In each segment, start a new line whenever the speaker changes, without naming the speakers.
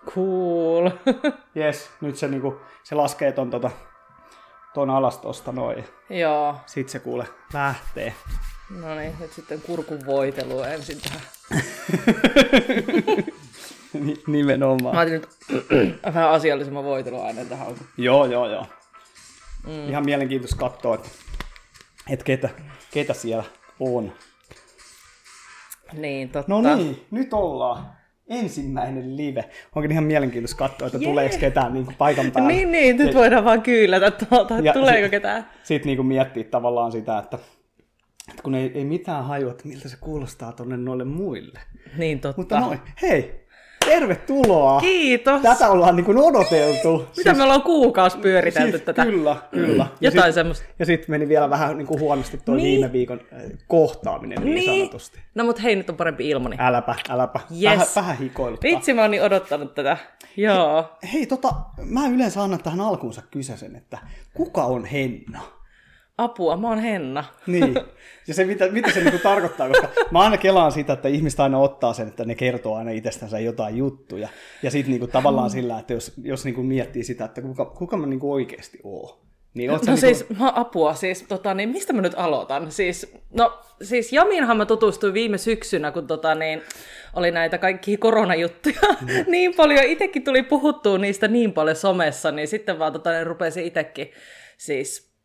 Cool.
Jes, nyt se, niinku, se laskee ton alas tosta noin.
Joo.
Sit se kuule lähtee.
No niin, nyt sitten kurkun voitelu ensin tähän.
Nimenomaan.
Mä otin nyt vähän asiallisemman voiteluaineen tähän alkuun.
Joo. Ihan mielenkiintoista katsoa, että ketä siellä on.
Niin, totta.
No niin, nyt ollaan. Ensimmäinen live. Onkin ihan mielenkiintoista katsoa, että tuleeko ketään niin kuin paikan päälle.
Niin, nyt voidaan vaan kyylätä tuolta, että tuleeko ketään.
Sitten niin miettiä tavallaan sitä, että kun ei mitään hajua, että miltä se kuulostaa tonne noille muille.
Niin, totta.
Mutta noin, hei, tervetuloa.
Kiitos.
Tätä ollaan niin kuin odoteltu.
Mitä me ollaan kuukausi pyöritelty tätä?
Kyllä.
Jotain semmoista.
Ja sitten meni vielä vähän niin kuin huonosti tuo viime viikon kohtaaminen niin sanotusti.
No mut hei, nyt on parempi ilmani.
Äläpä.
Yes.
Vähän hikoiluttaa.
Vitsi, mä oon niin odottanut tätä. Joo.
Hei, mä yleensä annan tähän alkuunsa kysäsen, että kuka on Henna?
Apua, mä oon Henna.
Niin, ja se mitä se niinku tarkoittaa, koska mä aina kelaan sitä, että ihmiset aina ottaa sen, että ne kertoo aina itsestänsä jotain juttuja. Ja sitten niinku tavallaan sillä, että jos niinku miettii sitä, että kuka mä niinku oikeasti oon. Niin
no
niinku...
siis, apua, siis niin mistä mä nyt aloitan? Siis Jamiinhan mä tutustuin viime syksynä, kun oli näitä kaikkia koronajuttuja niin paljon. Itsekin tuli puhuttua niistä niin paljon somessa, niin sitten vaan rupesin itsekin siis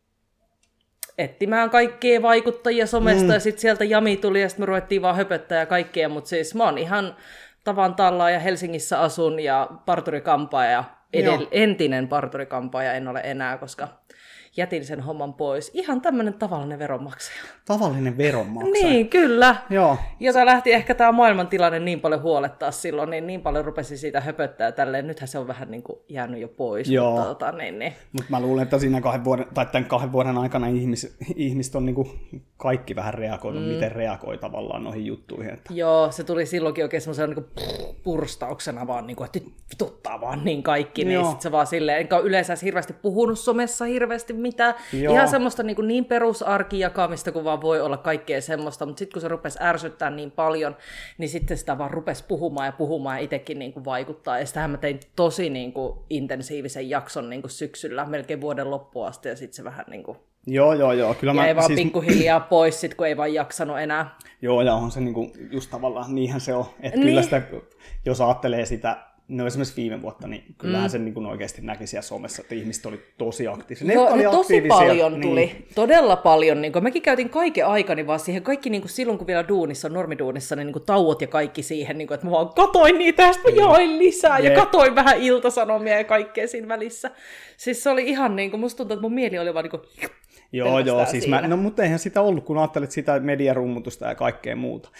etsimään kaikkia vaikuttajia somesta, ja sitten sieltä Jami tuli, ja sitten me ruvettiin vaan höpöttää ja kaikkea, mutta siis mä oon ihan tavan tallaa, ja Helsingissä asun, ja parturikampaaja, entinen parturikampaaja en ole enää, koska jätin sen homman pois. Ihan tämmönen tavallinen veronmaksaja.
Tavallinen veronmaksaja.
Niin, kyllä.
Joo.
Jota lähti ehkä tämä maailmantilanne niin paljon huolettaa silloin, niin paljon rupesi siitä höpöttää tälleen. Nythän se on vähän niin kuin jäänyt jo pois.
Joo.
Mutta
Mut mä luulen, että siinä tämän 2 vuoden aikana ihmiset on niin kuin kaikki vähän reagoinut, miten reagoi tavallaan noihin juttuihin. Että...
Joo, se tuli silloinkin oikein semmoisena niin purstauksena vaan, niin kuin, että vituttaa vaan niin kaikki. Niin sit se vaan silleen, enkä ole yleensä hirveästi puhunut somessa hirveästi mitään. Joo. Ihan semmoista niin perusarkijakamista, kun vaan voi olla kaikkea semmoista, mutta sitten kun se rupesi ärsyttää niin paljon, niin sitten sitä vaan rupesi puhumaan ja itsekin niin kuin vaikuttaa. Ja sitähän mä tein tosi niin kuin intensiivisen jakson niin kuin syksyllä, melkein vuoden loppuun asti, ja sitten se vähän niin kuin
Joo. Kyllä
jäi vaan pikkuhiljaa pois, sit, kun ei vaan jaksanut enää.
Joo, ja on se niinku, just tavallaan, niinhän se on. Että kyllä sitä, jos ajattelee sitä, no esimerkiksi viime vuotta, niin kyllähän se niin oikeasti näki siellä somessa, että ihmiset oli tosi aktiivisia.
Joo, ne tosi paljon tuli, todella paljon. Niin mäkin käytin kaiken aikani vaan siihen, kaikki niin kuin silloin kun vielä normiduunissa, niin kuin tauot ja kaikki siihen, niin kuin, että mä vaan katoin niitä ja sitten mä jaoin lisää ja katoin vähän Ilta-Sanomia ja kaikkea siinä välissä. Siis se oli ihan niin kuin, musta tuntuu, että mun mieli oli vaan niin kuin...
Joo, siis no mutta eihän sitä ollut, kun ajattelet sitä mediarummutusta ja kaikkea muuta.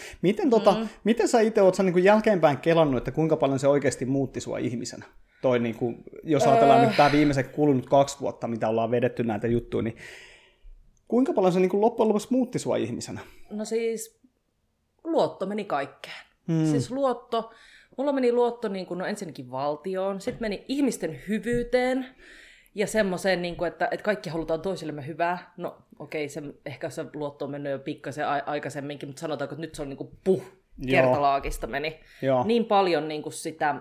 Miten sä itse oot niin jälkeenpäin kelannut, että kuinka paljon se oikeasti muutti sua ihmisenä? Toi, niin kuin, jos ajatellaan nyt tämä viimeiset kulunut 2 vuotta, mitä ollaan vedetty näitä juttuja, niin kuinka paljon se niin kuin loppujen lopuksi muutti sua ihmisenä?
No siis luotto meni kaikkeen. Siis mulla meni luotto niin kuin, ensinnäkin valtioon, sitten meni ihmisten hyvyyteen, ja semmoiseen, niin että kaikki halutaan toisillemme hyvää. No okei, ehkä se luotto on mennyt jo pikkasen aikaisemminkin, mutta sanotaanko, että nyt se on niin kuin kertalaakista meni.
Joo.
Niin paljon niin kuin sitä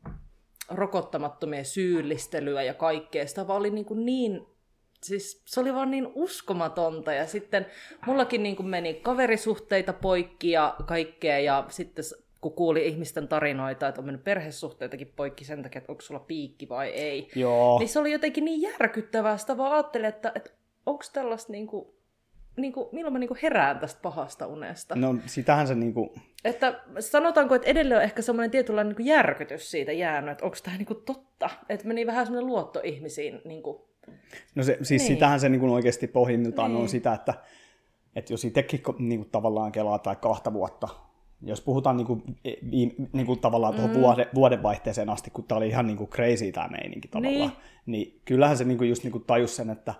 rokottamattomien syyllistelyä ja kaikkea. Sitä vaan oli niin siis se oli vaan niin uskomatonta. Ja sitten mullakin niin kuin meni kaverisuhteita poikki ja kaikkea, ja sitten kun kuuli ihmisten tarinoita, että on mennyt perhesuhteitakin poikki sen takia, että onko sulla piikki vai ei.
Joo.
Niin se oli jotenkin niin järkyttävää. Sitä vaan ajattelin, että onko tällaista milloin mä herään tästä pahasta unesta.
No sitähän se
Että sanotaanko, että edelleen on ehkä semmoinen tietynlainen järkytys siitä jäänyt, että onko tämä totta. Että meni vähän semmoinen luotto ihmisiin.
No siis sitähän se oikeasti pohjimmiltaan on sitä, että jos itsekin tavallaan kelaa tai 2 vuotta, jos puhutaan tavallaan tuohon vuodenvaihteeseen asti, kun tämä oli ihan crazy tämä meininki tavallaan, niin kyllähän se just tajus sen, että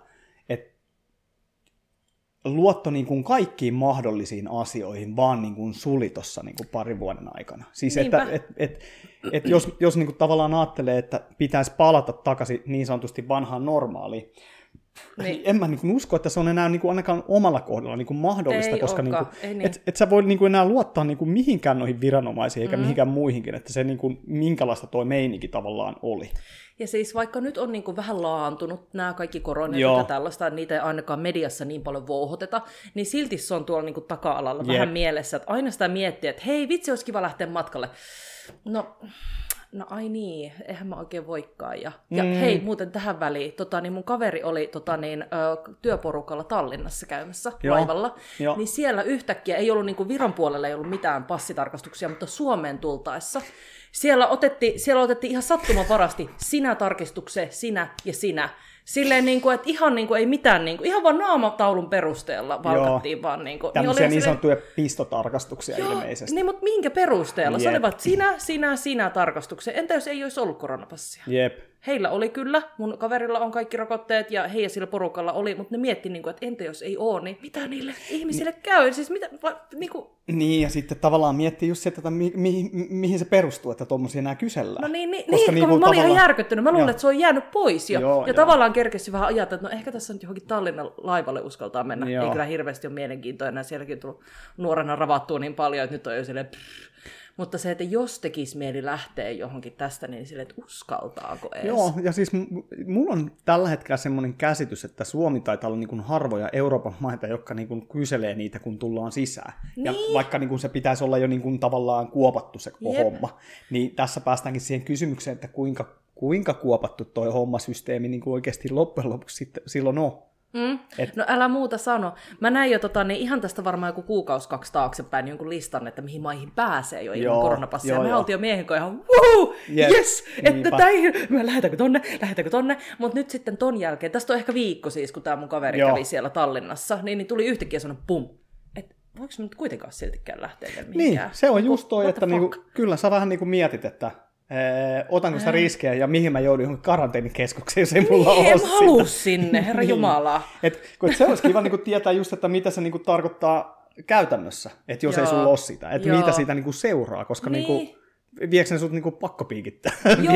luotto kaikkiin mahdollisiin asioihin vaan suli tuossa 2 vuoden aikana. Siis että jos tavallaan ajattelee, että pitäisi palata takaisin niin sanotusti vanhaan normaaliin, niin en mä niin usko, että se on enää niin ainakaan omalla kohdalla niin mahdollista,
ei
koska niin
niin.
et sä voi niin enää luottaa niin mihinkään noihin viranomaisiin eikä mihinkään muihinkin, että se niin kuin, minkälaista toi meininki tavallaan oli.
Ja siis vaikka nyt on niin vähän laantunut nämä kaikki koronat ja tällaista, niitä ei ainakaan mediassa niin paljon vouhoteta, niin silti se on tuolla niin taka-alalla vähän mielessä, että aina sitä miettii, että hei vitsi, olisi kiva lähteä matkalle. No ai niin, eihän mä oikein voikaan. Ja hei, muuten tähän väliin, niin mun kaveri oli työporukalla Tallinnassa käymässä laivalla, niin siellä yhtäkkiä ei ollut, niin kuin Viron puolella ei ollut mitään passitarkastuksia, mutta Suomeen tultaessa siellä otettiin ihan sattumanvarasti sinä tarkistukseen, sinä ja sinä. Silleen, niin kuin, että ihan niin kuin, ei mitään, niin kuin, ihan vaan naamataulun perusteella valkattiin vaan. Niin kuin,
tämmöisiä niin sanottuja pistotarkastuksia ilmeisesti.
Niin, mutta minkä perusteella? Se olivat sinä tarkastukseen. Entä jos ei olisi ollut koronapassia?
Jep.
Heillä oli kyllä, mun kaverilla on kaikki rokotteet ja he ja sillä porukalla oli, mutta ne mietti, niin kuin, että entä jos ei ole, niin mitä niille ihmisille käy? Siis mitä, niin kuin...
Niin, ja sitten tavallaan miettii just se, että mihin se perustuu, että tuommoisia enää kysellään.
No niin, mä olin ihan järkyttynyt. Mä luulen, että se on jäänyt pois jo. Ja tavallaan kerkesi vähän ajatella, että no ehkä tässä nyt johonkin Tallinnan laivalle uskaltaa mennä. Ei kyllä hirveästi ole mielenkiintoa enää. Sielläkin on tullut nuorena ravattua niin paljon, että nyt on jo silleen... Mutta se, että jos tekisi mieli lähteä johonkin tästä, niin silleen, että uskaltaako edes?
Joo, ja siis mulla on tällä hetkellä semmoinen käsitys, että Suomi taitaa olla niin kuin harvoja Euroopan maita, jotka niin kuin kyselee niitä, kun tullaan sisään. Niin. Ja vaikka niin kuin se pitäisi olla jo niin kuin tavallaan kuopattu se koko homma, niin tässä päästäänkin siihen kysymykseen, että kuinka kuopattu toi hommasysteemi niin kuin oikeasti loppujen lopuksi sitten silloin on.
No älä muuta sano. Mä näin jo ihan tästä varmaan joku 1-2 taaksepäin jonkun listan, että mihin maihin pääsee jo ilman koronapassia. Me oltiin jo miehen kanssa ihan yes, että lähdetäänkö tonne. Mutta nyt sitten ton jälkeen, tästä on ehkä viikko siis, kun tää mun kaveri kävi siellä Tallinnassa, niin tuli yhtäkkiä sellainen pum, että voiko mä nyt kuitenkaan siltikään lähteä mihinkään?
Niin, se on just toi, että niinku, kyllä sä vähän niinku mietit, että otanko sitä riskejä ja mihin mä joudun johonkin karanteenikeskukseen, jos ei mulla ole sitä.
En halua sinne, herra jumala.
Se olisi kiva niinku tietää just, että mitä se niinku tarkoittaa käytännössä, että jos ei sulla ole sitä, että mitä siitä niinku seuraa, koska niinku, viekö ne sut niinku pakkopiikittää?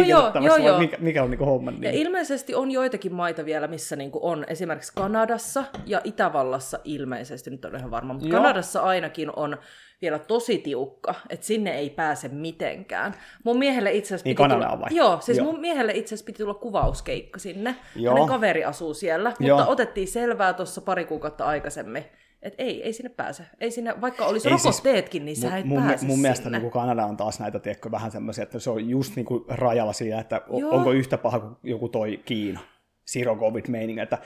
Joo.
Mikä on niinku homman niin?
Ja ilmeisesti on joitakin maita vielä, missä niinku on esimerkiksi Kanadassa ja Itävallassa ilmeisesti, nyt on ihan varma, mutta Kanadassa ainakin on vielä tosi tiukka, että sinne ei pääse mitenkään. Mun miehelle itse asiassa piti tulla... mun miehelle itse asiassa piti tulla kuvauskeikka sinne. Hänen kaveri asuu siellä, mutta otettiin selvää tuossa pari kuukautta aikaisemmin, että ei sinne pääse. Ei sinne, vaikka olisi rokotteetkin, niin sä et pääse
mun mielestä
sinne.
niin Kanada on taas näitä, tiedätkö, vähän semmoisia, että se on just niin kuin rajalla siinä, että onko yhtä paha kuin joku toi Kiina. Zero COVID-meininkä, että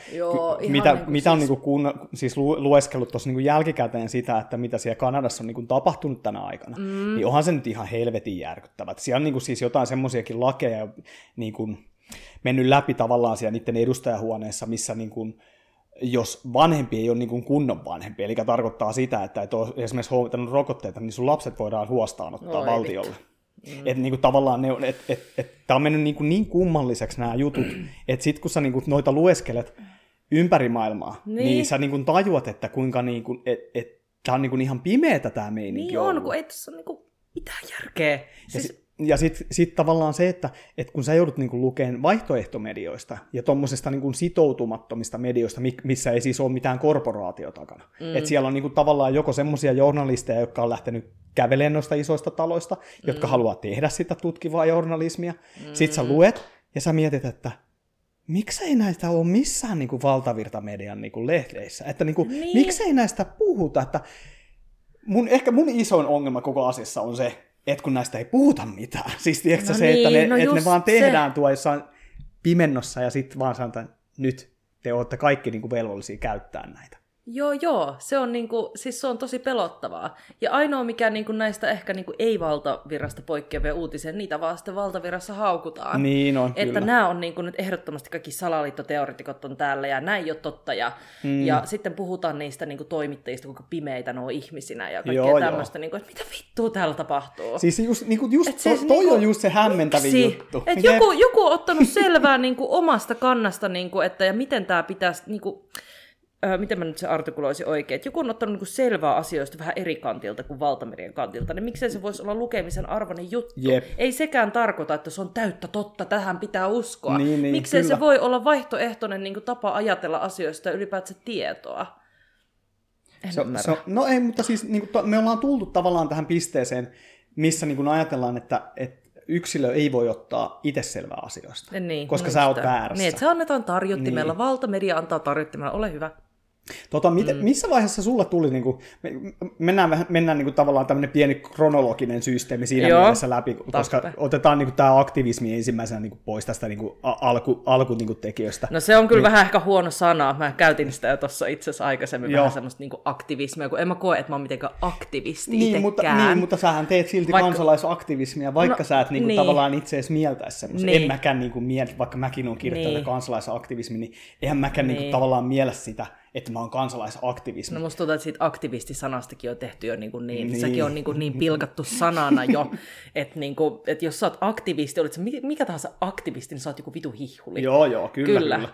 mitä on niinku siis lueskellut tuossa niinku jälkikäteen sitä, että mitä siellä Kanadassa on niinku tapahtunut tänä aikana, niin onhan se nyt ihan helvetin järkyttävä. Siellä on niinku siis jotain semmoisiakin lakeja niinku mennyt läpi tavallaan siellä niiden edustajahuoneessa, missä niinku, jos vanhempi ei ole niinku kunnon vanhempi, eli tarkoittaa sitä, että et ole esimerkiksi hoitanut rokotteita, niin sun lapset voidaan huostaanottaa valtiolle. Että niinku tavallaan tämä on mennyt niin kummalliseksi nämä jutut, että sitten kun sä niinku noita lueskelet ympäri maailmaa, niin sä niinku tajuat, että kuinka niinku, tämä on niinku ihan pimeätä tämä meininki.
Niin on, kun ei tässä ole niinku mitään järkeä.
Ja sitten tavallaan se, että kun sä joudut niinku lukemaan vaihtoehtomedioista ja tuommoisesta niinku sitoutumattomista medioista, missä ei siis ole mitään korporaatio takana. Että siellä on niinku tavallaan joko semmoisia journalisteja, jotka on lähtenyt kävelemään noista isoista taloista, jotka haluaa tehdä sitä tutkivaa journalismia. Sitten sä luet ja sä mietit, että miksei näistä ole missään niinku valtavirtamedian niinku lehdeissä. Että niinku, miksei näistä puhuta. Että ehkä mun isoin ongelma koko asiassa on se, että kun näistä ei puhuta mitään. Siis tiedätkö että ne vaan tehdään tuo jossain pimennossa ja sitten vaan sanotaan, että nyt te olette kaikki niinku velvollisia käyttää näitä.
Joo, se on niinku, siis se on tosi pelottavaa. Ja ainoa mikä niinku näistä ehkä niinku ei valtavirrasta poikkeavia uutisia, niitä vaan sitten valtavirrassa haukutaan.
Niin on,
että nämä on niinku nyt ehdottomasti kaikki salaliittoteoreetikot on täällä ja näin ei ole totta. Ja sitten puhutaan niistä niinku toimittajista, kuinka pimeitä ne on ihmisinä ja kaikkea tämmöistä, niinku, että mitä vittua täällä tapahtuu.
Siis toi on just se hämmentävin juttu.
Että joku on ottanut selvää niinku omasta kannasta, niinku, että ja miten tämä pitäisi... Niinku, miten mä nyt se artikuloisin oikein, että joku on ottanut niin selvää asioista vähän eri kantilta kuin valtamerien kantilta, niin miksei se voisi olla lukemisen arvoinen juttu?
Jep.
Ei sekään tarkoita, että se on täyttä totta, tähän pitää uskoa. Miksei
kyllä.
se voi olla vaihtoehtoinen niin kuin tapa ajatella asioista ja ylipäätään tietoa?
No ei, mutta siis niin kuin, me ollaan tultu tavallaan tähän pisteeseen, missä niin kuin ajatellaan, että yksilö ei voi ottaa itseselvää asioista, koska sä oot väärässä.
Niin, että se annetaan tarjottimella, valtamedia antaa tarjottimella, ole hyvä.
Missä vaiheessa sulla tuli, niin kuin, mennään niin kuin, tavallaan tämmöinen pieni kronologinen systeemi siinä mielessä läpi, koska otetaan niin kuin, tämä aktivismi ensimmäisenä niin kuin, pois tästä niin kuin, alkutekijöstä.
No se on kyllä vähän ehkä huono sana, mä käytin sitä jo tuossa itse asiassa aikaisemmin, vähän semmoista niin kuin aktivismia, kun en mä koe, että mä oon mitenkään aktivisti itsekään.
Mutta sähän teet silti kansalaisaktivismia, vaikka sä et niin kuin, tavallaan itse edes mieltäisi semmoista. En mäkään niin kuin, vaikka mäkin olen kirjoittanut kansalaisaktivismi, niin eihän mäkään niin kuin, tavallaan miellä sitä, että mä oon kansalaisaktivismi.
No musta tuntuu, että siitä aktivistisanastakin on tehty jo niin. Sekin on niin pilkattu sanana jo, että jos sä oot aktivisti, olit sä mikä tahansa aktivisti, niin sä oot joku vitu hihuli.
Joo, kyllä.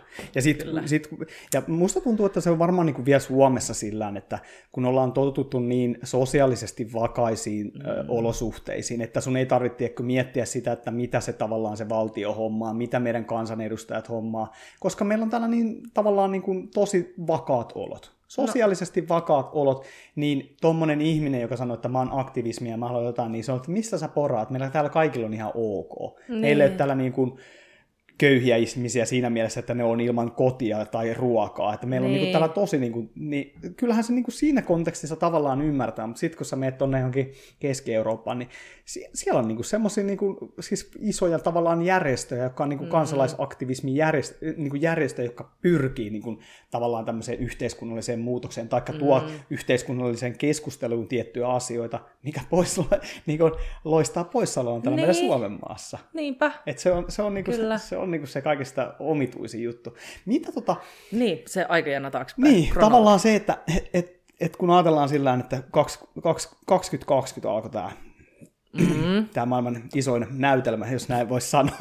Ja musta tuntuu, että se on varmaan niin kuin vielä Suomessa sillään, että kun ollaan totuttu niin sosiaalisesti vakaisiin olosuhteisiin, että sun ei tarvitse miettiä sitä, että mitä se tavallaan se valtio hommaa, mitä meidän kansanedustajat hommaa, koska meillä on täällä niin tavallaan niin kuin tosi vakaat olot. Sosiaalisesti vakaat olot, niin tommonen ihminen, joka sanoo, että mä oon aktivismia ja mä haluan jotain, niin se on, että mistä sä poraat? Meillä täällä kaikilla on ihan ok. Meillä ei ole täällä niin kuin köyhiä ihmisiä siinä mielessä, että ne on ilman kotia tai ruokaa. Että meillä on niin kuin täällä tosi, niin kyllähän se niin kuin siinä kontekstissa tavallaan ymmärtää, mutta sitten kun sä menet tuonne johonkin Keski-Eurooppaan, niin siellä on niin kuin semmoisia niin kuin, siis isoja tavallaan järjestöjä, jotka on niin kuin kansalaisaktivismin järjestöjä, jotka pyrkii niin kuin, tavallaan tämmöiseen yhteiskunnalliseen muutokseen, taikka tuo yhteiskunnalliseen keskusteluun tiettyjä asioita, mikä niin kuin loistaa poissaoloon täällä meidän Suomen maassa.
Niinpä.
Että se on niin kuin se on niin kuin se kaikista omituisin juttu. Mitä
Niin, se aikajana taaksepäin.
Niin, tavallaan se, että kun ajatellaan sillä että 2020 alkoi tämä maailman isoin näytelmä, jos näin voisi sanoa,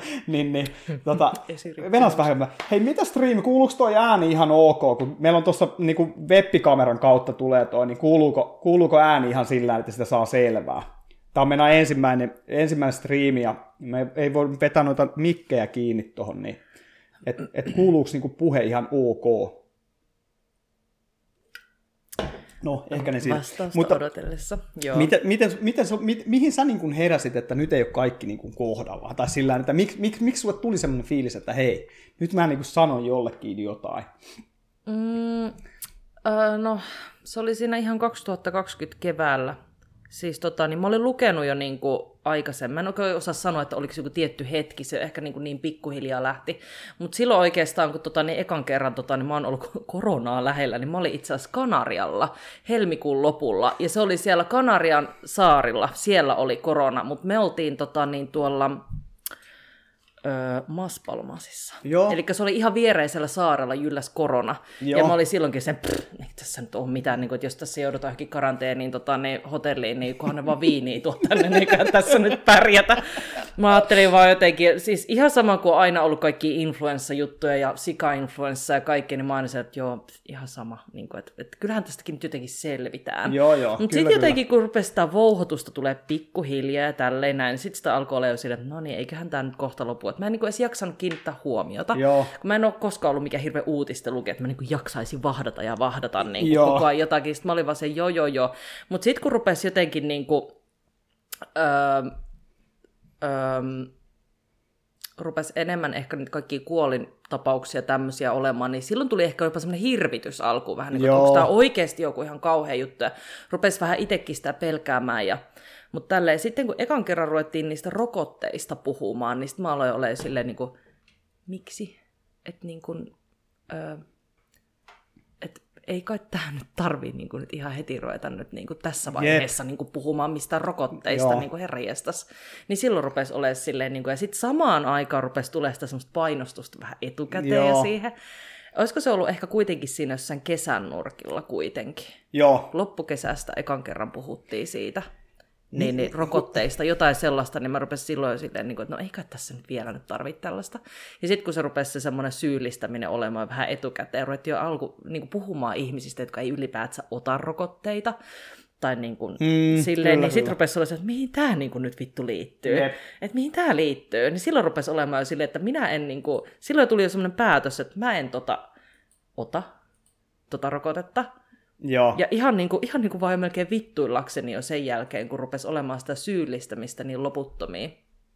venas vähän. Hei, mitä striimi, kuuluuko toi ääni ihan ok, kun meillä on tuossa niin web-kameran kautta tulee toi, niin kuuluuko ääni ihan sillä että sitä saa selvää? Tämä on meidän ensimmäinen striimi, ja me ei voi vetää noita mikkejä kiinni tuohon, niin että kuuluuko niinku puhe ihan ok? No, ehkä ne siitä.
Vastausta odotellessa, joo.
Mihin sä niin heräsit, että nyt ei ole kaikki niin kohdallaan? Tai sillä että miksi sulle tuli semmoinen fiilis, että hei, nyt mä niin sanon jollekin jotain?
No, se oli siinä ihan 2020 keväällä. Siis niin mä olin lukenut jo niin kuin aikaisemmin. Mä en oikein osaa sanoa, että oliko joku tietty hetki, se ehkä niin pikkuhiljaa lähti. Mutta silloin oikeastaan, kun ekan kerran niin mä oon ollut koronaa lähellä, niin mä olin itse asiassa Kanarialla helmikuun lopulla. Ja se oli siellä Kanarian saarilla, siellä oli korona, mutta me oltiin tuolla Maspalmasissa. Eli se oli ihan viereisellä saarella jylläs korona. Joo. Ja mä olin silloinkin sen, ei tässä nyt ole mitään, niin että jos tässä joudutaan johonkin karanteeniin hotelliin, niin kunhan ne vaan viiniä tuo tänne, niin eikä tässä nyt pärjätä. Mä ajattelin vaan jotenkin, siis ihan sama kuin aina ollut kaikki influenssa-juttuja ja sika-influenssa ja kaikki, niin mä aina sanoin, että joo, ihan sama. Niin kuin, että kyllähän tästäkin nyt jotenkin selvitään. Mutta sitten jotenkin, kun rupesi sitä vouhotusta tulee pikkuhiljaa ja tälleen näin, niin sitten sitä alkoi olla jo sille, että no niin, eiköhän tämä nyt kohta lopu. Mä en niin edes jaksanut kiinnittää huomiota, kun mä en ole koskaan ollut mikään hirveä uutista lukea, että mä niin jaksaisin vahdata niin koko ajan jotakin. Sitten mä olin vaan se joo. Mutta sitten kun rupesi jotenkin niin kuin, rupesi enemmän ehkä nyt kaikkia kuolintapauksia tämmöisiä olemaan, niin silloin tuli ehkä jopa semmoinen hirvitys alkuun vähän, niin kuin, onko tämä oikeasti joku ihan kauhea juttu, ja rupesi vähän itsekin sitä pelkäämään, mutta tälleen, sitten kun ekan kerran ruvettiin niistä rokotteista puhumaan, niin sitten mä aloin olemaan silleen, niin kuin, miksi? Että niin kuin, ei kai tähän nyt tarvii niin kuin nyt ihan heti ruveta nyt niin kuin tässä vaiheessa niin kuin puhumaan mistään rokotteista, niin kuin herranjestas. Niin silloin rupesi olemaan silleen, niin kuin, ja sitten samaan aikaan rupesi tulemaan sitä semmoista painostusta vähän etukäteen siihen. Olisiko se ollut ehkä kuitenkin siinä jossain kesän nurkilla kuitenkin?
Joo.
Loppukesästä ekan kerran puhuttiin siitä. niin rokotteista, jotain sellaista, niin mä rupesin silloin silleen, että no eikä tässä nyt vielä nyt tarvitse tällaista. Ja sitten kun se rupesi se semmoinen syyllistäminen olemaan vähän etukäteen, ruvettiin jo puhumaan ihmisistä, jotka ei ylipäätään ota rokotteita, tai silleen, niin sitten rupesi olla että mihin tämä nyt vittu liittyy, että mihin tämä liittyy, niin silloin rupesi olemaan jo silleen, että minä en, silloin tuli jo semmoinen päätös, että mä en ota rokotetta.
Joo.
Ja ihan vaan melkein vittuillakseni jo sen jälkeen, kun rupesi olemaan sitä syyllistämistä niin loputtomiin.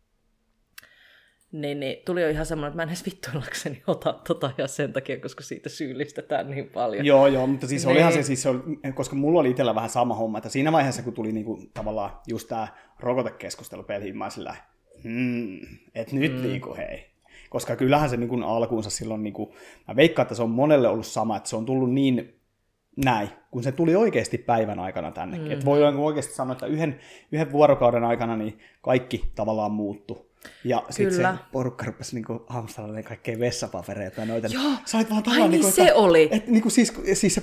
Niin tuli jo ihan semmoinen, että mä en edes vittuillakseni ota ja sen takia, koska siitä syyllistetään niin paljon.
Joo, mutta siis olihan se koska mulla oli itsellä vähän sama homma, että siinä vaiheessa, kun tuli tavallaan just tämä rokotekeskustelu peliin, mä sillä että nyt hei. Koska kyllähän se alkuunsa silloin, mä veikkaan, että se on monelle ollut sama, että se on tullut niin näin, kun se tuli oikeasti päivän aikana tännekin. Että voi oikeasti sanoa, että yhden vuorokauden aikana niin kaikki tavallaan muuttui. Ja sitten se porukka rupesi hamstrailemaan kaikkea vessapapereita ja noita.
Joo,
sait vaan tavallaan,
se oli.
Siis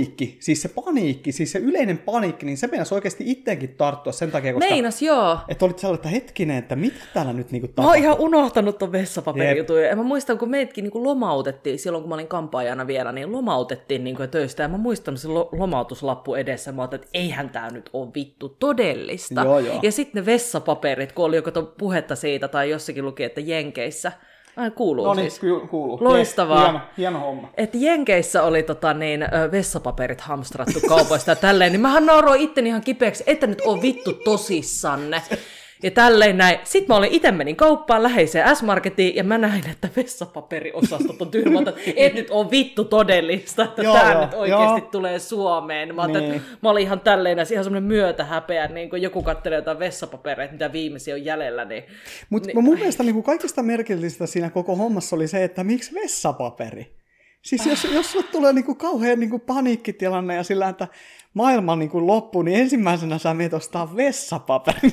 se paniikki, siis se yleinen paniikki, niin se meinasi oikeasti itteenkin tarttua sen takia, koska
joo.
Että olit sellainen, että hetkinen, että mitä täällä nyt tapahtuu.
Mä oon ihan unohtanut ton vessapaperijutun. Ja mä muistan, kun meidätkin lomautettiin, silloin kun mä olin kampaajana vielä, niin lomautettiin töistä. Ja mä muistan se lomautuslappu edessä. Mä ajattelin, että eihän tää nyt ole vittu todellista.
Joo.
Ja sitten ne vessapaperit, kun oli joko puhetta siitä, tai jossakin luki, että Jenkeissä. Kuuluu siis.
Kuuluu.
Loistavaa.
Hieno homma.
Että Jenkeissä oli vessapaperit hamstrattu kaupoista ja tälleen, niin mähän nauroin itteni ihan kipeäksi, että nyt on vittu tosissanne. Ja tälleen näin. Sitten mä itse menin kauppaan läheiseen S-Marketiin ja mä näin, että vessapaperiosastot on tyhmät, että et nyt on vittu todellista, että tää nyt oikeasti tulee Suomeen. Mä olin ihan tälleen, ihan semmoinen myötähäpeä, niin kun joku katselee jotain vessapapereita, mitä viimeisiä on jäljellä.
Mutta mun mielestä kaikista merkillistä siinä koko hommassa oli se, että miksi vessapaperi? Siis jos sulle tulee kauhean paniikkitilanne ja sillä, että maailma loppuu, niin ensimmäisenä sä menet ostaa vessapaperin.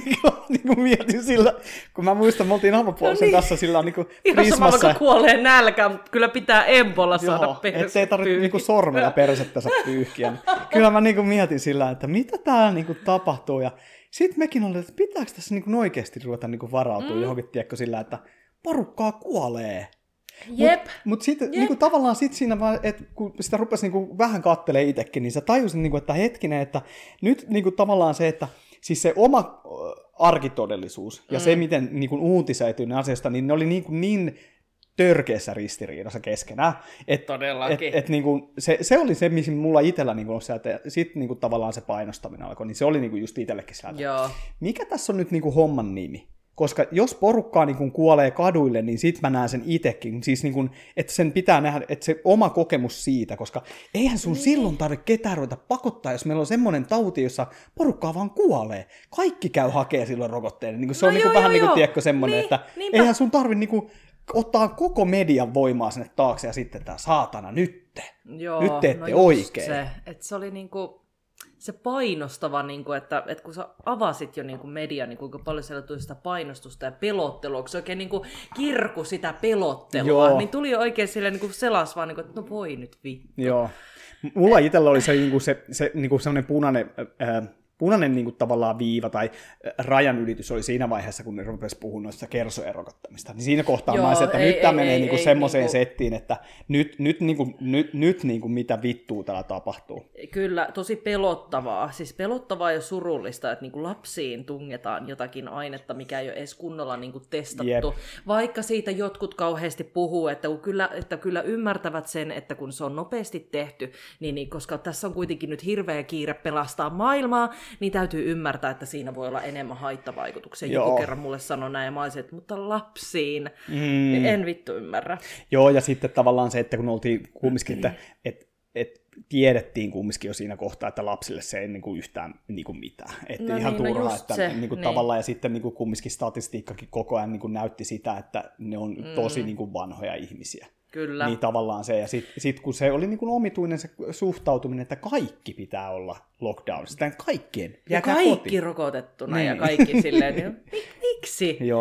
Mietin sillä, kun mä muistan, me oltiin avopuolisen kanssa sillä
ihan sama, vaikka kuolee nälkään, mutta kyllä pitää embolla saada persettä
ettei tarvitse sormella persettänsä pyyhkiä. Kyllä mä mietin sillä, että mitä täällä tapahtuu. Ja sitten mekin olemme, että pitääkö tässä oikeasti ruveta varautua johonkin, tiedätkö, sillä, että porukkaa kuolee.
Jep.
Mutta sitten tavallaan siinä, että kun sitä rupesi vähän katselemaan itsekin, niin sä tajusin, että hetkinen, että nyt tavallaan se, että siis se oma arkitodellisuus ja se, miten uutisoitiin ne asiasta, niin ne oli niin törkeässä ristiriidassa keskenään.
Todellakin.
Se oli se, missä mulla itsellä sitten tavallaan se painostaminen alkoi, niin se oli just itsellekin sieltä.
Joo.
Mikä tässä on nyt homman nimi? Koska jos porukkaa kuolee kaduille, niin sit mä näen sen itekin. Siis että sen pitää nähdä, että se oma kokemus siitä, koska eihän sun silloin tarvitse ketään ruveta pakottaa, jos meillä on semmoinen tauti, jossa porukkaa vaan kuolee. Kaikki käy hakee silloin rokotteen. Se on vähän tiedätkö semmoinen, että eihän sun tarvitse ottaa koko median voimaa sinne taakse ja sitten tää saatana nytte. Nyt teette oikein.
Se oli se painostava, että kun sä avasit jo media, kuinka paljon siellä tuli sitä painostusta ja pelottelua, kun se oikein kirku sitä pelottelua, niin tuli jo oikein silleen selas vaan, että no voi nyt vittu.
Joo. Mulla itsellä oli se semmoinen punainen tavallaan viiva tai rajan ylitys oli siinä vaiheessa, kun ne rupesi puhumaan noista kersojen rokottamista. Niin siinä kohtaa mä olisin, että nyt tämä menee semmoiseen settiin, että nyt mitä vittua täällä tapahtuu.
Kyllä, tosi pelottavaa. Siis pelottavaa ja surullista, että lapsiin tungetaan jotakin ainetta, mikä ei ole edes kunnolla testattu.
Jep.
Vaikka siitä jotkut kauheasti puhuu, että kyllä ymmärtävät sen, että kun se on nopeasti tehty, niin koska tässä on kuitenkin nyt hirveä kiire pelastaa maailmaa, niin täytyy ymmärtää, että siinä voi olla enemmän haittavaikutuksia. Joku kerran mulle sanoi näin, ja mä olisin, että mutta lapsiin, en vittu ymmärrä.
Joo, ja sitten tavallaan se, että kun oltiin kumminkin, että tiedettiin kumminkin jo siinä kohtaa, että lapsille se ei yhtään mitään. Että ihan turhaa, että se, tavallaan, ja sitten kumminkin statistiikkakin koko ajan näytti sitä, että ne on tosi vanhoja ihmisiä.
Kyllä.
Niin tavallaan se, ja sitten kun se oli omituinen se suhtautuminen, että kaikki pitää olla lockdownissa, kaikkien,
ja kaikki kotiin. Rokotettuna niin. Ja kaikki silleen, niin, miksi?
Joo.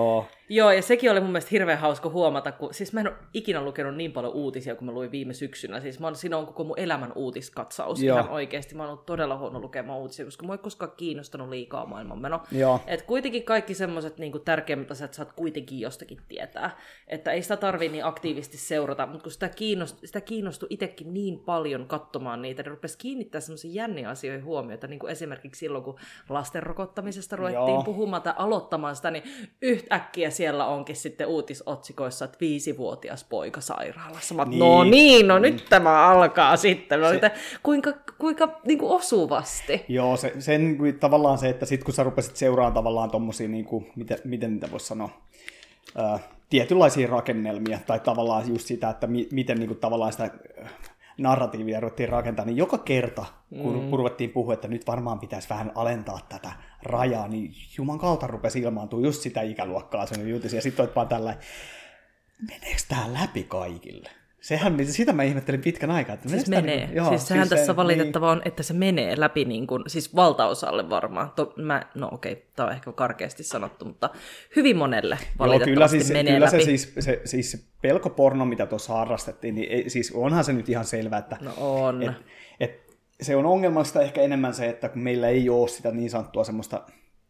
Joo, ja sekin oli mun mielestä hirveän hauska huomata, kun siis mä en ole ikinä lukenut niin paljon uutisia, kun mä luin viime syksynä. Siis siinä on koko mun elämän uutiskatsaus ihan oikeasti. Mä oon ollut todella huono lukemaan uutisia, koska mua ei koskaan kiinnostanut liikaa maailmanmeno. Että kuitenkin kaikki semmoiset niin tärkeimmät asiat saat kuitenkin jostakin tietää. Että ei sitä tarvii niin aktiivisesti seurata, mutta kun sitä kiinnostui itsekin niin paljon katsomaan niitä, niin rupesi kiinnittää semmoisia jänniä asioihin huomiota, niin kuin esimerkiksi silloin, kun lasten rokottamisesta ruvettiin puhumaan tai aloittamaan sitä, niin yhtäkkiä siellä onkin sitten uutisotsikoissa, että 5-vuotias poika sairaalassa. No nyt tämä alkaa sitten. Kuinka niin kuin osuvasti.
Joo, se niin kuin, tavallaan se, että sitten kun sä rupesit seuraamaan tavallaan tommosia, niin kuin, miten niitä voisi sanoa, tietynlaisia rakennelmia, tai tavallaan just sitä, että miten niin kuin, tavallaan sitä narratiivia ruvettiin rakentaa, niin joka kerta, kun ruvettiin puhua, että nyt varmaan pitäisi vähän alentaa tätä rajaa, niin juman kautta rupesi ilmaantua just sitä ikäluokkaa sen jutisi, ja sitten olet vaan tällainen, meneekö tämä läpi kaikille? Sitä mä ihmettelin pitkän aikaa. Että
siis menee. Siis sehän tässä valitettava on, että se menee läpi, niin kuin, siis valtaosalle varmaan. Tämä on ehkä karkeasti sanottu, mutta hyvin monelle valitettavasti menee läpi. Kyllä
se pelkoporno, mitä tuossa harrastettiin, niin siis onhan se nyt ihan selvä, että
on.
Se on ongelmallista ehkä enemmän se, että kun meillä ei ole sitä niin sanottua semmoista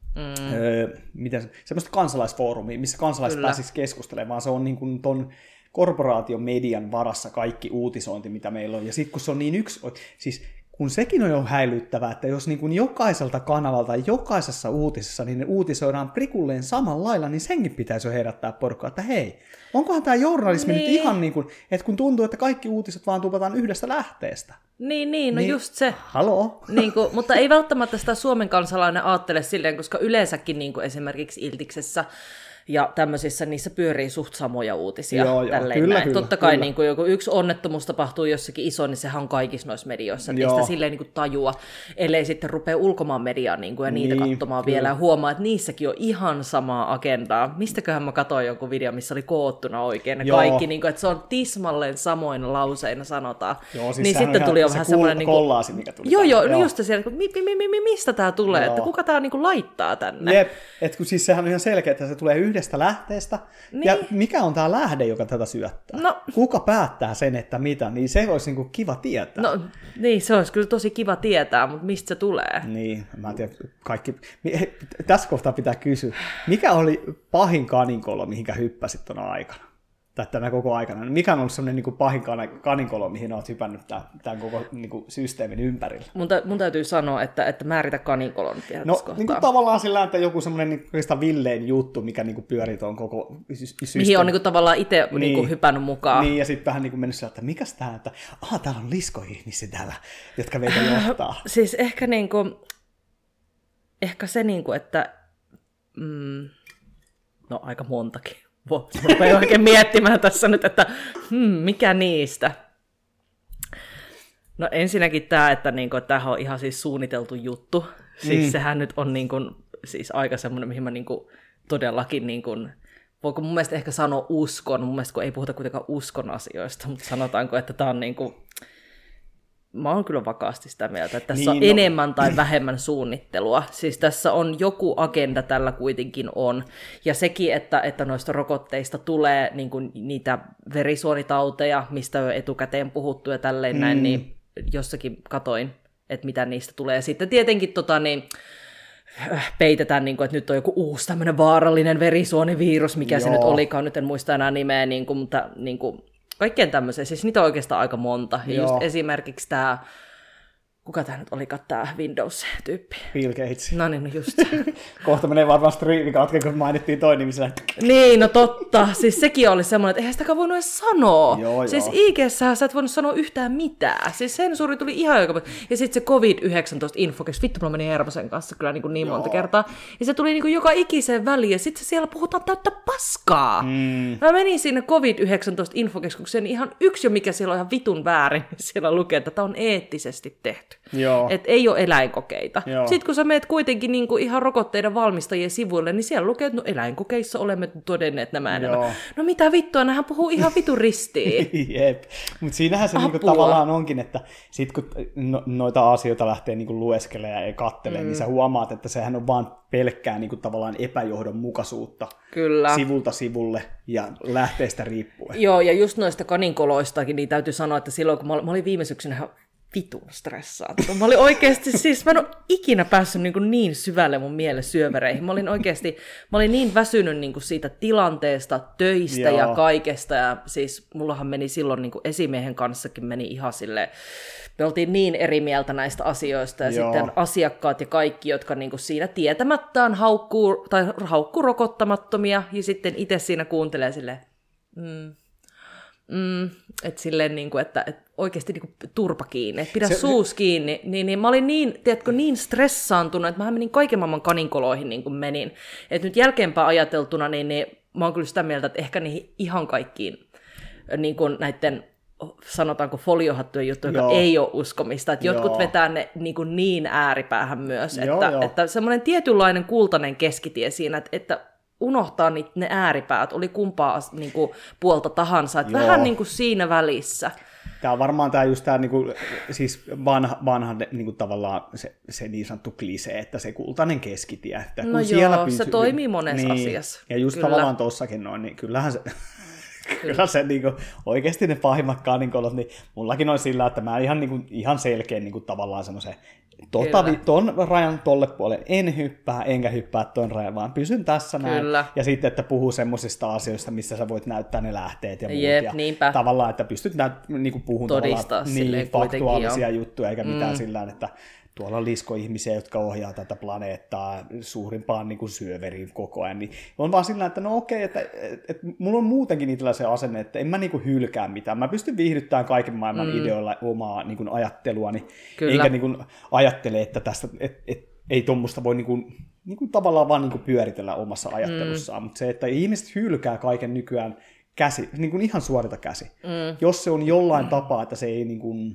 semmoista kansalaisfoorumia, missä kansalaiset pääsisi keskustelemaan, vaan se on niin kuin ton korporaation median varassa kaikki uutisointi, mitä meillä on. Ja sitten kun se on niin siis kun sekin on jo häilyttävää, että jos niin kuin jokaiselta kanavalta, jokaisessa uutisessa, niin ne uutisoidaan prikulleen samalla lailla, niin senkin pitäisi jo herättää porukkaa, että hei, onkohan tämä journalismi nyt ihan niin kuin, että kun tuntuu, että kaikki uutiset vaan tupataan yhdestä lähteestä.
Niin, just se.
Haloo?
Mutta ei välttämättä sitä Suomen kansalainen ajattele silleen, koska yleensäkin niin kuin esimerkiksi Iltiksessä ja tämmöisissä niissä pyörii suht samoja uutisia.
Joo, kyllä.
Totta kai niin kuin joku yksi onnettomuus tapahtuu jossakin iso, niin sehän on kaikissa noissa medioissa. Niin sitä silleen niin kuin tajua, ellei sitten rupea ulkomaan mediaan niin kuin, ja niitä katsomaan vielä ja huomaa, että niissäkin on ihan samaa agendaa. Mistäköhän mä katsoin jonkun video, missä oli koottuna oikein ne kaikki, niin kuin, että se on tismalleen samoin lauseina sanotaan.
Joo, siis
niin sitten tuli jo vähän semmoinen niin
kollaasi, mikä tuli.
Joo, just se siellä, mistä tämä tulee, että kuka tämä niin kuin laittaa tänne.
Jep, että kun siis sehän on ihan selkeä, että se tulee yhdestä lähteestä, ja mikä on tämä lähde, joka tätä syöttää? Kuka päättää sen, että mitä, niin se olisi niinku kiva tietää.
No niin, se olisi kyllä tosi kiva tietää, mutta mistä se tulee?
Niin, mä en tiedä, tässä kohtaa pitää kysyä, mikä oli pahin kaninkolo, mihinkä hyppäsit tuona aikana? Tai tänä koko aikana. Mikä on ollut sellainen niin kuin pahin kaninkolo, mihin olet hypännyt tämän koko niin kuin systeemin ympärillä?
Mun täytyy sanoa, että määritä kaninkolon vielä tässä kohtaa.
Niin kuin tavallaan sillä, että joku semmoinen niin villein juttu, mikä niin kuin pyörii tuon koko systeemin.
Mihin on niin kuin tavallaan itse niin kuin hypännyt mukaan.
Niin, ja sitten vähän niin kuin mennyt sillä, että mikäs tämä, että täällä on liskoihmisiä täällä, jotka meitä johtaa.
Siis ehkä, niin kuin, ehkä se, niin kuin, että aika montakin. Rupean oikein miettimään tässä nyt, että mikä niistä? No ensinnäkin tämä, että niinku, tämähän on ihan siis suunniteltu juttu. Siis sehän nyt on niinku, siis aika semmoinen, mihin mä niinku, todellakin, niinku, voiko mun mielestä ehkä sanoa uskon, mun mielestä kun ei puhuta kuitenkaan uskon asioista, mutta sanotaanko, että tämä on niinku, mä oon kyllä vakaasti sitä mieltä, että tässä on enemmän tai vähemmän suunnittelua. Siis tässä on joku agenda tällä kuitenkin on. Ja sekin, että noista rokotteista tulee niin kuin niitä verisuonitauteja, mistä on etukäteen puhuttu ja tälleen näin, niin jossakin katoin, että mitä niistä tulee. Ja sitten tietenkin peitetään, niin kuin, että nyt on joku uusi tämmöinen vaarallinen verisuonivirus, mikä se nyt olikaan, nyt en muista enää nimeä, niin kuin, mutta niin kuin, kaikkien tämmöisiä, siis niitä on oikeastaan aika monta. Ja just esimerkiksi tämä, kuka tämä nyt olikaan, tämä Windows-tyyppi?
Bill Gates.
No niin, no just.
Kohta menee varmaan striimi katken, kun mainittiin toi nimisellä.
Niin, no totta. Siis sekin oli semmoinen, että eihän sitäkään voinut edes sanoa. Siis IG:ssähän sä et voinut sanoa yhtään mitään. Siis sensuuri tuli ihan joka paljon. Ja sitten se COVID-19-infokes, vittu mulla meni Hermosen kanssa kyllä niin monta kertaa. Ja se tuli niin kuin joka ikiseen väliin, ja sitten siellä puhutaan täyttä paskaa. Mä menin sinne COVID-19-infokeskukseen, niin ihan yksi jo, mikä siellä on ihan vitun väärin, siellä lukee, että tämä on eettisesti tehty. tehty. Että ei ole eläinkokeita. Sitten kun sä meet kuitenkin niin kuin ihan rokotteiden valmistajien sivuille, niin siellä lukee, että no eläinkokeissa olemme todenneet nämä enemmän. No mitä vittua, nämähän puhuu ihan vitun ristiin.
Jep, mutta siinähän se niinku tavallaan onkin, että sit kun noita asioita lähtee niinku lueskelemaan ja katselemaan, niin sä huomaat, että sehän on vaan pelkkää niinku tavallaan epäjohdonmukaisuutta sivulta sivulle ja lähteestä riippuen.
Joo, ja just noista kaninkoloistakin, niin täytyy sanoa, että silloin kun mä olin viime syksynä ihan vitun stressaantunut. Mä olin oikeasti, siis mä en ole ikinä päässyt niin syvälle mun mielen syövereihin. Mä olin niin väsynyt niin kuin siitä tilanteesta, töistä ja kaikesta. Ja siis mullahan meni silloin niin kuin esimiehen kanssakin meni ihan silleen, me oltiin niin eri mieltä näistä asioista. Ja sitten asiakkaat ja kaikki, jotka niin kuin siinä tietämättään haukkuu rokottamattomia. Ja sitten itse siinä kuuntelee silleen, että silleen niin kuin, että oikeasti niin kuin turpa kiinni, että pidä suus kiinni, niin mä olin niin stressaantunut, että mä menin kaiken maailman kaninkoloihin niin kuin menin. Että nyt jälkeenpäin ajateltuna, niin mä oon kyllä sitä mieltä, että ehkä niihin ihan kaikkiin niin kuin näiden, sanotaanko foliohattujen juttuja, joka ei ole uskomista, että jotkut vetää ne niin ääripäähän myös, että semmoinen tietynlainen kultainen keskitie siinä, että unohtaa ne ääripäät, oli kumpaa niin kuin, puolta tahansa, että vähän niin kuin siinä välissä.
Tämä on varmaan just tämä niin kuin, siis vanha niin kuin, tavallaan se niin sanottu klisee, että se kultainen keskitie. Että
no joo, se toimii monessa asiassa.
Ja just tavallaan tuossakin noin, niin kyllähän se... Kyllä se niin kuin, oikeasti ne pahimmat kaninkolot, niin mullakin on sillä, että mä ihan selkeän niin kuin, tavallaan semmoisen ton rajan tolle puolelle en hyppää, enkä hyppää ton rajan, vaan pysyn tässä näin. Ja sitten, että puhuu semmoisista asioista, missä sä voit näyttää ne lähteet ja muut. Ja
niinpä.
Tavallaan, että pystyt niin puhumaan niin faktuaalisia juttuja, eikä mitään sillä että tuolla on liskoihmisiä, jotka ohjaa tätä planeettaa suurimpaan niin kuin syöveriin koko ajan, niin on vaan sillä, että no okei, että mulla on muutenkin itsellä se asenne, että en mä niin kuin hylkää mitään. Mä pystyn viihdyttämään kaiken maailman ideoilla omaa niin kuin ajatteluani, enkä niin kuin ajattele, että tästä ei tuommoista voi niin kuin tavallaan vaan niin kuin pyöritellä omassa ajattelussaan, mutta se, että ihmiset hylkää kaiken nykyään käsi, niin kuin ihan suorilta käsi. Jos se on jollain tapaa, että se ei niin kuin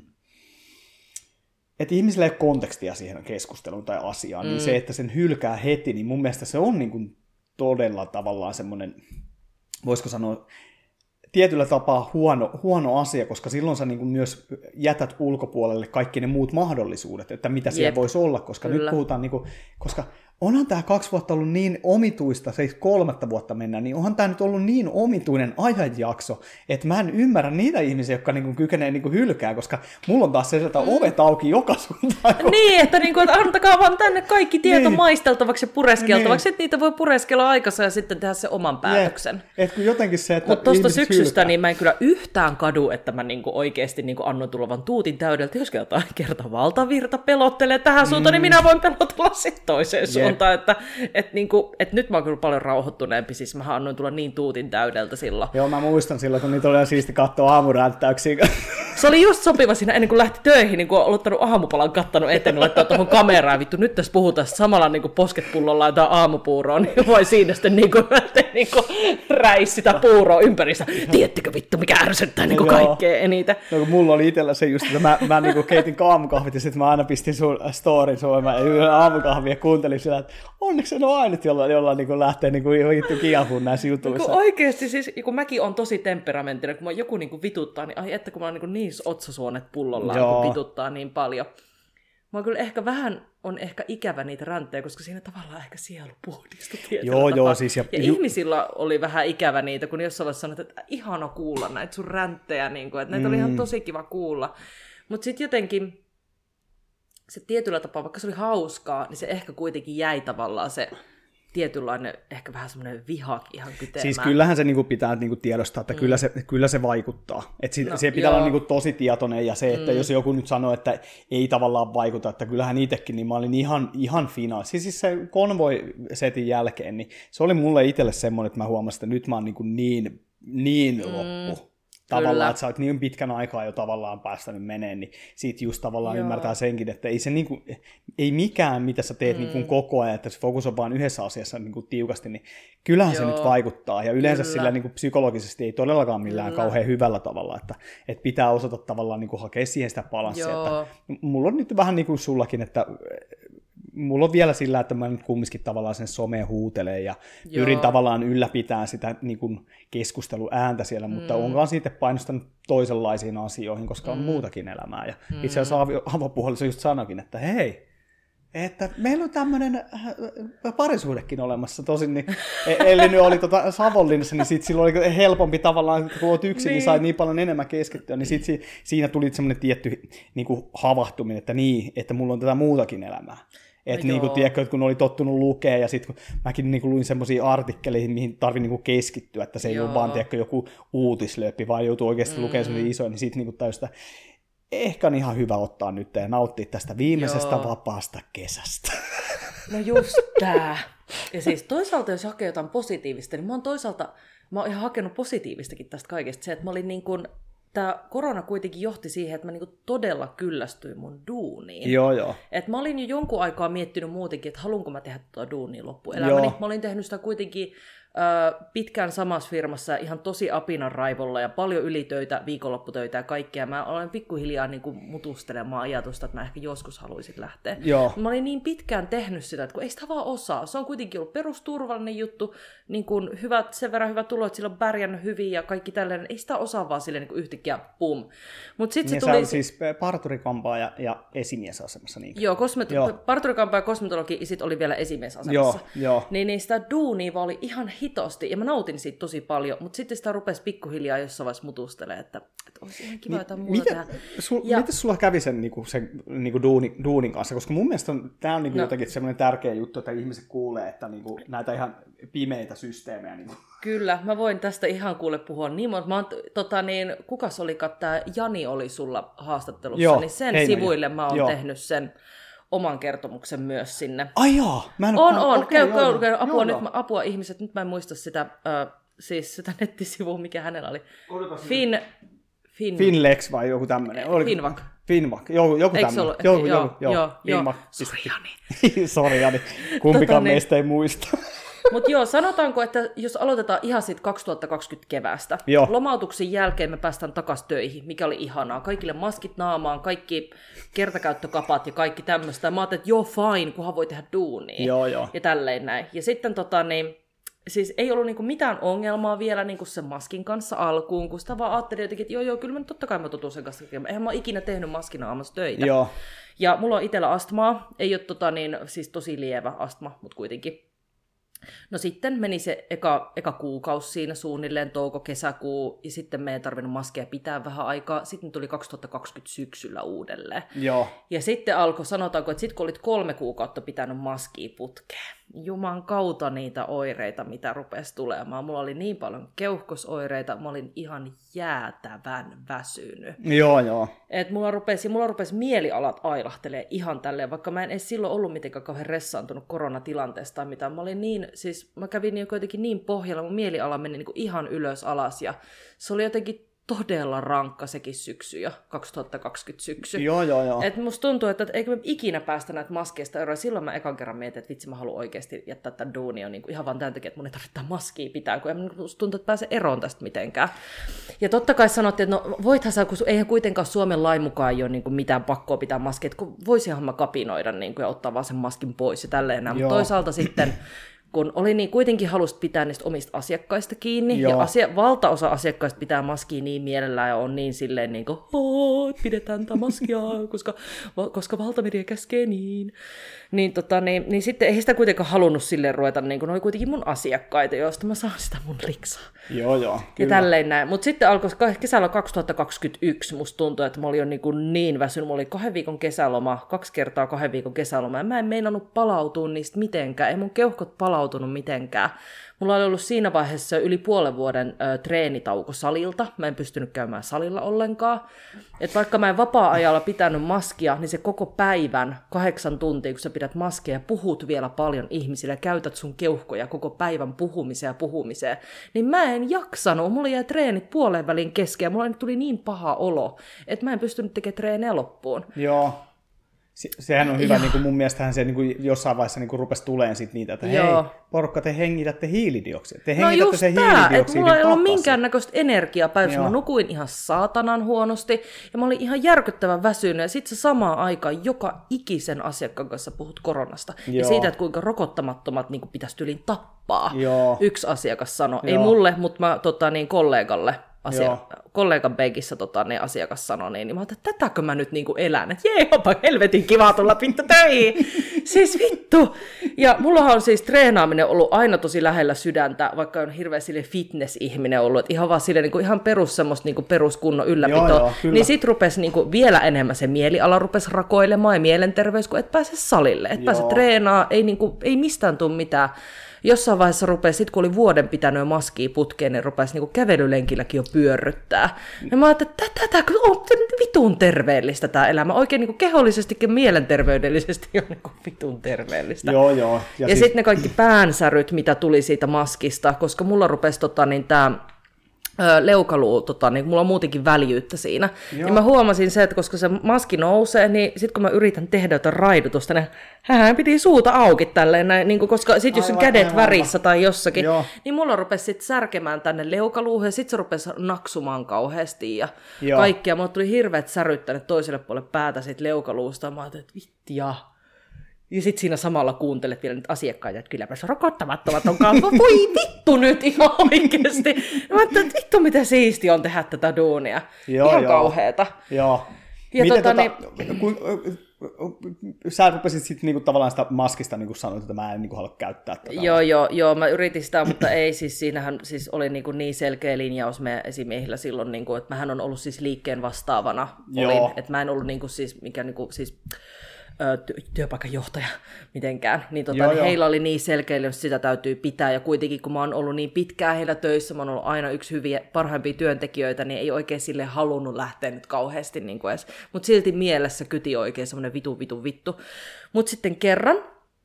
että ihmisillä ei ole kontekstia siihen keskusteluun tai asiaan, niin se, että sen hylkää heti, niin mun mielestä se on niin kuin todella tavallaan semmoinen, voisiko sanoa, tietyllä tapaa huono asia, koska silloin sä niin kuin myös jätät ulkopuolelle kaikki ne muut mahdollisuudet, että mitä siellä voisi olla, koska nyt puhutaan, niin kuin, koska onhan tämä 2 vuotta ollut niin omituista, se 3 vuotta mennään, niin onhan tämä nyt ollut niin omituinen ajanjakso, että mä en ymmärrä niitä ihmisiä, jotka niinku kykenee niinku hylkää, koska mulla on taas se, että ovet auki joka suuntaan.
Niin, että antakaa vaan tänne kaikki tieto maisteltavaksi ja pureskeltavaksi, että niitä voi pureskella aikassa ja sitten tehdä se oman päätöksen.
Kun jotenkin se, että
mutta tuosta syksystä niin mä en kyllä yhtään kadu, että mä niinku oikeasti niinku annoin tulevan tuutin täydeltä, jos kerta valtavirta pelottelee tähän suuntaan, niin minä voin pelotella sitten toiseen suuntaan. Että nyt mä oon kyllä paljon rauhoittuneempi, siis mä annoin tulla niin tuutin täydeltä silloin.
Joo, mä muistan silloin, kun niitä oli ihan siisti katsoa aamuränttäyksiä.
Se oli just sopiva siinä ennen kuin lähti töihin, niin kun on ottanut aamupalan kattanut eteen, laittaa tuohon kameraan, vittu nyt tässä puhutaan samalla niin posketpullolla jotain aamupuuroa, niin voi siinä sitten niin räisi sitä puuroa ympärissä. Tiedättekö vittu, mikä ärsyttää niin kaikkea eniten?
No kun mulla oli itsellä se just, että mä niin keitin aamukahvit ja sitten mä aina pistin sun storin suomeen aamukahvia ja kuuntelin sitä, että onneksi en ole ainut, jolla niin lähtee niin vittu kiahuun näissä jutuissa.
Oikeasti siis, kun mäkin on tosi temperamenttinen, kun mä joku niin vituttaa, niin ai että kun mä oon niin otsasuonet pullollaan, kun vituttaa niin paljon. Mä kyllä ehkä ikävä niitä ränttejä, koska siinä tavallaan ehkä sielu puhdistui tietyllä tapaa.
Siis
ja ihmisillä oli vähän ikävä niitä, kun jossain vaiheessa sanoit, että ihana kuulla näitä sun ränttejä, niin kuin, että näitä oli ihan tosi kiva kuulla. Mutta sitten jotenkin se tietyllä tapaa, vaikka se oli hauskaa, niin se ehkä kuitenkin jäi tavallaan se tietynlainen, ehkä vähän semmoinen vihakin ihan kyteemään.
Siis kyllähän se niinku pitää niinku tiedostaa, että kyllä se vaikuttaa. Että se pitää olla niinku tosi tietoinen, ja se, että jos joku nyt sanoo, että ei tavallaan vaikuta, että kyllähän itsekin, niin mä olin ihan fina. Siis se konvoi-setin jälkeen, niin se oli mulle itselle semmoinen, että mä huomasin, että nyt mä oon niin loppu. tavallaan, että sä oot niin pitkän aikaa jo tavallaan päästänyt meneen, niin siitä just tavallaan ymmärtää senkin, että ei se niinku, ei mikään, mitä sä teet niinku koko ajan, että se fokus on vaan yhdessä asiassa niinku tiukasti, niin kyllähän se nyt vaikuttaa, ja yleensä sillä niinku psykologisesti ei todellakaan millään kauhean hyvällä tavalla, että pitää osata tavallaan niinku hakea siihen sitä balanssia, että mulla on nyt vähän niin kuin sullakin, että mulla on vielä sillä, että mä nyt kumminkin tavallaan sen someen huutelen ja pyrin tavallaan ylläpitämään sitä niin kuin keskusteluääntä siellä, mutta onkaan siitä painostanut toisenlaisiin asioihin, koska on muutakin elämää. Ja itse asiassa avopuoliso just sanoikin, että hei, että meillä on tämmöinen parisuhdekin olemassa. Tosin, niin, eli nyt oli Savonlinnassa, niin silloin oli helpompi tavallaan, kun olet yksin, niin sai niin paljon enemmän keskittyä, niin siinä tuli semmoinen tietty niin kuin havahtuminen, että mulla on tätä muutakin elämää. Että niin tiedätkö, kun oli tottunut lukea, ja sitten kun mäkin niin luin semmoisia artikkeleihin, mihin tarvii niin keskittyä, että se ei ole vaan tiedätkö, joku uutislöppi, vaan joutuu oikeasti lukemaan semmoisia isoja, niin sitten niin täystä ehkä on ihan hyvä ottaa nyt ja nauttia tästä viimeisestä vapaasta kesästä.
No just tää. Ja siis toisaalta, jos hakee jotain positiivista, niin mä oon ihan hakenut positiivistakin tästä kaikesta. Se, että mä olin niin kuin, tämä korona kuitenkin johti siihen, että mä niin kuin todella kyllästyin mun duuniin.
Joo.
Et mä olin jo jonkun aikaa miettinyt muutenkin, että haluanko mä tehdä tuota duunia loppuelämäni. Mä olin tehnyt sitä kuitenkin pitkään samassa firmassa ihan tosi apinan raivolla ja paljon ylitöitä, viikonlopputöitä ja kaikkea. Mä olen pikkuhiljaa niin kuin mutustelemaan ajatusta, että mä ehkä joskus haluaisin lähteä. Mä olin niin pitkään tehnyt sitä, että kun ei sitä vaan osaa. Se on kuitenkin ollut perusturvallinen juttu, niin kuin sen verran hyvä tulo, että sillä on pärjännyt hyvin ja kaikki tällainen. Ei sitä osaa vaan silleen niin kuin yhtäkkiä pum. Mut sit se tuli
siis parturikampaa ja esimiesasemassa. Niin.
Joo, parturikampaa ja kosmetologi ja sit oli vielä esimiesasemassa. Niin sitä duunia vaan oli ihan hitosti, ja mä nautin siitä tosi paljon, mutta sitten sitä rupesi pikkuhiljaa jossain vaiheessa mutustelemaan, että olisi ihan kiva jotain muuta tehdä.
Miten sulla kävi sen duunin kanssa? Koska mun mielestä tämä on jotenkin semmoinen tärkeä juttu, että ihmiset kuulee, että näitä ihan pimeitä systeemejä.
Kyllä, mä voin tästä ihan puhua niin monta. Kukas olikaan, tämä Jani oli sulla haastattelussa, niin sen sivuille mä oon tehnyt sen oman kertomuksen myös sinne.
Ai jaa, mä en
ole... Käy apua ihmiset, nyt mä en muista sitä, siis sitä nettisivua, mikä hänellä oli.
Finlex vai joku tämmöinen? Finvac, joku tämmöinen. Joo. Finvac.
Sori Jani.
Sori Jani, kumpikaan meistä ei muista.
Mutta sanotaanko, että jos aloitetaan ihan siitä 2020 keväästä, lomautuksen jälkeen me päästään takaisin töihin, mikä oli ihanaa. Kaikille maskit naamaan, kaikki kertakäyttökapat ja kaikki tämmöistä. Mä ajattelin, että fine, kunhan voi tehdä duunia. Ja tälleen näin. Ja sitten siis ei ollut niinku mitään ongelmaa vielä niinku sen maskin kanssa alkuun, kun sitä vaan ajattelin jotenkin, että kyllä mä totta kai mä tutun sen kanssa tekemään. Eihän mä ole ikinä tehnyt maskinaamassa töitä. Ja mulla on itsellä astmaa, ei ole siis tosi lievä astma, mutta kuitenkin. No sitten meni se eka kuukausi siinä suunnilleen, touko-kesäkuu, ja sitten me ei tarvinnut maskeja pitää vähän aikaa. Sitten tuli 2020 syksyllä uudelleen. Ja sitten sanotaanko, että sitten kun olit 3 kuukautta pitänyt maskia putkeen, juman kautta niitä oireita, mitä rupesi tulemaan. Mulla oli niin paljon keuhkosoireita, mä olin ihan jäätävän väsynyt. Et mulla rupesi mielialat ailahtelee ihan tälleen, vaikka mä en edes silloin ollut mitenkään kauhean ressaantunut koronatilanteesta tai mitään. Mä olin mä kävin jotenkin niin pohjalla, mun mieliala meni niin kuin ihan ylös alas ja se oli jotenkin todella rankka sekin syksy jo, 2020 syksy. Et musta tuntuu, että eikö me ikinä päästä näitä maskeista eroon. Silloin mä ekan kerran mietin, että vitsi mä haluan oikeasti jättää tämän duunia niin ihan vaan tämän takia, että mun ei tarvitse maskia pitää, kun musta tuntuu, että pääse eroon tästä mitenkään. Ja totta kai sanottiin, että no voithan sä, kun eihän kuitenkaan Suomen lain mukaan ei ole niin mitään pakkoa pitää maskeja, kun voisihan mä kapinoida niin ja ottaa vaan sen maskin pois ja tälleen näin. Mutta toisaalta sitten kun oli niin kuitenkin halusi pitää niistä omista asiakkaista kiinni, ja valtaosa asiakkaista pitää maskia niin mielellään, ja on niin silleen niin kuin, pidetään tätä maskia, koska valtamedia käskee niin. Niin sitten ei sitä kuitenkaan halunnut silleen ruveta, niin kuin ne oli kuitenkin mun asiakkaita, joista mä saan sitä mun liksaa. Ja tälleen näin. Mutta sitten alkoi kesällä 2021, musta tuntui, että mä olin jo niin väsynyt. Mulla oli 2 viikon kesäloma, 2 kertaa 2 viikon kesäloma, ja mä en meinannut palautua niistä mitenkään. Ei mun keuhkot palautunut palautunut mitenkään. Mulla oli ollut siinä vaiheessa yli puolen vuoden treenitauko salilta. Mä en pystynyt käymään salilla ollenkaan. Et vaikka mä en vapaa-ajalla pitänyt maskia, niin se koko päivän 8 tuntia, kun sä pidät maskia ja puhut vielä paljon ihmisille ja käytät sun keuhkoja koko päivän puhumiseen, niin mä en jaksanut. Mulla jäi treenit puolen välin kesken ja mulla tuli niin paha olo, että mä en pystynyt tekemään treenejä loppuun.
Joo. Sehän on hyvä, niin kuin mun mielestähän se niin kuin jossain vaiheessa niin kuin rupesi tulemaan sit niitä, että hei, porukka, te hengitätte hiilidioksidia. Te hengitätte sen hiilidioksidin
että mulla ei ollut minkäännäköistä energiaa päivässä. Mä nukuin ihan saatanan huonosti ja mä olin ihan järkyttävän väsynyt. Ja sit se samaan aikaan joka ikisen asiakkaan kanssa puhut koronasta. Ja siitä, että kuinka rokottamattomat niin kuin pitäisi tyliin tappaa. Yksi asiakas sanoi. Ei mulle, mutta mä kollegalle. Kollegan penkissä asiakas sanoi, niin mä ajattelin, että tätäkö mä nyt niinku elän, että jee, onpa helvetin kiva tulla pinta töihin, siis vittu. Ja mullahan on siis treenaaminen ollut aina tosi lähellä sydäntä, vaikka on hirveä sille fitness-ihminen ollut, että ihan vaan sille niinku ihan perus semmoista niinku peruskunnon ylläpitoa, niin sit rupesi niinku vielä enemmän se mieliala rupesi rakoilemaan ja mielenterveys, kun et pääse salille, et pääse treenaamaan, ei mistään tule mitään. Jossain vaiheessa rupesi, sit kun oli vuoden pitänyt maskia putkeen, niin rupesi niinku kävelylenkilläkin jo pyörryttää. Ja mä ajattelin, että tätä on vitun terveellistä tämä elämä. Oikein niinku kehollisestikin mielenterveydellisesti on niinku vitun terveellistä.
Joo.
Ja siis sitten ne kaikki päänsäryt, mitä tuli siitä maskista, koska mulla rupesi tämä leukaluu, niin mulla on muutenkin väljyyttä siinä. Ja mä huomasin se, että koska se maski nousee, niin sit kun mä yritän tehdä jotain raidutusta, niin hän piti suuta auki tälleen, niin koska sit jos on kädet värissä tai jossakin, niin mulla rupesi sit särkemään tänne leukaluuhun ja sit se rupesi naksumaan kauheasti ja kaikkia. Mulla tuli hirveät säryt tänne toiselle puolelle päätä sit leukaluusta. Mä ajattelin, että vittia. Ja sitten siinä samalla kuuntelet vielä niitä asiakkaita, että kylläpä se rokottamattomat onkaan. Voi vittu nyt ihan oikeasti. Mä ajattelin, että vittu mitä siistiä on tehdä tätä duunia. Ihan kauheeta.
Joo. Ja sä rupesit sitten niinku tavallaan sitä maskista niinku sanoit, että mä en niinku halua käyttää tätä.
Joo, mä yritin sitä, mutta ei, siis siinähän siis oli niinku niin selkeä linjaus meidän esimiehillä silloin, niinku, että mähän on ollut siis liikkeen vastaavana. Että mä en ollut niinku siis, mikä niinku siis työpaikan johtaja mitenkään, niin heillä oli niin selkeä, että sitä täytyy pitää, ja kuitenkin kun mä oon ollut niin pitkään heillä töissä, mä oon ollut aina yksi parhaimpia työntekijöitä, niin ei oikein sille halunnut lähteä nyt kauheasti niin kuin edes, mutta silti mielessä kyti oikein semmoinen vittu. Mutta sitten kerran,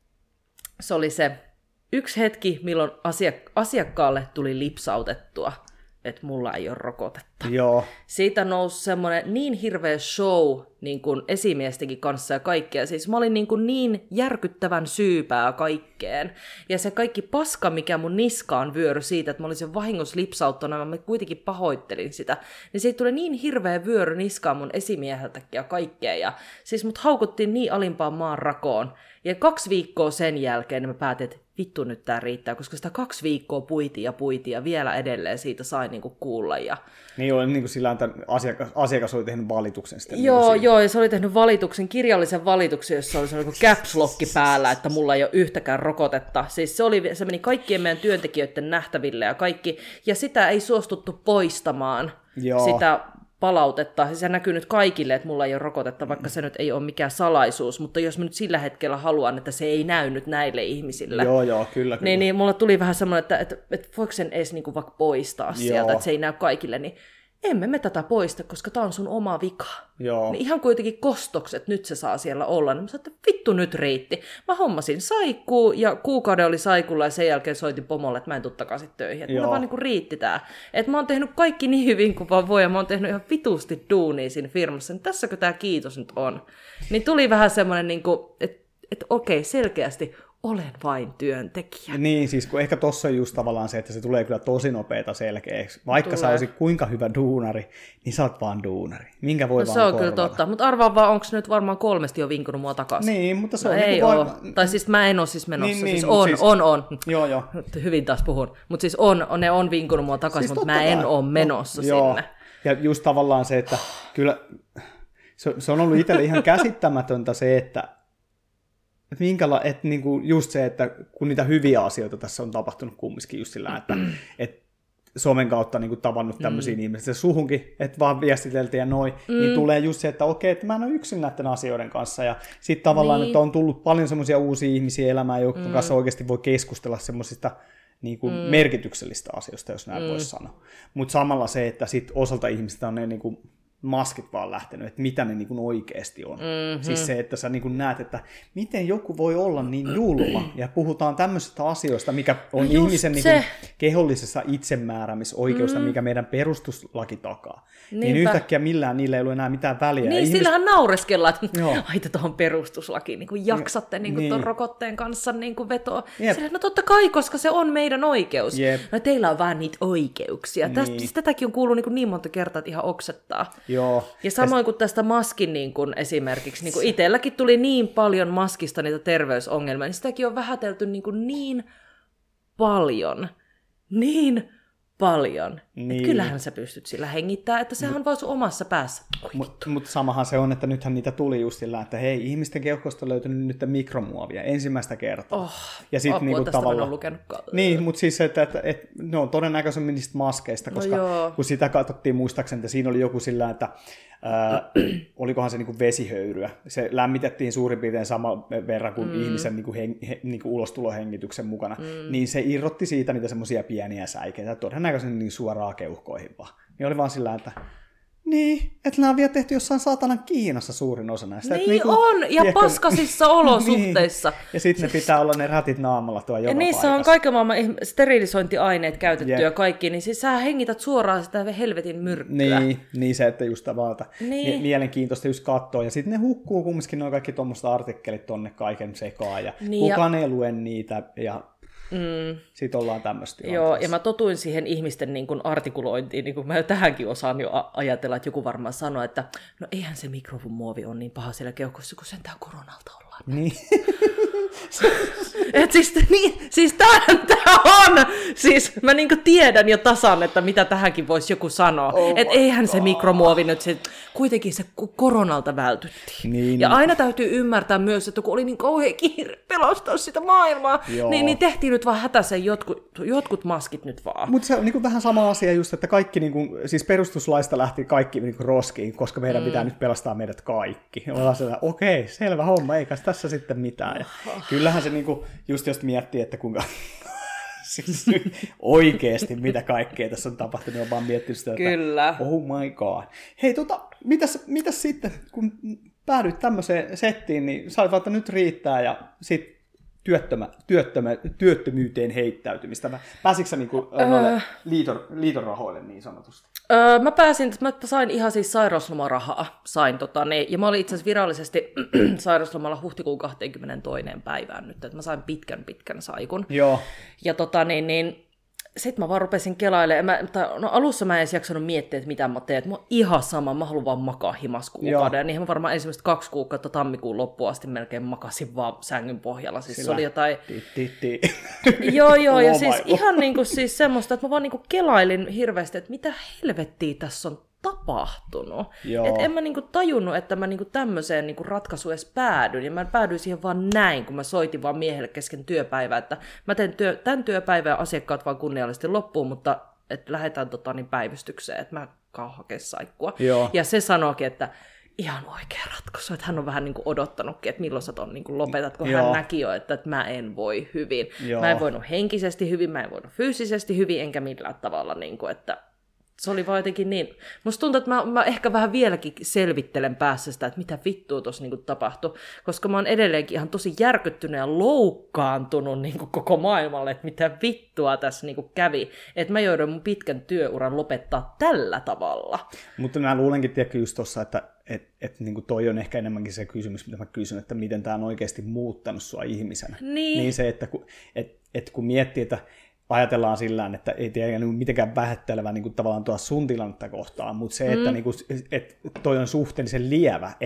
se oli se yksi hetki, milloin asiakkaalle tuli lipsautettua, että mulla ei ole rokotetta.
Joo.
Siitä nousi semmoinen niin hirveä show niin kuin esimiestenkin kanssa ja kaikkea. Siis mä olin niin järkyttävän syypää kaikkeen. Ja se kaikki paska, mikä mun niskaan vyöry siitä, että mä olin sen vahingossa lipsauttanut, ja mä kuitenkin pahoittelin sitä. Niin siitä tuli niin hirveä vyöry niskaan mun esimieheltäkin ja kaikkea. Ja siis mut haukuttiin niin alimpaan maan rakoon. Ja 2 viikkoa sen jälkeen mä päätin, että vittu nyt tää riittää, koska sitä 2 viikkoa puitiin ja vielä edelleen siitä sai niinku kuulla. Ja
niin oli niin kuin sillä että asiakas oli tehnyt valituksen sitten.
Joo, ja se oli tehnyt kirjallisen valituksen, jossa oli sellainen caps lock päällä, että mulla ei ole yhtäkään rokotetta. Siis se meni kaikkien meidän työntekijöiden nähtäville ja kaikki, ja sitä ei suostuttu poistamaan, sitä palautetta. Se näkyy nyt kaikille, että mulla ei ole rokotetta, vaikka se nyt ei ole mikään salaisuus, mutta jos mä nyt sillä hetkellä haluan, että se ei näy nyt näille ihmisille.
Joo, kyllä.
Niin mulla tuli vähän semmoinen, että voiko sen edes niinku vaikka poistaa sieltä, että se ei näy kaikille, niin emme me tätä poista, koska tää on sun oma vika.
Joo.
Niin ihan kuitenkin kostokset, nyt se saa siellä olla. Niin mä sanoin, että vittu nyt riitti. Mä hommasin saikkuu ja kuukauden oli saikulla ja sen jälkeen soitin pomolle, että mä en tuu takaisin töihin. Että mulla vaan niinku riitti tää. Että mä oon tehnyt kaikki niin hyvin kuin vaan voi ja mä oon tehnyt ihan vitusti duunia siinä firmassa. Niin tässäkö tää kiitos nyt on? Niin tuli vähän semmoinen, niinku, että okei, selkeästi olen vain työntekijä.
Niin, siis kun ehkä tossa on just tavallaan se, että se tulee kyllä tosi nopeeta selkeäksi. Vaikka sä olisit kuinka hyvä duunari, niin sä oot vaan duunari. Minkä voi vaan
se on
korvata.
kyllä totta, mutta arvaa vaan, onko nyt varmaan 3 jo vinkunut mua takaisin.
Niin, mutta se on
ei ole. Tai siis mä en ole siis menossa. Niin, siis on.
Joo.
Hyvin taas puhun. Mutta siis ne on vinkunut mua takaisin, siis mutta mä en ole menossa sinne.
Ja just tavallaan se, että kyllä se on ollut itselle ihan käsittämätöntä se, että niinku just se, että kun niitä hyviä asioita tässä on tapahtunut kumminkin just sillä, että somen kautta niin kuin tavannut tämmöisiä ihmisiä. Se suhunkin, että vaan viestiteltiin ja noin, niin tulee just se, että okei, että mä en ole yksin näiden asioiden kanssa. Ja sitten tavallaan, että on tullut paljon semmoisia uusia ihmisiä elämään, joiden kanssa oikeasti voi keskustella semmoisista niin kuin merkityksellistä asioista, jos näin voisi sanoa. Mutta samalla se, että sit osalta ihmistä on ne niin kuin maskit vaan lähtenyt, että mitä ne niin kuin oikeasti on. Siis se, että sä niin kuin näet, että miten joku voi olla niin julma, ja puhutaan tämmöisistä asioista, mikä on ihmisen niin kuin kehollisessa itsemääräämisoikeusta, mikä meidän perustuslaki takaa. Niin yhtäkkiä millään niillä ei ole enää mitään väliä.
Niin, sillähän naureskellaan, että aita tuohon perustuslakiin, niin kuin jaksatte niin kuin tuon rokotteen kanssa niin kuin vetoa. Silleen, no totta kai, koska se on meidän oikeus. No teillä on vaan niitä oikeuksia. Tätäkin on kuullut niin monta kertaa, että ihan oksettaa.
Joo.
Ja samoin kuin tästä maskin niin kuin esimerkiksi, niin kuin itselläkin tuli niin paljon maskista niitä terveysongelmia, niin sitäkin on vähätelty niin paljon. Että kyllähän sä pystyt sillä hengittämään, että sehän on vaan sun omassa päässä.
Mutta samahan se on, että nythän niitä tuli just sillä, että hei, ihmisten keuhkosta on löytynyt nyt mikromuovia ensimmäistä kertaa. Ja sit niinku tavallaan lukenutkaan. Niin, mutta siis että ne on todennäköisemmin niistä maskeista, koska kun sitä katsottiin muistaakseni, että siinä oli joku sillä, että olikohan se niinku vesihöyryä. Se lämmitettiin suurin piirtein saman verran kuin ihmisen niinku ulostulohengityksen mukana. Niin se irrotti siitä niitä semmoisia pieniä säikeitä, todennäköisesti niin suoraan keuhkoihin vaan. Niin oli vaan sillä, että että nämä on vielä tehty jossain saatanan Kiinassa suurin osa näistä.
Niin niinku, on, ja paskasissa olosuhteissa.
Niin. Ja sitten ne pitää olla ne rätit naamalla tuo joka paikassa.
Ja niissä on kaiken maailman sterilisointiaineet käytetty ja kaikki, niin siis sä hengität suoraan sitä helvetin myrkkyä.
Niin se, että just tavallaan mielenkiintoista just katsoa. Ja sitten ne hukkuu kumminkin nuo kaikki tuommoiset artikkelit tonne kaiken sekaan, ja kukaan ei lue niitä, ja sitten ollaan tämmöistä.
Joo, ja mä totuin siihen ihmisten niin kuin artikulointiin, niin kuin mä tähänkin osaan jo ajatella, että joku varmaan sanoo, että no eihän se mikromuovi ole niin paha siellä keuhkossa, kun sentään koronalta ollaan.
Niin.
Siis tämähän tää on! Siis mä niinku tiedän jo tasan, että mitä tähänkin voisi joku sanoa. Että eihän se mikromuovi nyt, kuitenkin se koronalta vältyttiin.
Niin.
Ja aina täytyy ymmärtää myös, että kun oli niin kauhean kiire pelastaa sitä maailmaa, niin tehtiin nyt vaan hätäisen jotkut maskit nyt vaan.
Mutta se on niinku vähän sama asia just, että kaikki, niinku, siis perustuslaista lähti kaikki niinku roskiin, koska meidän pitää nyt pelastaa meidät kaikki. Ollaan sellainen, okei, selvä homma, eikä tässä sitten mitään. Ja kyllähän se niinku, just jos miettii, että kuinka siis oikeasti mitä kaikkea tässä on tapahtunut, on vaan miettinyt sitä, että
kyllä.
Oh my god. Hei, mitäs sitten, kun päädyit tämmöiseen settiin, niin sä olet vaan, että nyt riittää ja sitten työttömyyteen heittäytymistä. Pääsitkö sä niinku noille liiton niin sanotusti?
Mä sain ihan siis sairauslomarahaa, ja mä olin itse asiassa virallisesti sairauslomalla huhtikuun 22. päivään nyt, että mä sain pitkän saikun.
Joo.
Ja sitten mä vaan rupesin kelailemaan. Alussa mä en edes jaksanut miettiä, että mitä mä teen. Että mä oon ihan sama, mä haluan vaan makaa himaskuukauden. Ja niihin mä varmaan ensimmäistä 2 kuukautta tammikuun loppuun asti melkein makasin vaan sängyn pohjalla. Siis se oli jotain... Joo, ja siis ihan niinku siis semmoista, että mä vaan niinku kelailin hirveästi, että mitä helvettiä tässä on tapahtunut. Että en mä niinku tajunnut, että mä niinku tämmöiseen niinku ratkaisuun edes päädyin. Ja mä päädyin siihen vaan näin, kun mä soitin vaan miehelle kesken työpäivää, että mä teen tämän työpäivän asiakkaat vaan kunniallisesti loppuun, mutta että lähdetään päivystykseen, että mä kaan hakea saikkua. Ja se sanoikin, että ihan oikea ratkaisu, että hän on vähän niinku odottanutkin, että milloin sä ton niinku lopetat, kun hän näki jo, että mä en voi hyvin. Mä en voinut henkisesti hyvin, mä en voinut fyysisesti hyvin, enkä millään tavalla, niinku, että se oli vaan jotenkin niin. Musta tuntuu, että mä ehkä vähän vieläkin selvittelen päässä sitä, että mitä vittua tuossa niinku tapahtui, koska mä oon edelleenkin ihan tosi järkyttynyt ja loukkaantunut niinku koko maailmalle, että mitä vittua tässä niinku kävi. Että mä joudun mun pitkän työuran lopettaa tällä tavalla.
Mutta mä luulenkin tiedätkö just tuossa, että niinku toi on ehkä enemmänkin se kysymys, mitä mä kysyn, että miten tää on oikeasti muuttanut sua ihmisenä. Niin se, että kun miettii, että ajatellaan sillään, että ei tiedä mitenkään vähättelevä niin kuin tavallaan tuossa sun tilannetta kohtaan, mutta se, että, niin kuin, että toi on suhteellisen lievä, että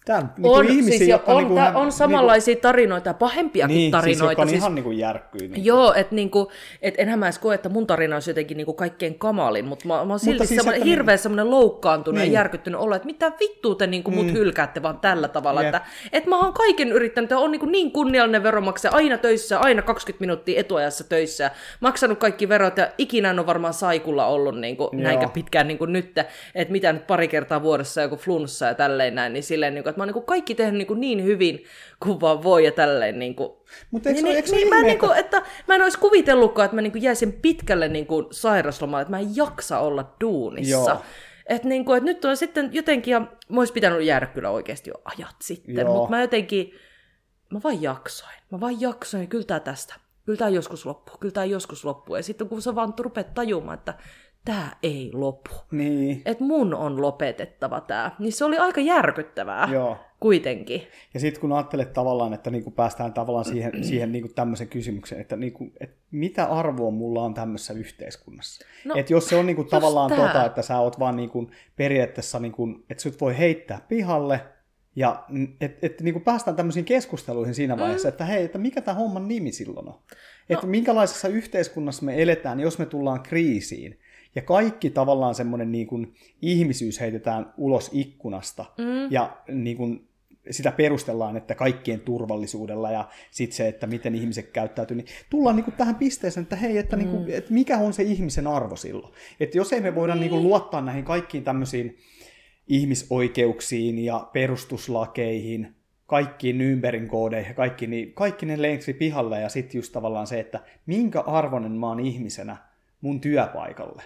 Tää on ihmisiä,
siis
jotka
on samanlaisia tarinoita ja pahempiakin tarinoita.
Siis jotka on ihan järkkyy.
Joo, että et enhän mä edes koe, että mun tarina olisi jotenkin kaikkein kamalin, mutta mä oon silti siis hirveän semmoinen loukkaantunut ja järkyttynyt olla, että mitä vittua te mut hylkäätte vaan tällä tavalla, että mä oon kaiken yrittänyt, että on niin kunniallinen veronmaksaja, aina töissä, aina 20 minuuttia etuajassa töissä, maksanut kaikki verot ja ikinä en ole varmaan saikulla ollut näinkä pitkään nyt, että mitä nyt pari kertaa vuodessa joku flunssa ja tälleen näin, niin silleen, että mä oon kaikki tehnyt niin hyvin kuin vaan voi ja tälleen.
Mutta
mä en olisi kuvitellutkaan, että mä jäisin pitkälle sairaslomalle, että mä en jaksa olla duunissa. Että et nyt on sitten jotenkin, ja mä olisi pitänyt jäädä kyllä oikeasti jo ajat sitten, mutta mä jotenkin, mä vaan jaksoin, kyllä tää joskus loppuu, ja sitten kun sä vaan rupeat tajumaan, että tää ei lopu.
Niin.
Että mun on lopetettava tää. Niin se oli aika järkyttävää kuitenkin.
Ja sitten kun ajattelet tavallaan, että päästään tavallaan siihen tämmöisen kysymykseen, että mitä arvoa mulla on tämmöisessä yhteiskunnassa. No, että jos se on tavallaan että sä oot vaan periaatteessa, että sut voi heittää pihalle, ja että päästään tämmöisiin keskusteluihin siinä vaiheessa, että hei, että mikä tämä homman nimi silloin on. Että minkälaisessa yhteiskunnassa me eletään, jos me tullaan kriisiin. Ja kaikki tavallaan semmoinen ihmisyys heitetään ulos ikkunasta ja sitä perustellaan, että kaikkien turvallisuudella ja sitten se, että miten ihmiset käyttäytyy, niin tullaan tähän pisteeseen, että hei, että mikä on se ihmisen arvo silloin. Että jos ei me voida luottaa näihin kaikkiin tämmöisiin ihmisoikeuksiin ja perustuslakeihin, kaikkiin Nürnbergin koodeihin, kaikki ne lenksi pihalle ja sitten just tavallaan se, että minkä arvoinen mä oon ihmisenä mun työpaikalle.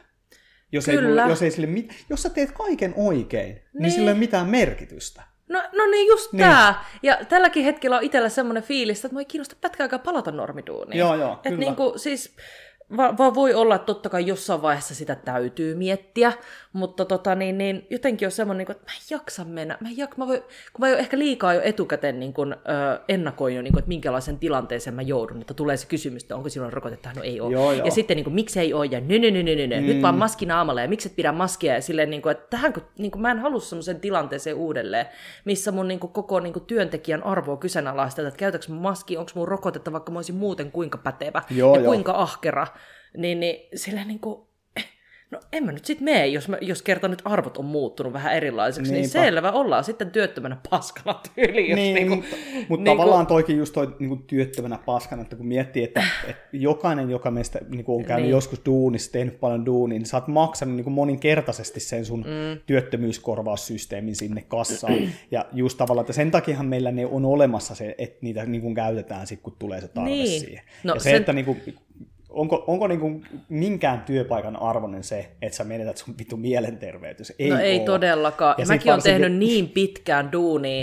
Jos sä teet kaiken oikein, niin sillä ei ole mitään merkitystä.
No niin, just tää. Ja tälläkin hetkellä on itsellä semmoinen fiilis, että mä ei kiinnosta pätkääkään palata normiduuniin.
Joo,
kyllä. Siis vaan voi olla, että totta kai jossain vaiheessa sitä täytyy miettiä, mutta jotenkin on semmoinen, että mä en jaksa mennä. Kun mä ehkä liikaa jo etukäteen ennakoin jo, että minkälaisen tilanteeseen mä joudun, että tulee se kysymys, että onko silloin rokotetta, no ei ole.
Joo.
Ja sitten miksi ei ole, ja nyt vaan maski naamalla, ja miksi et pidä maskia, ja silleen, että tähän, mä en halua semmoisen tilanteeseen uudelleen, missä mun koko työntekijän arvoa kyseenalaistetaan, että käytäkö mä maski, onko mun rokotetta, vaikka mä olisin muuten kuinka pätevä, ja kuinka ahkera. Niin silleen no en mä nyt sit mene, jos kerta nyt arvot on muuttunut vähän erilaiseksi, niin selvä, ollaan sitten työttömänä paskana tyyliin.
Mutta tavallaan toikin just toi työttömänä paskana, että kun miettii, että jokainen, joka meistä on käynyt joskus duunissa, tehnyt paljon duunia, niin sä oot maksanut moninkertaisesti sen sun työttömyyskorvaussysteemin sinne kassaan. Ja just tavallaan, että sen takiahan meillä ne on olemassa se, että niitä käytetään sitten, kun tulee se tarve siihen.
No,
ja se, että onko minkään työpaikan arvoinen se, että sä menetät sun vittu mielenterveytys?
Ei todellakaan. Ja mäkin olen tehnyt niin pitkään duunia,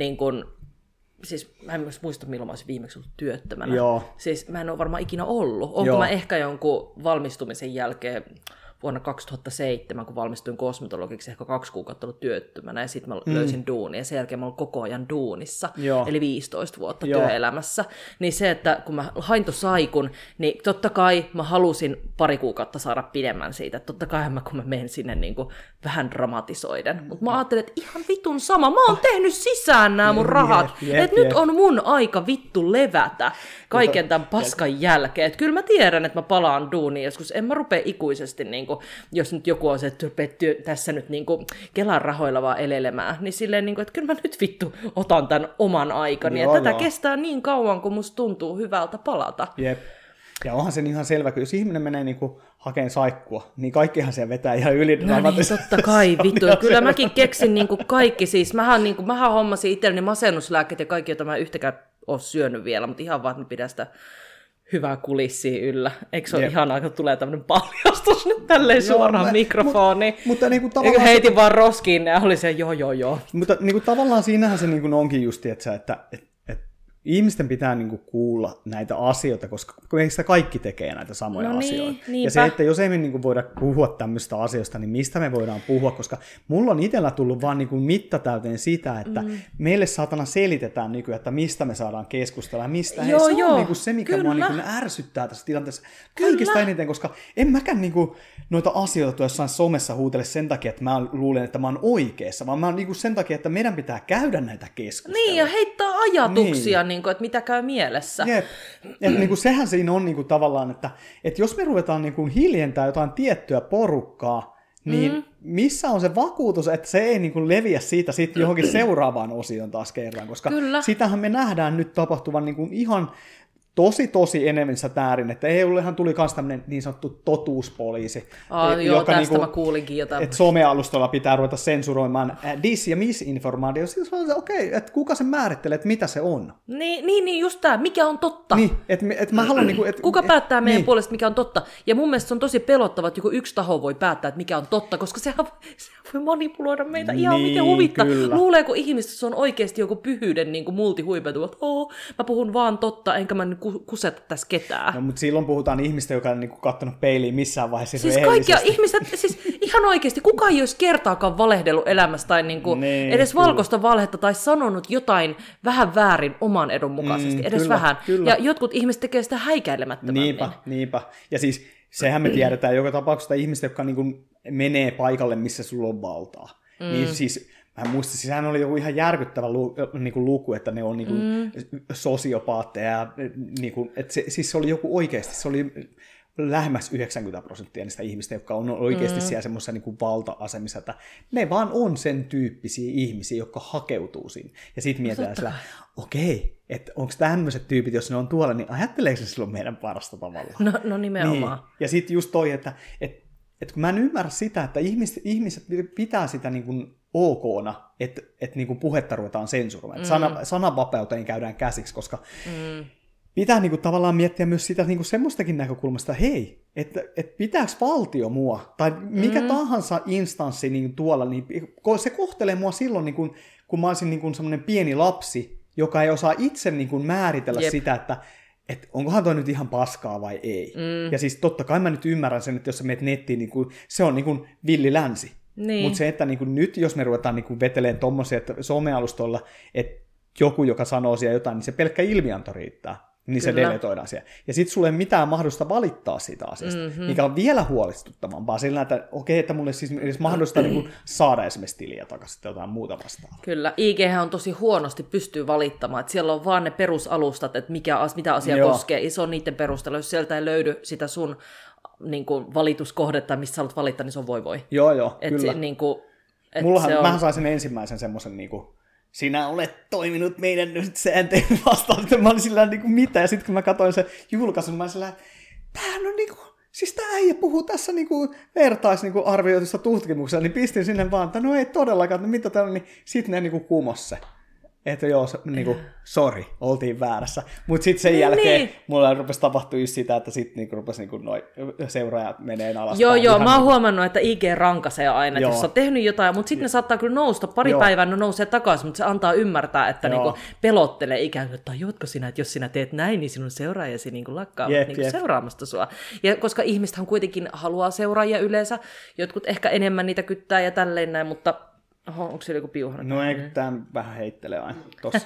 siis mä en myös muista, milloin mä olisin viimeksi ollut työttömänä.
Joo.
Siis mä en ole varmaan ikinä ollut. Onko mä ehkä jonkun valmistumisen jälkeen vuonna 2007, kun valmistuin kosmetologiksi, ehkä 2 kuukautta ollut työttömänä, ja sitten mä löysin duunia, ja sen jälkeen mä olen koko ajan duunissa, eli 15 vuotta työelämässä. Niin se, että kun mä hain saikun, niin totta kai mä halusin 2 kuukautta saada pidemmän siitä. Totta kai kun mä menen sinne vähän dramatisoiden. Mutta mä ajattelin, että ihan vitun sama, mä oon tehnyt sisään nämä mun rahat. Että nyt on mun aika vittu levätä kaiken tämän paskan jälkeen. Että kyllä mä tiedän, että mä palaan duuniin joskus. En mä rupea ikuisesti jos nyt joku on se, että tässä nyt Kelan rahoilla vaan elelemään, niin silleen, että kyllä mä nyt vittu otan tämän oman aikani. Ja tätä kestää niin kauan, kun musta tuntuu hyvältä palata.
Jep. Ja onhan se ihan selvä, kun jos ihminen menee hakeen saikkua, niin kaikkihan se vetää ihan ylidramaattisesti.
No niin, totta kai, vittu. Kyllä mäkin keksin kaikki. Siis mähän hommasin itselleni masennuslääkkeet ja kaikki, joita mä yhtäkään ole syönyt vielä, mutta ihan vaan, että mä pidän sitä hyvää kulissia yllä. Eikö se ole ihanaa, kun tulee tämmöinen paljastus nyt tälleen suoraan mikrofoniin? Mutta tavallaan heitin vaan roskiin ja oli se joo.
Mutta tavallaan siinähän se onkin just, että ihmisten pitää niinku kuulla näitä asioita, koska sitä kaikki tekee näitä samoja asioita.
Niinpä.
Ja se, että jos ei me niinku voida puhua tämmöistä asioista, niin mistä me voidaan puhua, koska mulla on itsellä tullut vaan niinku mittatäyteen sitä, että meille saatana selitetään, niinku, että mistä me saadaan keskustella, mistä ei. Se on niinku se, mikä mua niinku ärsyttää tässä tilanteessa kaikista eniten, koska en mäkään niinku noita asioita jossain somessa huutele sen takia, että mä luulen, että mä oon oikeassa, vaan mä oon niinku sen takia, että meidän pitää käydä näitä keskusteluja.
Niin, ja heittää ajatuksia, niin kuin, että mitä käy mielessä.
Jep. Ja niin kuin sehän siinä on niin kuin tavallaan, että jos me ruvetaan niin kuin hiljentää jotain tiettyä porukkaa, niin missä on se vakuutus, että se ei niin kuin leviä siitä sitten johonkin seuraavaan osioon taas kerran, koska sitähän me nähdään nyt tapahtuvan niin kuin ihan tosi enemmissä määrin, että EUllehan tuli myös tämmöinen niin sanottu totuuspoliisi.
Joo, tästä niinku, mä kuulinkin jotain.
Että somealustoilla pitää ruveta sensuroimaan dis- ja misinformaatio. Siis on se, okei, että kuka se määrittelee, että mitä se on?
Niin just tämä, mikä on totta.
Niin, että mä haluan niinku...
Kuka päättää meidän puolesta, mikä on totta? Ja mun mielestä se on tosi pelottava, että joku yksi taho voi päättää, että mikä on totta, koska sehän voi manipuloida meitä ihan miten huvittaa. Luuleeko ihmiset, että se on oikeasti joku pyhyyden niin kuin multihuipentu, että mä puhun vaan totta, enkä mä kuseta tässä ketään.
No, mutta silloin puhutaan ihmistä, joka on niin katsonut peiliin missään vaiheessa
siis kaikkia ihmiset, siis ihan oikeasti, kukaan ei olisi kertaakaan valehdellut elämästä tai niin kuin edes valkoista valhetta tai sanonut jotain vähän väärin oman edun mukaisesti, edes vähän. Kyllä. Ja jotkut ihmiset tekee sitä häikäilemättömämmin.
Niinpä. Ja siis sehän me tiedetään joka tapauksessa ihmistä, jotka niin kuin menee paikalle, missä sulla on valtaa. Niin siis... Mä muistin, sehän oli joku ihan järkyttävä luku, että ne on niinku sosiopaatteja. Niinku, siis se oli joku oikeasti, se oli lähemmäs 90% niistä ihmistä, jotka on oikeasti siellä semmoisessa niinku valta-asemissa, että ne vaan on sen tyyppisiä ihmisiä, jotka hakeutuu siinä. Ja sitten mietitään sillä, okei, että onko tämmöiset tyypit, jos ne on tuolla, niin ajatteleeko se silloin meidän parasta tavallaan?
No nimenomaan.
Niin. Ja sitten just toi, että kun mä en ymmärrä sitä, että ihmiset pitää sitä niin kuin okna, että niin kuin puhetta ruvetaan sensuroimaan. Sananvapauteen käydään käsiksi, koska pitää niin kuin tavallaan miettiä myös sitä niin kuin semmoistakin näkökulmasta, että hei, että pitääkö valtio mua, tai mikä tahansa instanssi niin tuolla, niin se kohtelee mua silloin, niin kuin, kun mä olisin niin kuin semmoinen pieni lapsi, joka ei osaa itse niin kuin määritellä sitä, että onkohan toi nyt ihan paskaa vai ei. Ja siis totta kai mä nyt ymmärrän sen, että jos sä menet nettiin, niin kuin, se on niin kuin villi länsi. Niin. Mutta se, että niin kuin nyt jos me ruvetaan niin kuin vetelemään tommosia, että somealustoilla, että joku, joka sanoo siellä jotain, niin se pelkkä ilmianto riittää. Niin se deletoidaan siellä. Ja sitten sulla ei mitään mahdollista valittaa siitä asiasta, mikä on vielä huolestuttavampaa. Sillä, että okei, että mulle siis edes mahdollista niin kuin saada esimerkiksi tiliä takaisin tai jotain muuta vastaavaa.
Kyllä, IGhän on tosi huonosti pystyy valittamaan. Että siellä on vaan ne perusalustat, että mitä asia koskee. Ja se on niiden perusteella. Jos sieltä ei löydy sitä sun niin kuin valituskohdetta, mistä sä haluat valittaa, niin se on voi.
Joo, kyllä.
Niin kuin,
mähän sain sen ensimmäisen semmoisen... Niin kuin, sinä olet toiminut meidän nyt sääntöjen vastaan. Mä olin sillä niin kuin mitä. Ja sitten kun mä katsoin sen julkaisun, mä olin sillä, että tämähän on niin kuin, siis tämä äijä puhuu tässä niin kuin vertaisarvioitusta tutkimuksessa, niin pistin sinne vaan, että no ei todellakaan, että mitä täällä on, niin sitten ne niin kuin kumosi se. Että joo, niinku, sorry, oltiin väärässä. Mutta sitten sen jälkeen mulla rupesi tapahtua just sitä, että sitten niinku rupesi niinku noi seuraajat menee alaspäin.
Joo, mä oon huomannut, että IG rankaisee aina, jos sä oot tehnyt jotain, mutta sitten ne saattaa kyllä nousta pari päivää, ne nousee takaisin, mutta se antaa ymmärtää, että niinku pelottelee ikään kuin, että tajuatko sinä, että jos sinä teet näin, niin sinun seuraajasi niinku lakkaavat niinku seuraamasta sua. Ja koska ihmisethän kuitenkin haluaa seuraajia yleensä, jotkut ehkä enemmän niitä kyttää ja tälleen näin, mutta... Oho, onko siellä joku piuhana?
No ei, tämä vähän heittelee aina. Tossa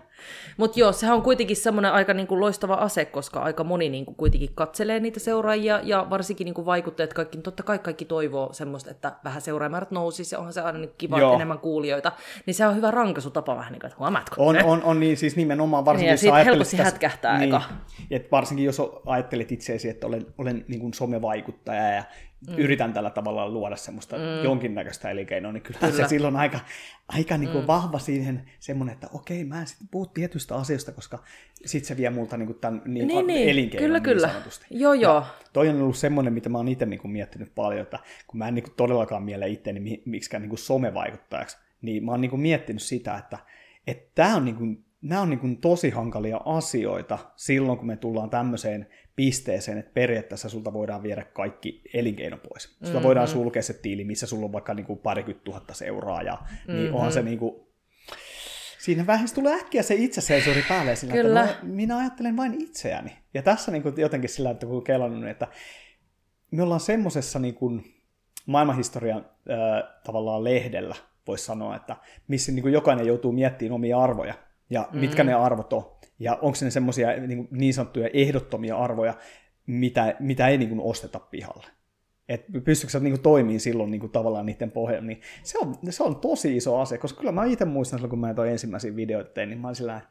Mutta joo, sehän on kuitenkin semmoinen aika niinku loistava ase, koska aika moni niinku kuitenkin katselee niitä seuraajia, ja varsinkin niinku vaikuttajat kaikki, totta kai kaikki toivoo semmoista, että vähän seuraajamäärät nousisi, ja onhan se aina niinku kiva, enemmän kuulijoita. Niin se on hyvä rankaisutapa vähän niin kuin, että huomaatko?
On niin, siis nimenomaan varsinkin,
jos ajattelet... helposti hätkähtää aika.
Et varsinkin jos ajattelet itseäsi, että olen niin kuin somevaikuttaja, ja yritän tällä tavalla luoda semmoista jonkinnäköistä elinkeinoa, niin kyllä se silloin aika niin kuin vahva siihen semmoinen, että okei, mä en sitten puhu tietystä asioista, koska sitten se vie multa niin kuin tämän elinkeinon niin sanotusti.
Joo.
Toi on ollut semmoinen, mitä mä oon itse niin kuin miettinyt paljon, että kun mä en niin kuin todellakaan miele itseäni miksikään niin kuin somevaikuttajaksi, niin mä oon niin kuin miettinyt sitä, että tää on niin kuin, nämä on niin kuin tosi hankalia asioita silloin, kun me tullaan tämmöiseen pisteeseen, että periaatteessa sulta voidaan viedä kaikki elinkeino pois. Sulta voidaan sulkea se tiili, missä sulla on vaikka niin kuin 20 000 seuraajaa, niin onhan se niin kuin... Siinä vähän tulee äkkiä se itsesensori päälle sillä,
Kyllä.
että minä ajattelen vain itseäni. Ja tässä niin kuin jotenkin sillä, että kun kelannut, että me ollaan semmoisessa niin kuin maailmanhistorian tavallaan lehdellä, voisi sanoa, että missä niin kuin jokainen joutuu miettimään omia arvoja ja mitkä ne arvot on. Ja onko ne semmoisia niin sanottuja ehdottomia arvoja, mitä ei niin kuin osteta pihalle. Että pystyykö sä niin toimimaan silloin niin kuin tavallaan niiden pohjalla, niin se on tosi iso asia, koska kyllä mä itse muistan silloin, kun mä toin ensimmäisiä videoita tein, niin mä olin sillä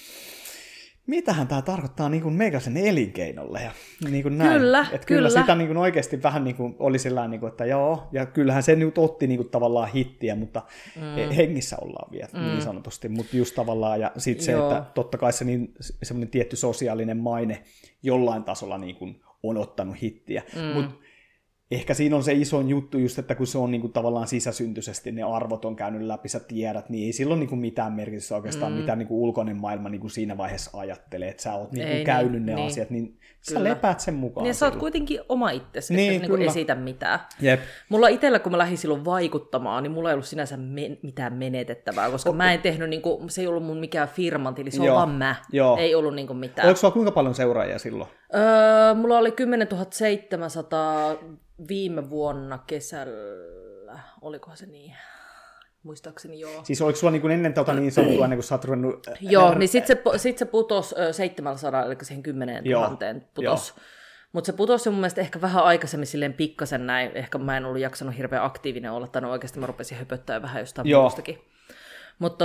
mitähän tämä tarkoittaa niin kuin meikäläisen elinkeinolle ja niin kuin näin. Kyllä sitä niin kuin oikeasti vähän niin kuin oli sillä niin kuin, että joo, ja kyllähän se nyt otti niin kuin tavallaan hittiä, mutta hengissä ollaan vielä niin sanotusti, mutta just tavallaan, ja sitten se, että totta kai se niin, semmoinen tietty sosiaalinen maine jollain tasolla niin kuin on ottanut hittiä, mutta ehkä siinä on se isoin juttu just, että kun se on niinku tavallaan sisäsyntyisesti, ne arvot on käynyt läpi, sä tiedät, niin ei sillä ole niinku mitään merkitystä oikeastaan, mitä niinku ulkoinen maailma niinku siinä vaiheessa ajattelee, että sä oot niinku käynyt ne asiat, niin sä lepäät sen mukaan.
Niin sä oot kuitenkin oma itsesi,
niin,
et niinku esitä mitään.
Jep.
Mulla itsellä, kun mä lähdin silloin vaikuttamaan, niin mulla ei ollut sinänsä mitään menetettävää, koska mä en tehnyt, niinku, se ei ollut mun mikään firman tili, se on vaan mä. Ei ollut niinku mitään.
Oliko sulla kuinka paljon seuraajia silloin?
Mulla oli 10 700 viime vuonna kesällä, olikohan se niin? Muistaakseni joo.
Siis oliko sulla niin kuin ennen niin sanottua, ennen kuin sä oot ruvennut...
Joo, niin sit se putosi 700, eli siihen 10 000 putosi. Mutta se putosi mun mielestä ehkä vähän aikaisemmin silleen pikkasen näin. Ehkä mä en ollut jaksanut hirveän aktiivinen olla, tai oikeasti mä rupesin höpöttää vähän jostain muustakin. Mutta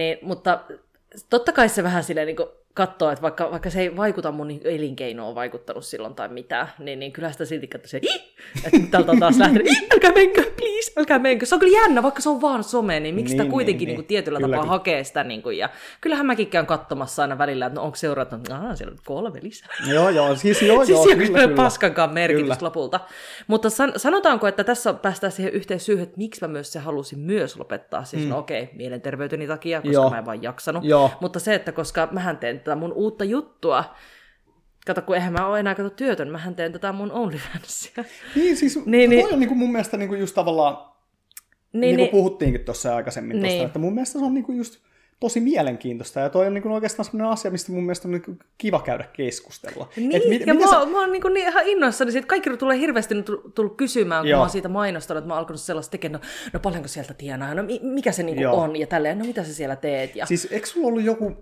totta kai se vähän silleen niin katsoo, että vaikka se ei vaikuta mun elinkeinoon vaikuttanut silloin tai mitään, niin kyllä sitä silti katsoo se, että täältä on taas lähtenyt, älkää menkö, please, älkää menkö. Se on kyllä jännä, vaikka se on vaan some, niin miksi sitä kuitenkin niin tietyllä tapaa hakee sitä. Niin kuin, ja kyllähän mäkin käyn katsomassa aina välillä, että no onko seuraat, siellä on 3 lisää.
Siis
kyllä. Paskankaan merkitystä lopulta. Mutta sanotaanko, että tässä päästään siihen yhteen syyhyn, että miksi mä myös se halusin myös lopettaa. Siis no okei, mielenterveyteni takia, koska mä en vaan jaksanut. Mutta se, että koska mähän teen tätä mun uutta juttua, kato, kun eihän mä ole enää työtön, mähän teen tätä mun OnlyFansia.
Niin, siis toi on niinku mun mielestä niinku just tavallaan, niin kuin puhuttiinkin tuossa aikaisemmin tuosta, että mun mielestä se on niinku just tosi mielenkiintoista, ja toi on niinku oikeastaan sellainen asia, mistä mun mielestä on niinku kiva käydä keskustella.
Niin, ja mä oon niinku ihan innoissani siitä, kaikki tulee hirveästi tullut kysymään, kun mä oon siitä mainostanut, että mä oon alkanut sellaista tekemään, no paljonko sieltä tienaa, no mikä se niinku on, ja tälleen, no mitä sä siellä teet. Ja...
Siis eikö sulla ollut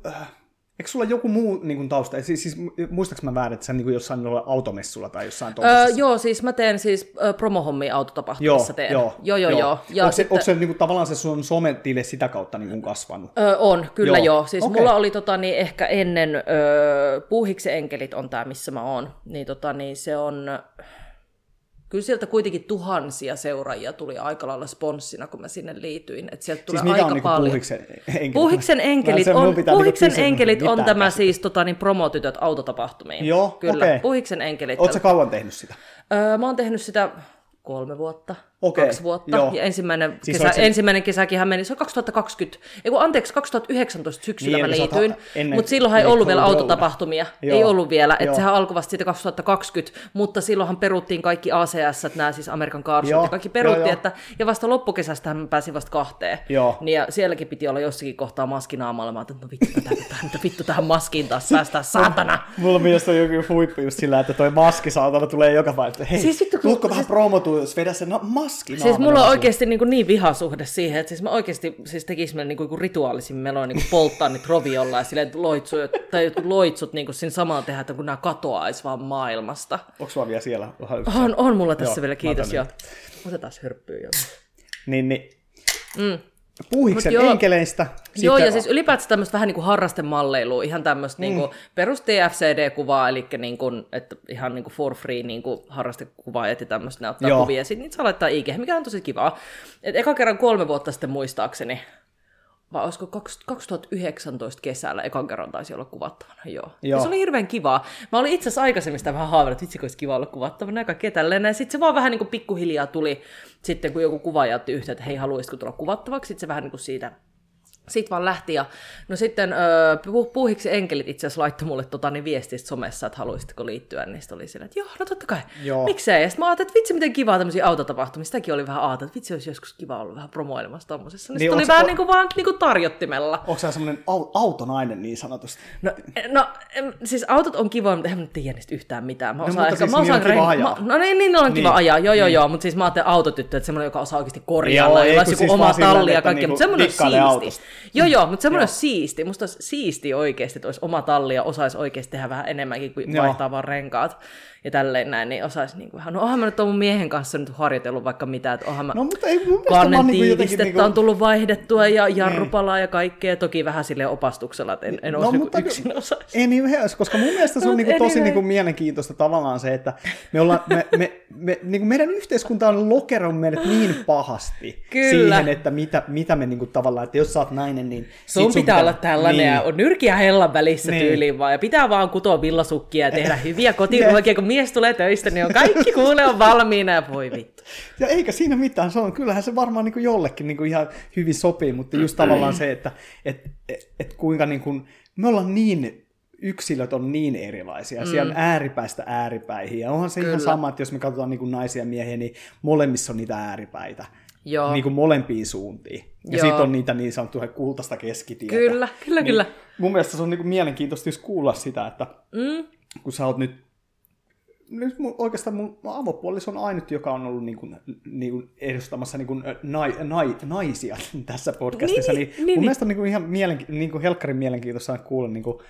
joku muu niin tausta? Siis muistaaks mä väärin, että sä niin jossain automessulla tai jossain toisessa?
Joo, siis mä teen promohommia autotapahtumissa. Joo.
Ja onko se niin kuin, tavallaan se sun sometile sitä kautta niin kuin kasvanut?
On, kyllä joo. Siis mulla oli ehkä ennen Puuhiksen enkelit on tää, missä mä oon. Niin se on... Kyllä sieltä kuitenkin tuhansia seuraajia tuli aika lailla sponssina, kun mä sinne liityin. Et sieltä tulee
siis
aika paljon. Puuhiksen enkelit on tämä siis promotytöt autotapahtumiin.
Joo,
kyllä. Okay. Puuhiksen enkelit.
Ootko sä kauan tehnyt sitä?
Mä oon tehnyt sitä 3 vuotta, 2 vuotta.
Joo.
Ja ensimmäinen kesäkinhän meni, se on 2019 syksyllä mä liityin, mutta silloinhan ei ollut vielä autotapahtumia. Ei ollut vielä, että sehän alkoi vasta siitä 2020, mutta silloinhan peruttiin kaikki ACS, nämä siis American Car Show, ja kaikki peruttiin, ja vasta loppukesästä mä pääsin vasta 2. Niin, ja sielläkin piti olla jossakin kohtaa maskinaamalla, mä ajattelin, että no vittu tähän maskiin taas päästään, saatana.
Mulla mielestäni on joku huippu just sillä, että toi maski saatana tulee joka päivä, että hei, tuutko vähän promotua, jos vedä sen maski.
Siis mulla on oikeasti niin vihasuhde siihen, että siis mä oikeasti tekisin meille niin rituaalisin meloin niin polttaa niitä roviolla ja silleen jotkut loitsut niin siinä samalla tehdä, että kun nämä katoaisi vaan maailmasta.
Onko sulla vielä siellä?
On mulla tässä vielä, kiitos jo. Otetaan hörppyä jo.
Niin. Puuhiksen enkeleistä.
Joo, ja siis ylipäätään tämmöistä vähän niin kuin harrastemalleilua, ihan tämmöistä niin kuin perus TFCD-kuvaa, eli niin kuin, että ihan niin kuin for free niin kuin harrastekuvaajat ja tämmöistä, ne ottaa kuvia, ja sitten niitä saa laittaa IG, mikä on tosi kivaa. Et eka kerran 3 vuotta sitten muistaakseni, vai olisiko 2019 kesällä ekan kerran taisi olla kuvattavana, joo. Ja se oli hirveän kivaa. Mä olin itse asiassa aikaisemmin sitä vähän haaveillut, että vitsi, olisi kiva olla kuvattavana ja kaikkea tälleen. Ja sitten se vaan vähän niin kuin pikkuhiljaa tuli, sitten kun joku kuvaaja otti yhteyttä, että hei, haluaisitko tulla kuvattavaksi, sitten se vähän niin kuin siitä Sitten vaan lähti ja no sitten Puuhiksi enkelit itse asiassa laittoi mulle viestistä somessa, että haluaisitko liittyä, niin sitten oli sillä, että joo, no totta kai, miksei. Ja sitten mä ajattelin, että vitsi miten kivaa tämmöisiä autotapahtumia, sitäkin oli vähän ajatellut, että vitsi olisi joskus kiva olla vähän promoilemassa tommosessa. Niin sitten oli vähän vaan niin kuin tarjottimella.
Onko sä semmoinen autonainen niin sanotusti?
No, siis autot on kiva, mutta eihän mä tiedä niistä yhtään mitään. Mä osaan
kiva ajaa.
No niin, on kiva ajaa, joo, mutta siis mä ajattelin autotyttö, että semmoinen, joka osaa oikeasti korjailla, jolla olisi joku oma talli ja kaikkea, mutta semmoinen on siisti. Joo, mutta semmoinen on siisti. Musta olisi siisti oikeasti, että olisi oma talli ja osaisi oikeasti tehdä vähän enemmänkin kuin vaihtaa vaan renkaat ja tälleen näin, niin osaisi niin vähän. No onhan mä nyt mun miehen kanssa nyt harjoitellut vaikka mitä, että onhan mä kannen tiivistettä on tullut vaihdettua ja jarrupalaa ja kaikkea, toki vähän silleen opastuksella, että en olisi niin yksin osaisi.
Ei niin hyvä, koska mun mielestä se on tosi mielenkiintoista tavallaan se, että meidän yhteiskunta on lokeron meidät niin pahasti siihen, että mitä me tavallaan, että jos sä oot nainen, niin
sun pitää olla tällainen ja on nyrkiä hellan välissä tyyliin vaan, ja pitää vaan kutoa villasukkia ja tehdä hyviä kotiruokia, kun mies tulee töistä, niin on kaikki on valmiina ja voi vittu.
Ja eikä siinä mitään, kyllähän se varmaan jollekin ihan hyvin sopii, mutta just tavallaan se, että kuinka me ollaan niin, yksilöt on niin erilaisia, siellä on ääripäistä ääripäihin, ja onhan se ihan sama, että jos me katsotaan naisia ja miehiä, niin molemmissa on niitä ääripäitä. Molempiin suuntiin. Ja sitten on niitä niin sanottuja kultaista keskitietä.
Kyllä.
Mun mielestä se on mielenkiintoista just kuulla sitä, että kun sä oot nyt oikeastaan mun avopuoliso on ainut, joka on ollut edustamassa naisia tässä podcastissa. Niin. Mun mielestä on ihan helkkarin mielenkiintoista kuulla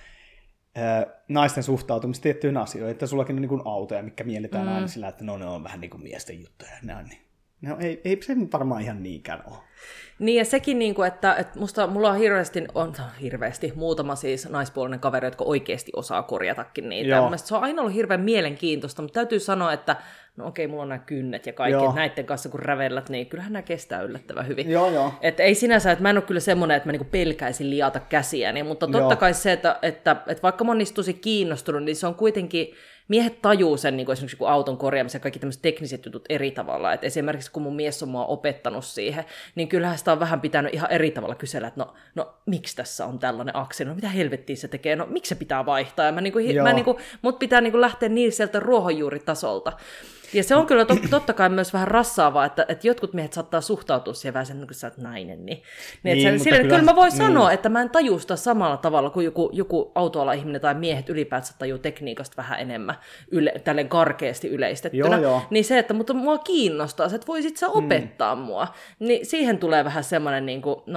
naisten suhtautumista tiettyihin asioihin. Että sullakin on autoja, mitkä mielletään aina sillä, että ne on vähän miesten juttuja. No ei se varmaan ihan niinkään ole.
Niin ja sekin, että mulla on hirveästi muutama siis naispuolinen kaveri, jotka oikeasti osaa korjatakin niitä. Mun mielestä se on aina ollut hirveän mielenkiintoista, mutta täytyy sanoa, että no okei, mulla on nämä kynnet ja kaikki, että näiden kanssa kun rävellät, niin kyllähän nämä kestää yllättävän hyvin. Että ei sinänsä, että mä en ole kyllä semmoinen, että mä pelkäisin liata käsiäni, mutta totta kai se, että vaikka mä oon niistä tosi kiinnostunut, niin se on kuitenkin, miehet tajuu sen esimerkiksi kun auton korjaamisen ja kaikki tämmöiset tekniset jutut eri tavalla. Et esimerkiksi kun mun mies on mua opettanut siihen, niin kyllähän sitä on vähän pitänyt ihan eri tavalla kysellä, että no miksi tässä on tällainen akseli, no mitä helvettiä se tekee, no miksi se pitää vaihtaa. Ja mut pitää lähteä niin sieltä ruohonjuuritasolta. Ja se on kyllä totta kai myös vähän rassaavaa, että jotkut miehet saattaa suhtautua siihen vähän sen, kun sä oot nainen. Kyllä mä voin sanoa, että mä en tajuu sitä samalla tavalla kuin joku autoala-ihminen tai miehet ylipäätään tajuu tekniikasta vähän enemmän tälleen karkeasti yleistettynä. Niin se, että mutta mua kiinnostaa se, että voisit sä opettaa mua. Niin siihen tulee vähän semmoinen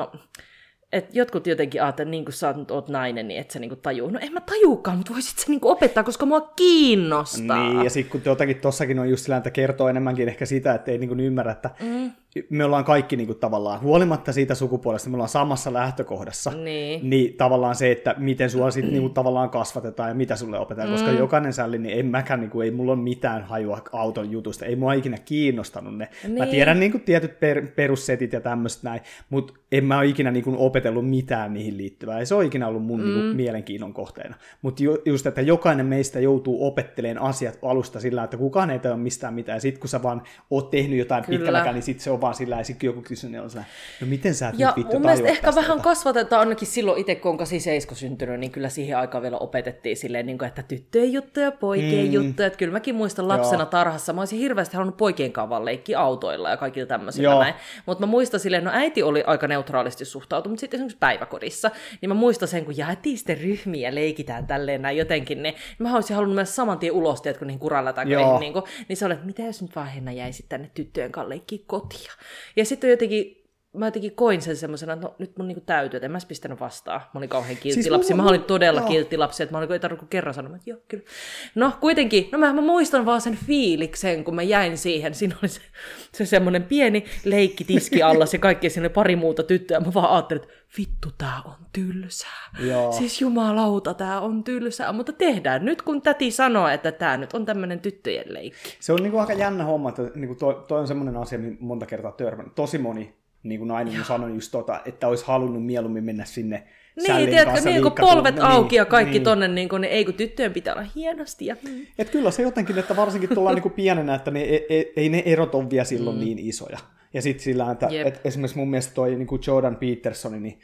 että jotkut jotenkin ajattelee, että kun sä oot nainen, niin et sä tajuu. No en mä tajuukaan, mutta voisit sä opettaa, koska mua kiinnostaa.
Niin, ja sitten kun jotakin tossakin on just sillä, että kertoo enemmänkin ehkä sitä, että ei ymmärrä, että me ollaan kaikki tavallaan, huolimatta siitä sukupuolesta, me ollaan samassa lähtökohdassa. Niin tavallaan se, että miten sua sitten tavallaan kasvatetaan ja mitä sulle opetetaan, koska jokainen sälli, niin en mäkään, ei mulla ole mitään hajua auton jutusta, ei mua ikinä kiinnostanut ne. Mä tiedän tietyt perussetit ja tämmöistä näin, mutta en mä ole ikinä opetellut mitään niihin liittyvää. Ei se ole ikinä ollut mun mielenkiinnon kohteena. Mutta just, että jokainen meistä joutuu opettelemaan asiat alusta sillä, että kukaan ei tajua mistään mitään. Ja sitten kun sä vaan oot tehnyt jotain pitkälläkään, niin sitten se on vaan sillä, ja sitten joku kysyy, niin on sillä, no miten sä et nyt vittu tajua
mun mielestä ehkä vähän kasvatetaan, ainakin silloin itse, kun on 87 syntynyt, niin kyllä siihen aikaan vielä opetettiin silleen, että tyttöjen juttuja, poikien juttuja. Että kyllä mäkin muistan lapsena tarhassa, mä olisin hirveästi halunnut poikien kanssa vaan leikkiä autoilla ja kaikilla tämmöisillä näin. Mutta mä muistan silleen, no äiti oli aika neutraalisti suhtautunut, mutta sitten esimerkiksi päiväkodissa, niin mä muistan sen, kun jaettiin sitten ryhmiä ja leikitään tälleen näin jotenkin, niin mä olisin halunnut myös saman tien ulos, tiedätkö, niihin kuralätäköihin, niin se oli, että mitä jos nyt vaan Henna jäisi tänne tyttöjen kanssa leikkiä kotia. Ja sitten mä jotenkin koin sen semmoisena, että no, nyt mun täytyy, että en mä pistänyt vastaan. Mä olin kauhean kiltti lapsi. Mä olin todella kiltti lapsi, että mä ei tarvitse kuin kerran sanoa, että joo, kyllä. No kuitenkin, mä muistan vaan sen fiiliksen, kun mä jäin siihen. Siinä oli se semmoinen pieni leikki tiski alla, se kaikki, siinä oli pari muuta tyttöä. Mä vaan ajattelin, että vittu, tää on tylsää. Siis jumalauta, tää on tylsää. Mutta tehdään nyt, kun täti sanoo, että tää nyt on tämmöinen tyttöjen leikki.
Se on aika jännä homma, että toi on semmoinen asia, monta kertaa törmännyt. Tosi moni nainen sanoi just että olisi halunnut mieluummin mennä sinne sällin kanssa
kun polvet auki ja kaikki tonne, niin ei kun tyttöjen pitää olla hienosti.
Et kyllä se jotenkin, että varsinkin tuolla pienenä, että ei ne erot ole vielä silloin niin isoja. Ja sitten sillä, että esimerkiksi mun mielestä toi Jordan Peterson, niin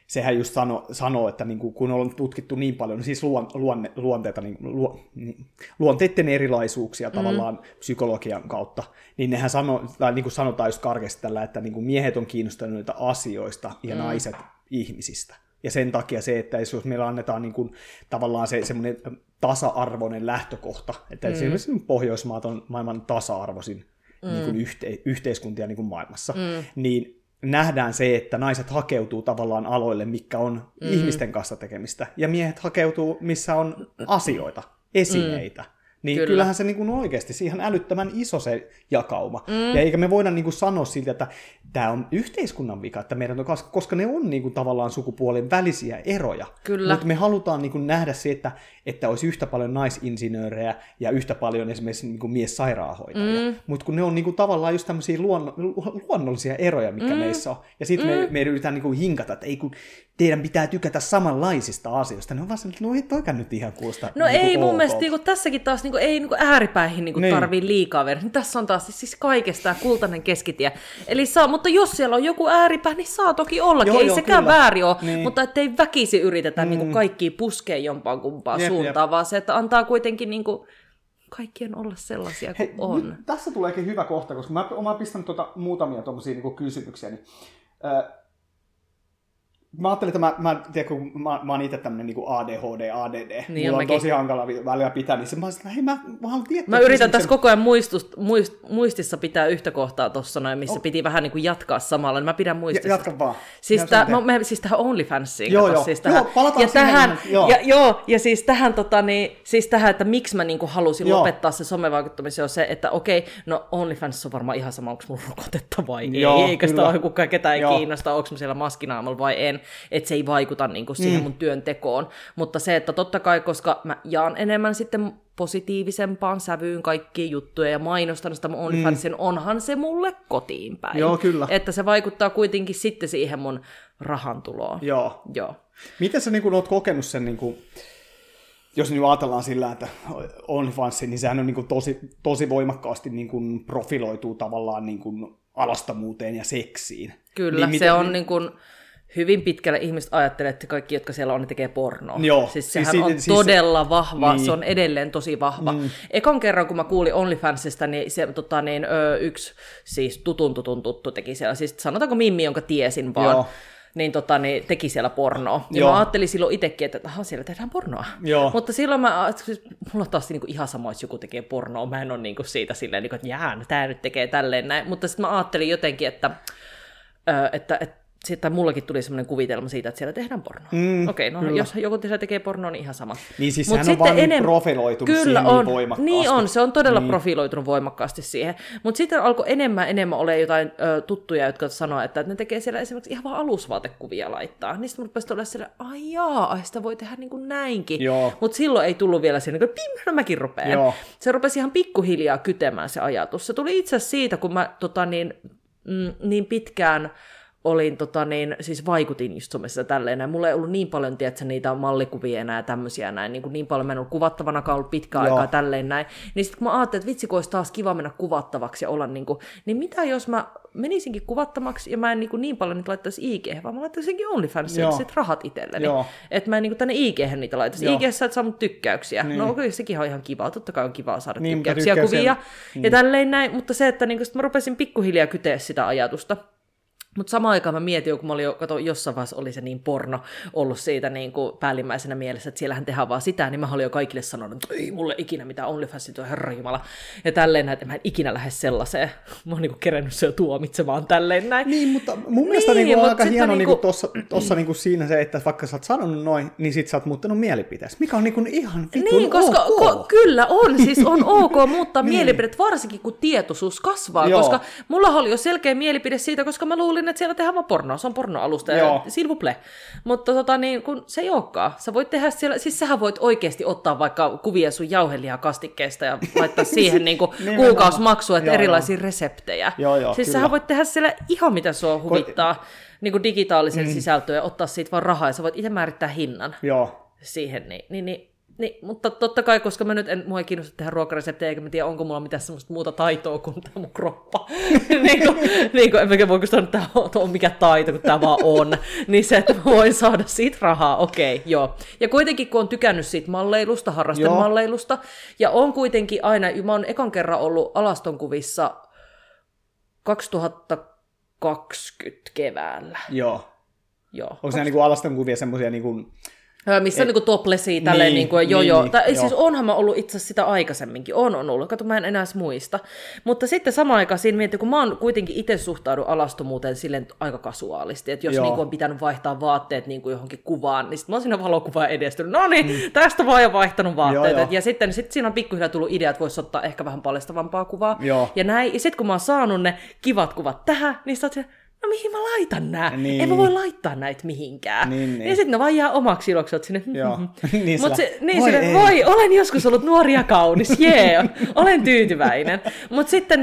sehän just sanoo, että niin kuin, kun on tutkittu niin paljon, niin siis luonteita, luonteiden erilaisuuksia tavallaan psykologian kautta, niin nehän niin kuin sanotaan just karkeasti tällä, että niin kuin miehet on kiinnostuneita asioista ja naiset ihmisistä. Ja sen takia se, että jos meillä annetaan niin kuin, tavallaan semmoinen tasa-arvoinen lähtökohta, että esimerkiksi Pohjoismaat on maailman tasa-arvoisin niin kuin yhteiskuntia niin kuin maailmassa, niin nähdään se, että naiset hakeutuu tavallaan aloille, mikä on ihmisten kanssa tekemistä, ja miehet hakeutuu, missä on asioita, esineitä. Niin kyllähän se niin kuin oikeasti, se ihan älyttömän iso se jakauma. Ja eikä me voida niin kuin sanoa siltä, että tämä on yhteiskunnan vika, että meidän on, koska ne on niin kuin tavallaan sukupuolen välisiä eroja. Mutta me halutaan niin kuin nähdä se, että olisi yhtä paljon naisinsinöörejä ja yhtä paljon esimerkiksi niin kuin miessairaanhoitajia. Mutta kun ne on niin kuin tavallaan just tämmöisiä luonnollisia eroja, mikä meissä on. Ja sitten me yritetään niin kuin hinkata, että ei kun teidän pitää tykätä samanlaisista asioista. Ne on vaan sellainen, että no ei toikaan nyt ihan kuulosta.
No niin ei mun mielestä niin tässäkin taas niin kuin, ei niin kuin ääripäihin niin tarvii liikaa verran. Tässä on taas siis kaikesta kultainen keskitie. Eli mutta jos siellä on joku ääripää, niin saa toki ollakin. Ei sekään kyllä väärin ole, mutta ettei väkisi yritetä niin kuin kaikkia puskea jompaan kumpaan suuntaan, vaan se, että antaa kuitenkin niin kuin kaikkien olla sellaisia kuin on.
Nyt tässä tuleekin hyvä kohta, koska mä oon pistänyt muutamia tuommoisia niin kuin kysymyksiä. Niin, mä ajattelin, että mä oon itse tämmönen niin ADHD, ADD. Niin mulla on tosi hankala välillä pitää, niin mä olisin, että hei, mä haluan tietää.
Mä yritän tässä koko ajan muistissa pitää yhtä kohtaa tuossa noin, missä piti vähän niin kuin jatkaa samalla, niin mä pidän muistissa.
Jatka vaan.
Siis tähän OnlyFansiin.
Joo,
siis tähän.
Palataan
ja
siihen.
Ja siis tähän, että miksi mä niin kuin halusin lopettaa se somevaikuttamisen, on se, että okei, no OnlyFans on varmaan ihan sama, onko mulla rokotetta vai ei, eikä sitä ole kukaan ketään kiinnostaa, onko mä siellä maskinaamalla vai en. Että se ei vaikuta niin kuin siihen mun työntekoon. Mutta se, että totta kai, koska mä jaan enemmän sitten positiivisempaan sävyyn kaikkia juttuja ja mainostan sitä mun OnlyFansin, onhan se mulle kotiin päin.
Joo, kyllä.
Että se vaikuttaa kuitenkin sitten siihen mun rahantuloon.
Joo. Miten sä niin kun oot kokenut sen, niin kun, jos nyt ajatellaan sillä, että OnlyFans, niin sehän on niin kun tosi voimakkaasti niin kun profiloituu tavallaan niin kun alastomuuteen ja seksiin.
Kyllä, niin se on niin kuin hyvin pitkälle ihmiset ajattelee, että kaikki, jotka siellä on, ne tekee pornoa.
Joo.
Siis sehän on todella vahva, niin. Se on edelleen tosi vahva. Ekan kerran, kun mä kuulin OnlyFansista, niin se yksi siis tuttu teki siellä. Siis sanotaanko Mimmi, jonka tiesin vaan. Joo. Niin, teki siellä pornoa. Ja mä ajattelin silloin itsekin, että siellä tehdään pornoa. Joo. Mutta silloin mulla taas niin kuin ihan sama, jos joku tekee pornoa. Mä en ole niin kuin siitä silleen, niin kuin, että tää nyt tekee tälleen näin. Mutta sitten mä ajattelin jotenkin, että sitten mullakin tuli semmoinen kuvitelma siitä, että siellä tehdään pornoa. Okei, no kyllä. Jos joku siellä tekee pornoa, niin ihan sama.
Niin siis sehän on vaan niin profiloitunut siihen niin voimakkaasti.
Niin on, se on todella profiloitunut voimakkaasti siihen. Mutta sitten alkoi enemmän olemaan jotain tuttuja, jotka sanoo, että ne tekee siellä esimerkiksi ihan vaan alusvaatekuvia laittaa. Niin sitten mun rupesi olla siellä, sitä voi tehdä niin kuin näinkin. Mutta silloin ei tullut vielä siinä, niin kuin no mäkin rupean. Joo. Se rupesi ihan pikkuhiljaa kytemään se ajatus. Se tuli itse asiassa siitä, kun mä niin pitkään olin, siis vaikutin just somessa tälleen, ja mulla ei ollut niin paljon, tiedätkö, niitä mallikuvia enää ja tämmöisiä näin, niin paljon mä en ollut kuvattavanakaan ollut pitkään aikaa tälleen näin, niin sitten kun mä ajattelin, että vitsi, kun olisi taas kiva mennä kuvattavaksi ja olla niin mitä jos mä menisinkin kuvattamaksi ja mä en niin paljon niitä laittaisi IG, vaan mä laittaisinkin OnlyFansiin, että sit rahat itselleni, että mä en tänne IG-hän niitä laittaisi. IG-ssä et saanut tykkäyksiä, no okei, sekin on ihan kivaa, totta kai on kivaa saada tykkäyksiä kuvia ja tälleen näin, mutta se, että sit mä rupesin pikkuhiljaa kyteä sitä ajatusta. Mutta samaan aikaan mä mietin, kun mä olin jossain vaiheessa oli se niin porno ollut siitä niin kuin päällimmäisenä mielessä, että siellähän tehdään vaan sitä, niin mä olin jo kaikille sanonut, että ei mulle ikinä mitään OnlyFansit on herranjumala. Ja tälleen, että mä en ikinä lähde sellaiseen. Mä oon niin kuin kerennyt se jo tuomitsemaan tälleen näin.
Niin, mutta mun mielestä niin, on aika hieno niin kuin tuossa niin kuin siinä se, että vaikka sä oot sanonut noin, niin sit sä oot muuttanut mielipiteessä. Mikä on niin kuin ihan vitun
niin, koska kyllä on, siis on ok muuttaa mielipiteet, varsinkin kun tietoisuus kasvaa, koska mulla oli jo selkeä mielipide siitä, koska mä luulin, että siellä tehdään vaan pornoa, se on pornoalusta ja s'il vous plaît. Mutta kun se ei olekaan. Sä voit tehdä siellä, siis sähän voit oikeasti ottaa vaikka kuvia sun jauhelihakastikkeesta ja laittaa siihen niinku kuukausimaksua, että erilaisia reseptejä. Siis sähän voit tehdä siellä ihan mitä sua huvittaa niinku digitaalisen sisältöön ja ottaa siitä vaan rahaa ja sä voit itse määrittää hinnan siihen. Niin Niin, mutta totta kai, koska mua ei kiinnosta tehdä ruokareseptejä, eikä mä tiedä, onko mulla mitään semmoista muuta taitoa kuin tämä mun kroppa. Enkä voi sanoa, että tämä on mikä taito, kun tämä vaan on. Niin se, että mä voin saada siitä rahaa, okei, joo. Ja kuitenkin, kun on tykännyt siitä malleilusta, harrastemalleilusta, ja on kuitenkin aina, mä oon ekan kerran ollut alastonkuvissa 2020 keväällä.
Joo.
Joo.
Onko se niinku alastonkuvia semmoisia niinku...
Missä on niinku toplesia, tälleen siis onhan mä ollut itse asiassa sitä aikaisemminkin, on ollut, kato mä en enää muista. Mutta sitten samaan aikaan siinä mietin, kun mä oon kuitenkin itse suhtaudun alastomuuteen silleen aika kasuaalisti, että jos niinku on pitänyt vaihtaa vaatteet niinku johonkin kuvaan, niin sit mä oon siinä valokuvaan edistynyt, no niin, tästä vaan jo vaihtanut vaatteet. Ja sitten siinä on pikkuhiljaa tullut idea, että voisi ottaa ehkä vähän paljastavampaa kuvaa. Ja näin, ja sitten kun mä oon saanut ne kivat kuvat tähän, niin sä oot no mihin mä laitan nää? Niin. En mä voi laittaa näitä mihinkään. Niin. Ja sitten ne vaan jää omaksi ilokset sinne.
Joo.
Voi, olen joskus ollut nuori ja kaunis, olen tyytyväinen. Mutta sitten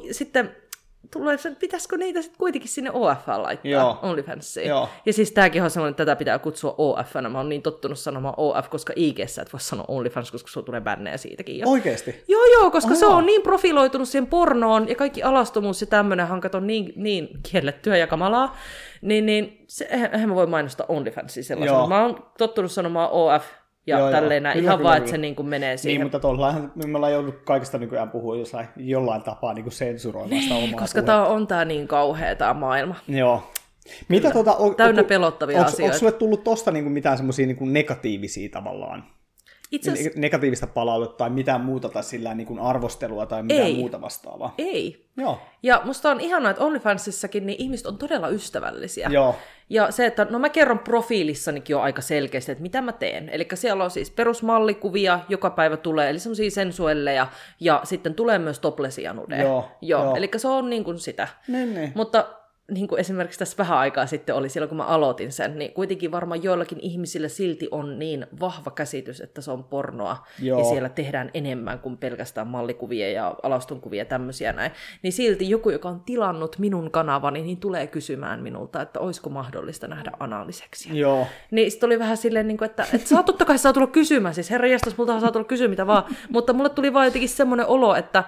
tulee, pitäisikö niitä sitten kuitenkin sinne OF:ään laittaa, OnlyFansiin. Ja siis tämäkin on sellainen, että tätä pitää kutsua OF:nä. Mä oon niin tottunut sanomaan OF, koska IG:ssä et voi sanoa OnlyFans, koska sulla tulee bännejä siitäkin.
Oikeesti?
Joo, koska se on niin profiloitunut siihen pornoon, ja kaikki alastomuus ja tämmöinen hankat on niin kiellettyä ja kamalaa, niin eihän mä voi mainostaa OnlyFansia sellaisena. Mä oon tottunut sanomaan OF, ja tälleen näin, ihan vaan, että se niin kuin menee siihen.
Niin, mutta tuollahan me ollaan joudut kaikista nykyään puhua jollain tapaa niin kuin sensuroimaan sitä omaa
koska on tää niin kauhea tää maailma.
Joo. Mitä
täynnä pelottavia asioita.
Onko sulle tullut tosta niin kuin mitään semmoisia niin kuin negatiivisia tavallaan? Negatiivista palautetta tai mitään muuta tai sillä niin kuin arvostelua tai mitään muuta vastaavaa?
Ei.
Joo.
Ja musta on ihanaa, että OnlyFansissakin niin ihmiset on todella ystävällisiä.
Joo.
Ja se, että mä kerron profiilissanikin jo aika selkeästi, että mitä mä teen. Eli siellä on siis perusmallikuvia, joka päivä tulee, eli semmosia sensuelleja, ja sitten tulee myös toplessia nudeja. Joo. Eli se on niin kuin sitä.
Niin.
Mutta niin kuin esimerkiksi tässä vähän aikaa sitten oli silloin, kun mä aloitin sen, niin kuitenkin varmaan joillakin ihmisillä silti on niin vahva käsitys, että se on pornoa, ja siellä tehdään enemmän kuin pelkästään mallikuvia ja alastonkuvia ja tämmöisiä näin. Niin silti joku, joka on tilannut minun kanavani, niin tulee kysymään minulta, että olisiko mahdollista nähdä anaaliseksiä.
Joo.
Niin sitten oli vähän silleen, että totta kai saa tulla kysymään, siis herra jestas, multa saa tulla kysyä mitä vaan, mutta mulle tuli vaan jotenkin semmoinen olo, että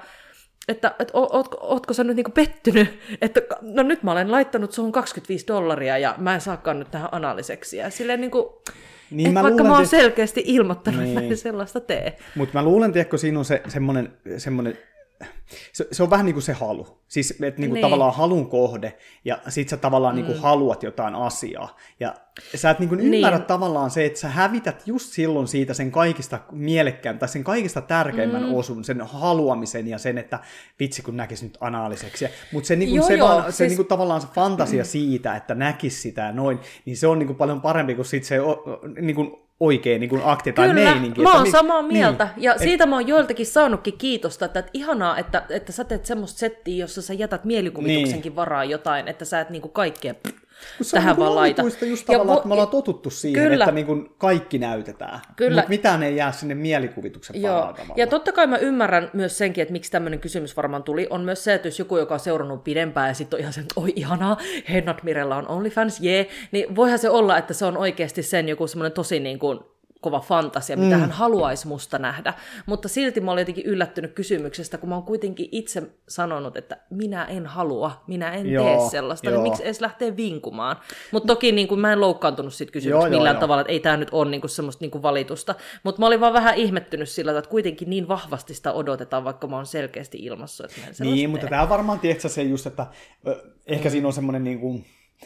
ootko sä nyt niinku pettynyt, että no nyt mä olen laittanut suhun $25 ja mä en saakaan nyt tähän anaaliseksiä. Silleen niinku, niin vaikka mä oon selkeästi ilmoittanut, että mä en sellaista tee.
Mutta mä luulen, että siinä on semmoinen se on vähän niin kuin se halu. Siis että niin kuin tavallaan halun kohde, ja sit sä tavallaan niin kuin haluat jotain asiaa. Ja sä et niin kuin ymmärrä tavallaan se, että sä hävität just silloin siitä sen kaikista mielekkään, tai sen kaikista tärkeimmän osun, sen haluamisen ja sen, että vitsi kun näkisi nyt anaaliseksi. Mutta se, niin kuin se niin kuin tavallaan se fantasia siitä, että näkisi sitä ja noin, niin se on niin kuin paljon parempi kuin sit se niin kuin oikein niin kuin akti tai meininki.
Kyllä, mä oon samaa mieltä. Niin, ja siitä mä oon joiltakin saanutkin kiitosta, että ihanaa, että sä teet semmoista settiä, jossa sä jätät mielikuvituksenkin varaan jotain, että sä et niinku kaikkea tähän vaan laita.
Just tavallaan, että me ollaan totuttu siihen, että niin kuin kaikki näytetään. Mutta mitään ei jää sinne mielikuvituksen varaan tavallaan.
Ja totta kai mä ymmärrän myös senkin, että miksi tämmöinen kysymys varmaan tuli, on myös se, että jos joku, joka on seurannut pidempään ja sitten on ihan sen, että oi ihanaa, Hennat Mirella on OnlyFans, niin voihan se olla, että se on oikeasti sen joku semmoinen tosi niin kuin kova fantasia, mitä hän haluaisi musta nähdä. Mutta silti mä olin jotenkin yllättynyt kysymyksestä, kun mä oon kuitenkin itse sanonut, että minä en halua, minä en tee sellaista, niin miksi edes lähtee vinkumaan. Mutta toki niin kuin, mä en loukkaantunut siitä kysymyksestä millään tavalla, että ei tää nyt ole niin kuin semmoista niin kuin valitusta. Mutta mä olin vaan vähän ihmettynyt sillä, että kuitenkin niin vahvasti sitä odotetaan, vaikka mä oon selkeästi ilmassa, että mä en sellaista
Niin, mutta tää on varmaan, tiedätkö se just, että ehkä siinä on semmoinen niin kuin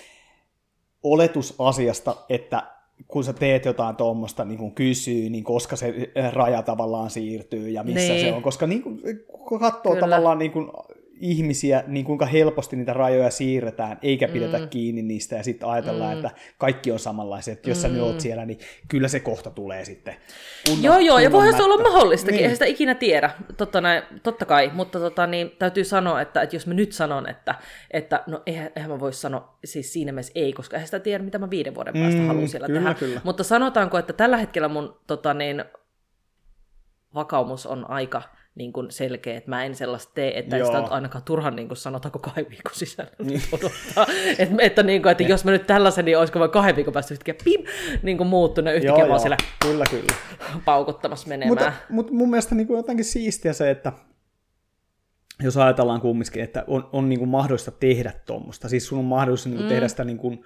oletus asiasta, että kun sä teet jotain tuommoista niin kysyy, niin koska se raja tavallaan siirtyy ja missä se on. Koska niin kun katsoo tavallaan niin kuin ihmisiä, niin kuinka helposti niitä rajoja siirretään, eikä pidetä kiinni niistä, ja sitten ajatellaan, että kaikki on samanlaisia, että jos sä nyt oot siellä, niin kyllä se kohta tulee sitten.
Joo, ja voihan se olla mahdollistakin, eihän sitä ikinä tiedä, totta kai, mutta niin, täytyy sanoa, että jos mä nyt sanon, että no eihän mä voi sanoa, siis siinä mielessä ei, koska eihän sitä tiedä, mitä mä 5 vuoden päästä haluan siellä tehdä. Kyllä. Mutta sanotaanko, että tällä hetkellä mun vakaumus on aika niin kuin selkeä, että mä en sellaista tee, että en sitä nyt ainakaan turhan niin kuin sanotaanko 2 viikon sisällä odottaa. että jos mä nyt tällaisen, niin olisiko vain 2 viikon päästä yhtäkkiä pim, niin kuin muuttunut yhtäkkiä vaan siellä.
Kyllä.
paukuttamassa menemään.
Mutta mun mielestä niin kuin jotenkin siistiä se, että jos ajatellaan kumminkin, että on niin kuin mahdollista tehdä tuommoista, siis sun on mahdollista niin kuin tehdä sitä niin kuin,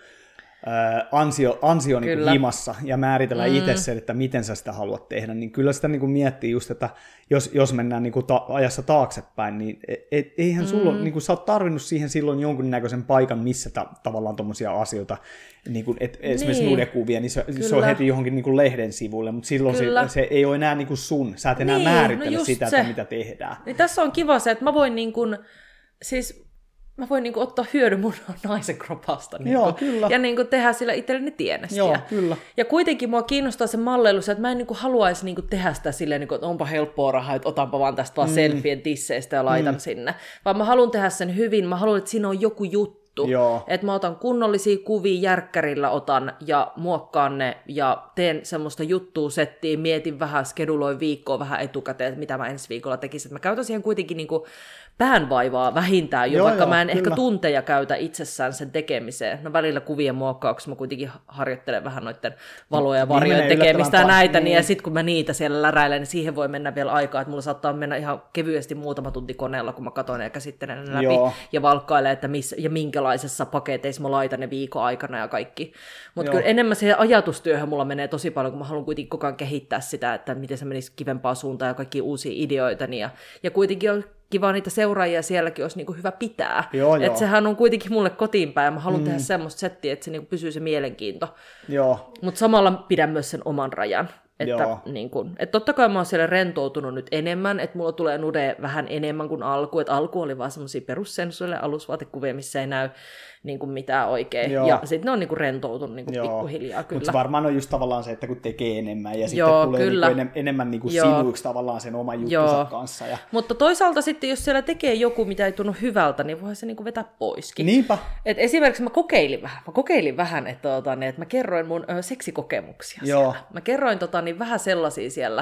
ansio niin kuin himassa ja määritellä itse se, että miten sä sitä haluat tehdä, niin kyllä sitä niin kuin miettii just, että jos mennään niin kuin ajassa taaksepäin, niin eihän sulla niin kuin, sä oot tarvinnut siihen silloin jonkunnäköisen paikan, missä tavallaan tuommoisia asioita, niin kuin, esimerkiksi nudekuvia, niin se on heti johonkin niin kuin lehden sivuille, mutta silloin se ei ole enää niin kuin sun, sä et enää määrittele sitä, että mitä tehdään.
Niin tässä on kiva se, että mä voin niin kuin, siis mä voin niinku ottaa hyödyn mun naisen kropasta ja niinku tehdä sillä itselleni tienestiä.
Joo, kyllä.
Ja kuitenkin mua kiinnostaa se malleilu, että mä en niinku haluaisi niinku tehdä sitä silleen, niinku, että onpa helppoa rahaa, että otanpa vaan tästä vaan selfien tisseistä ja laitan sinne. Vaan mä haluan tehdä sen hyvin, mä haluan, että siinä on joku juttu. Että mä otan kunnollisia kuvia, järkkärillä otan ja muokkaan ne ja teen semmoista juttua settiin, mietin vähän, skeduloin viikkoa vähän etukäteen, että mitä mä ensi viikolla tekisin. Mä käytän siihen kuitenkin niinku päänvaivaa vähintään jo, vaikka mä en ehkä tunteja käytä itsessään sen tekemiseen. No välillä kuvien muokkauksessa mä kuitenkin harjoittelen vähän noiden valoja ja varjojen tekemistä ja näitä, niin. Ja sitten kun mä niitä siellä läräilen, niin siihen voi mennä vielä aikaa, että mulla saattaa mennä ihan kevyesti muutama tunti koneella, kun mä katson ja käsittelen ne läpi ja valkkailen, että ja minkälaisessa paketeissa mä laitan ne viikon aikana ja kaikki. Mutta kyllä enemmän siihen ajatustyöhön mulla menee tosi paljon, kun mä haluan kuitenkin koko ajan kehittää sitä, että miten se menisi kivempaa suuntaan ja kaikkia uusia ideoita. Ja kuitenkin on kiva niitä seuraajia sielläkin olisi niinku hyvä pitää. Että sehän on kuitenkin mulle kotiinpäin ja mä haluan tehdä semmoista settiä, että se niinku pysyy se mielenkiinto. Mutta samalla pidän myös sen oman rajan. Että totta kai mä oon siellä rentoutunut nyt enemmän, että mulla tulee nude vähän enemmän kuin alku. Että alku oli vaan semmosia perussensuille alusvaatekuvia, missä ei näy niin kuin mitään oikein. Ja sitten ne on niin kuin rentoutunut niin kuin pikkuhiljaa kyllä.
Mutta varmaan on just tavallaan se, että kun tekee enemmän ja sitten tulee niin kuin enemmän niin kuin sivuiksi tavallaan sen oman juttunsa kanssa. Ja
mutta toisaalta sitten, jos siellä tekee joku, mitä ei tunnu hyvältä, niin voihan se niin kuin vetää poiskin.
Niinpä.
Et esimerkiksi mä kokeilin vähän, että mä kerroin mun seksikokemuksia siellä. Mä kerroin vähän sellaisia siellä.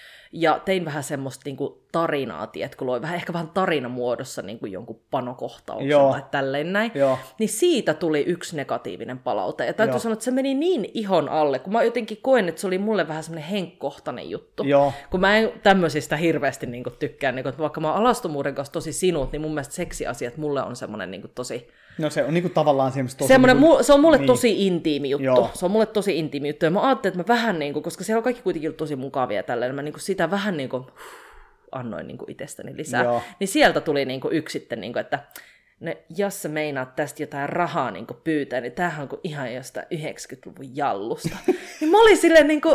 Ja tein vähän semmoista niinku tarinaa, kun loin ehkä vähän tarinamuodossa niinku jonkun panokohtauksen tai tälleen näin. Niin siitä tuli yksi negatiivinen palaute. Ja täytyy sanoa, että se meni niin ihon alle, kun mä jotenkin koen, että se oli mulle vähän semmoinen henkkohtainen juttu. Kun mä en tämmöisistä hirveästi niinku tykkään, niinku, että vaikka mä oon alastomuuden kanssa tosi sinut, niin mun mielestä seksiasiat mulle on semmoinen niinku tosi...
No se on niinku tavallaan semmoista tosi...
Se on mulle tosi intiimi juttu. Se on mulle tosi intiimi juttu. Ja mä ajattelin, että mä vähän niinku, koska siellä on kaikki kuitenkin tosi mukavia tälleen, mä niinku sitä vähän niinku annoin niinku itsestäni lisää. Niin sieltä tuli niinku yksi sitten, niinku, että jos sä meinaat tästä jotain rahaa niinku pyytää, niin tämähän on ihan jostain 90-luvun jallusta. Niin mä olin silleen niinku...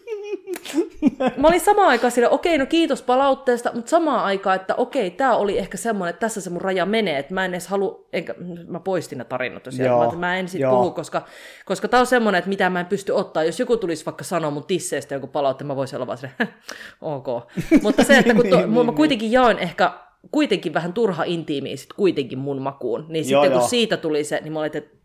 Mä olin samaan aikaan silleen, okei, no kiitos palautteesta, mutta samaan aikaan, että okei, tää oli ehkä semmoinen, että tässä se mun raja menee, että mä en edes mä poistin ne tarinat tosiaan, mä en sit puhu, koska tää on semmoinen, että mitä mä en pysty ottaa, jos joku tulisi vaikka sanoa mun tisseistä joku palautteen, mä voisin olla vaan silleen, ok. Mutta se, että kun mä kuitenkin jaoin ehkä kuitenkin vähän turha intiimiä sit kuitenkin mun makuun, niin sitten kun siitä tuli se, niin mä olin, että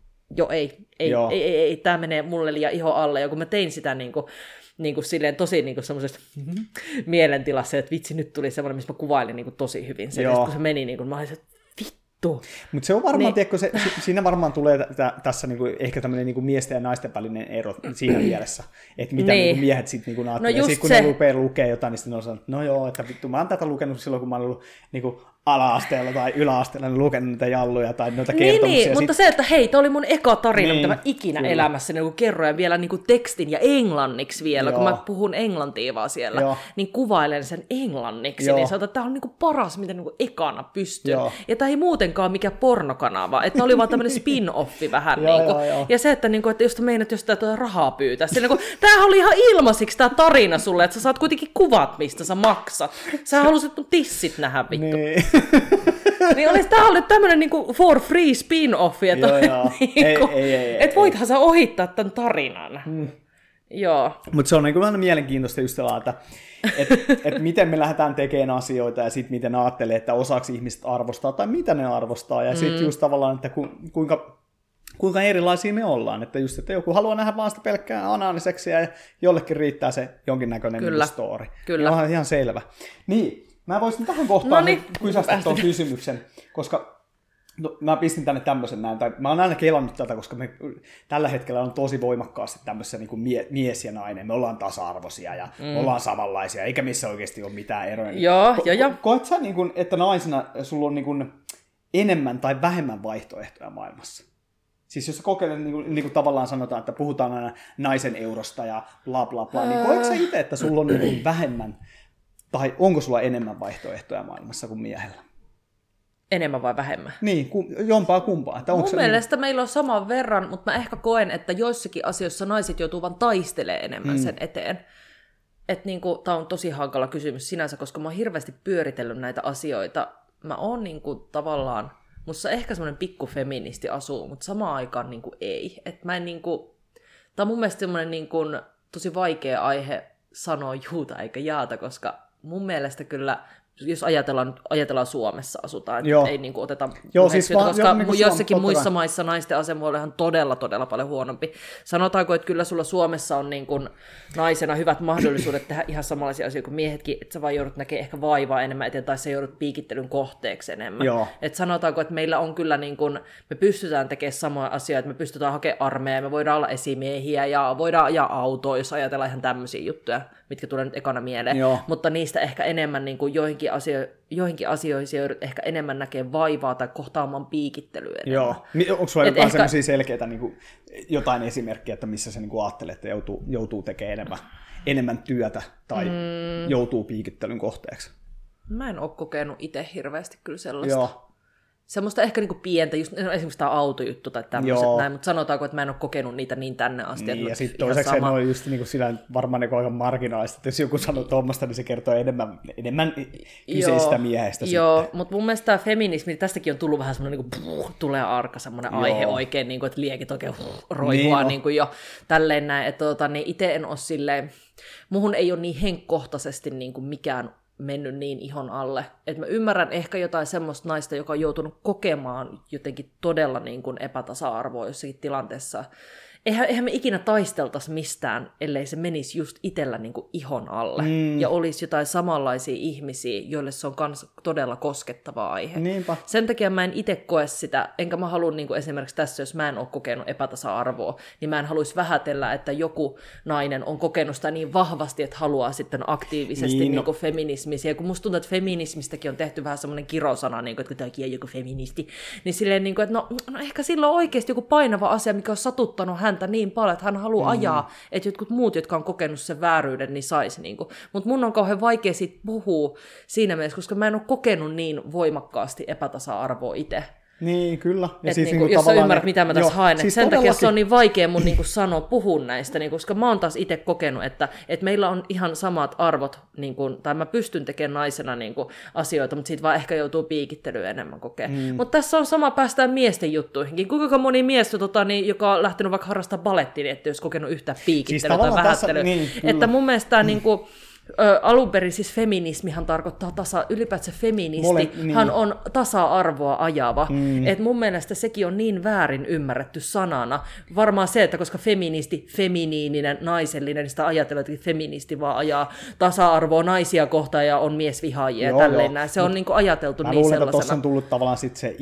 ei, tää menee mulle liian iho alle, ja kun mä tein sitä niinku silleen tosi niinku semmoisesta mielentilassa, että vitsi, nyt tuli semmoinen, missä mä kuvailin niinku tosi hyvin sen, kun se meni, niinku, mä olin se, vittu.
Mutta se on varmaan, tiedätkö, siinä varmaan tulee tässä niinku, ehkä tämmöinen niinku miesten ja naisten välinen ero siinä mielessä, että mitä niinku miehet sitten niinku ajattelee. No sitten kun ne rupeaa lukea jotain, niin sitten ne on sanonut, no joo, että vittu, mä oon tätä lukenut silloin, kun mä oon ollut niinku ala-asteella tai yläasteella lukenut niitä jalluja tai noita kertomuksia.
Mutta se, että hei, tämä oli mun eka tarina, mitä mä ikinä elämässäni niin kerroin vielä niin kuin tekstin ja englanniksi vielä, kun mä puhun englantia vaan siellä, niin kuvailen sen englanniksi, niin sanotaan, että tämä on niin kuin paras, mitä niin kuin ekana pystyy. Ja tämä ei muutenkaan mikään pornokanava, että oli vaan tämmöinen spin-offi vähän. Ja se, että, niin kuin, että jos meinaat jostain rahaa pyytää, sillä, niin kuin, tämähän oli ihan ilmaisiksi tämä tarina sulle, että sä saat kuitenkin kuvat, mistä sä maksat. Sä halusit mun tissit nähdä, vittu. Niin olisi tämä ollut tämmöinen niinku for free spin-offi, että niinku, et voithan sä ohittaa tämän tarinan.
Mutta se on niinku aina mielenkiintoista just että et miten me lähdetään tekemään asioita ja sitten miten ajattelee, että osaksi ihmiset arvostaa tai mitä ne arvostaa. Ja sitten just tavallaan, että kuinka erilaisia me ollaan. Että just, että joku haluaa nähdä vaan sitä pelkkää anaaniseksiä ja jollekin riittää se jonkinnäköinen story.
Kyllä.
Onhan ihan selvä. Niin. Mä voisin tähän kohtaan kysästä tuon kysymyksen, koska No, mä pistin tänne tämmöisen näin, tai mä oon aina kelannut tätä, koska me tällä hetkellä on tosi voimakkaasti tämmössä niin kuin mies ja nainen, me ollaan tasa-arvoisia ja me ollaan samanlaisia, eikä missä oikeasti ole mitään eroja.
Joo.
Koet sä, niin kuin, että naisena sulla on niin kuin enemmän tai vähemmän vaihtoehtoja maailmassa? Siis jos sä kokeilet, niin kuin tavallaan sanotaan, että puhutaan aina naisen eurosta ja bla bla bla, niin koetko sä itse, että sulla on niin kuin vähemmän, tai onko sulla enemmän vaihtoehtoja maailmassa kuin miehellä?
Enemmän vai vähemmän?
Niin, jompaa kumpaa. Että
mun mielestä meillä on saman verran, mutta mä ehkä koen, että joissakin asioissa naiset joutuu vaan taistelemaan enemmän sen eteen. Että niinku, tää on tosi hankala kysymys sinänsä, koska mä oon hirveästi pyöritellyt näitä asioita. Mä oon niinku tavallaan, musta ehkä semmoinen pikkufeministi asuu, mutta samaan aikaan niinku ei. Et mä en niinku, tää on mun mielestä semmoinen niinku tosi vaikea aihe sanoa juuta eikä jaata, koska mun mielestä kyllä, jos ajatellaan Suomessa asutaan, että ei niinku oteta puheeksi, koska niin jossakin muissa maissa naisten asema on ihan todella paljon huonompi. Sanotaanko, että kyllä sulla Suomessa on niin kuin naisena hyvät mahdollisuudet tehdä ihan samanlaisia asioita kuin miehetkin, että sä vaan joudut näkemään ehkä vaivaa enemmän eteen, tai sä joudut piikittelyn kohteeksi enemmän. Että sanotaanko, että meillä on kyllä niin kuin, me pystytään tekemään samoja asioita, me pystytään hakemaan armeijaa, me voidaan olla esimiehiä ja voidaan ajaa autoa, jos ajatellaan ihan tämmöisiä juttuja, mitkä tulee nyt ekana mieleen. Mutta niistä ehkä enemmän niin kuin joihinkin asioihin joudut ehkä enemmän näkee vaivaa tai kohtaamaan piikittelyä enemmän.
Joo. Onko sulla jotain sellaisia selkeitä niin kuin, jotain esimerkkiä, että missä sä niin kuin ajattelet, että joutuu tekemään enemmän työtä tai joutuu piikittelyn kohteeksi?
Mä en ole kokenut itse hirveästi kyllä sellaista. Semmoista ehkä niinku pientä, just esimerkiksi tämä autojuttu tai tämmöiset näin, mutta sanotaanko, että mä en ole kokenut niitä niin tänne asti.
Niin, ja sitten toiseksi ne on just niinku sillä varmaan niinku aika marginaalista, että jos joku sanoo tuommoista, niin se kertoo enemmän kyseistä miehestä.
Joo, mutta mun mielestä tämä feminismi, tästäkin on tullut vähän semmoinen, niinku, tulee arka semmoinen aihe oikein, niinku, että liekit oikein roihua niinku, jo tälleen näin. Että niin itse en ole silleen, muhun ei ole niin henkkohtaisesti niinku mikään mennyt niin ihon alle. Että mä ymmärrän ehkä jotain semmoista naista, joka on joutunut kokemaan jotenkin todella niin kuin epätasa-arvoa jossakin tilanteessa. Eihän me ikinä taisteltaisi mistään, ellei se menisi just itsellä niin kuin ihon alle. Ja olisi jotain samanlaisia ihmisiä, joille se on kans todella koskettava aihe.
Niinpä.
Sen takia mä en itse koe sitä, enkä mä halua niin kuin esimerkiksi tässä, jos mä en ole kokenut epätasa-arvoa, niin mä en haluaisi vähätellä, että joku nainen on kokenut sitä niin vahvasti, että haluaa sitten aktiivisesti niin kuin feminismisiä. Ja kun musta tuntuu, että feminismistäkin on tehty vähän semmoinen kirosana, niin kuin, että tämäkin on joku feministi, niin silleen, niin kuin, että no ehkä sillä on oikeasti joku painava asia, mikä on satuttanut häntä niin paljon, että hän haluaa ajaa, että jotkut muut, jotka on kokenut sen vääryyden, niin saisi. Niinku. Mutta mun on kauhean vaikea siitä puhua siinä mielessä, koska mä en ole kokenut niin voimakkaasti epätasa-arvoa itse.
Niin, kyllä. Ja
siis niinku, jos sä ymmärrät, mitä mä tässä haen. Siis sen takia se on niin vaikea mun niinku sanoa, puhua näistä, niinku, koska mä oon taas itse kokenut, että meillä on ihan samat arvot, niinku, tai mä pystyn tekemään naisena niinku, asioita, mutta siitä vaan ehkä joutuu piikittelyyn enemmän kokemaan. Mutta tässä on sama, päästään miesten juttuihinkin. Kuinka moni mies, joka on lähtenyt vaikka harrastaa balettia, niin ettei olisi kokenut yhtään piikittelyä tai vähättelyä. Niin, että mun mielestä niinku, alun perin siis feminismihan tarkoittaa ylipäätään feministihan on tasa-arvoa ajava. Et mun mielestä sekin on niin väärin ymmärretty sanana. Varmaan se, että koska feministi, feminiininen, naisellinen, niin sitä ajatellaan, että feministi vaan ajaa tasa-arvoa naisia kohtaan ja on miesvihaajia ja tälleen näin. Se on niinku ajateltu niin sellaisena. Mä luulen, että tuossa
on tullut tavallaan sit se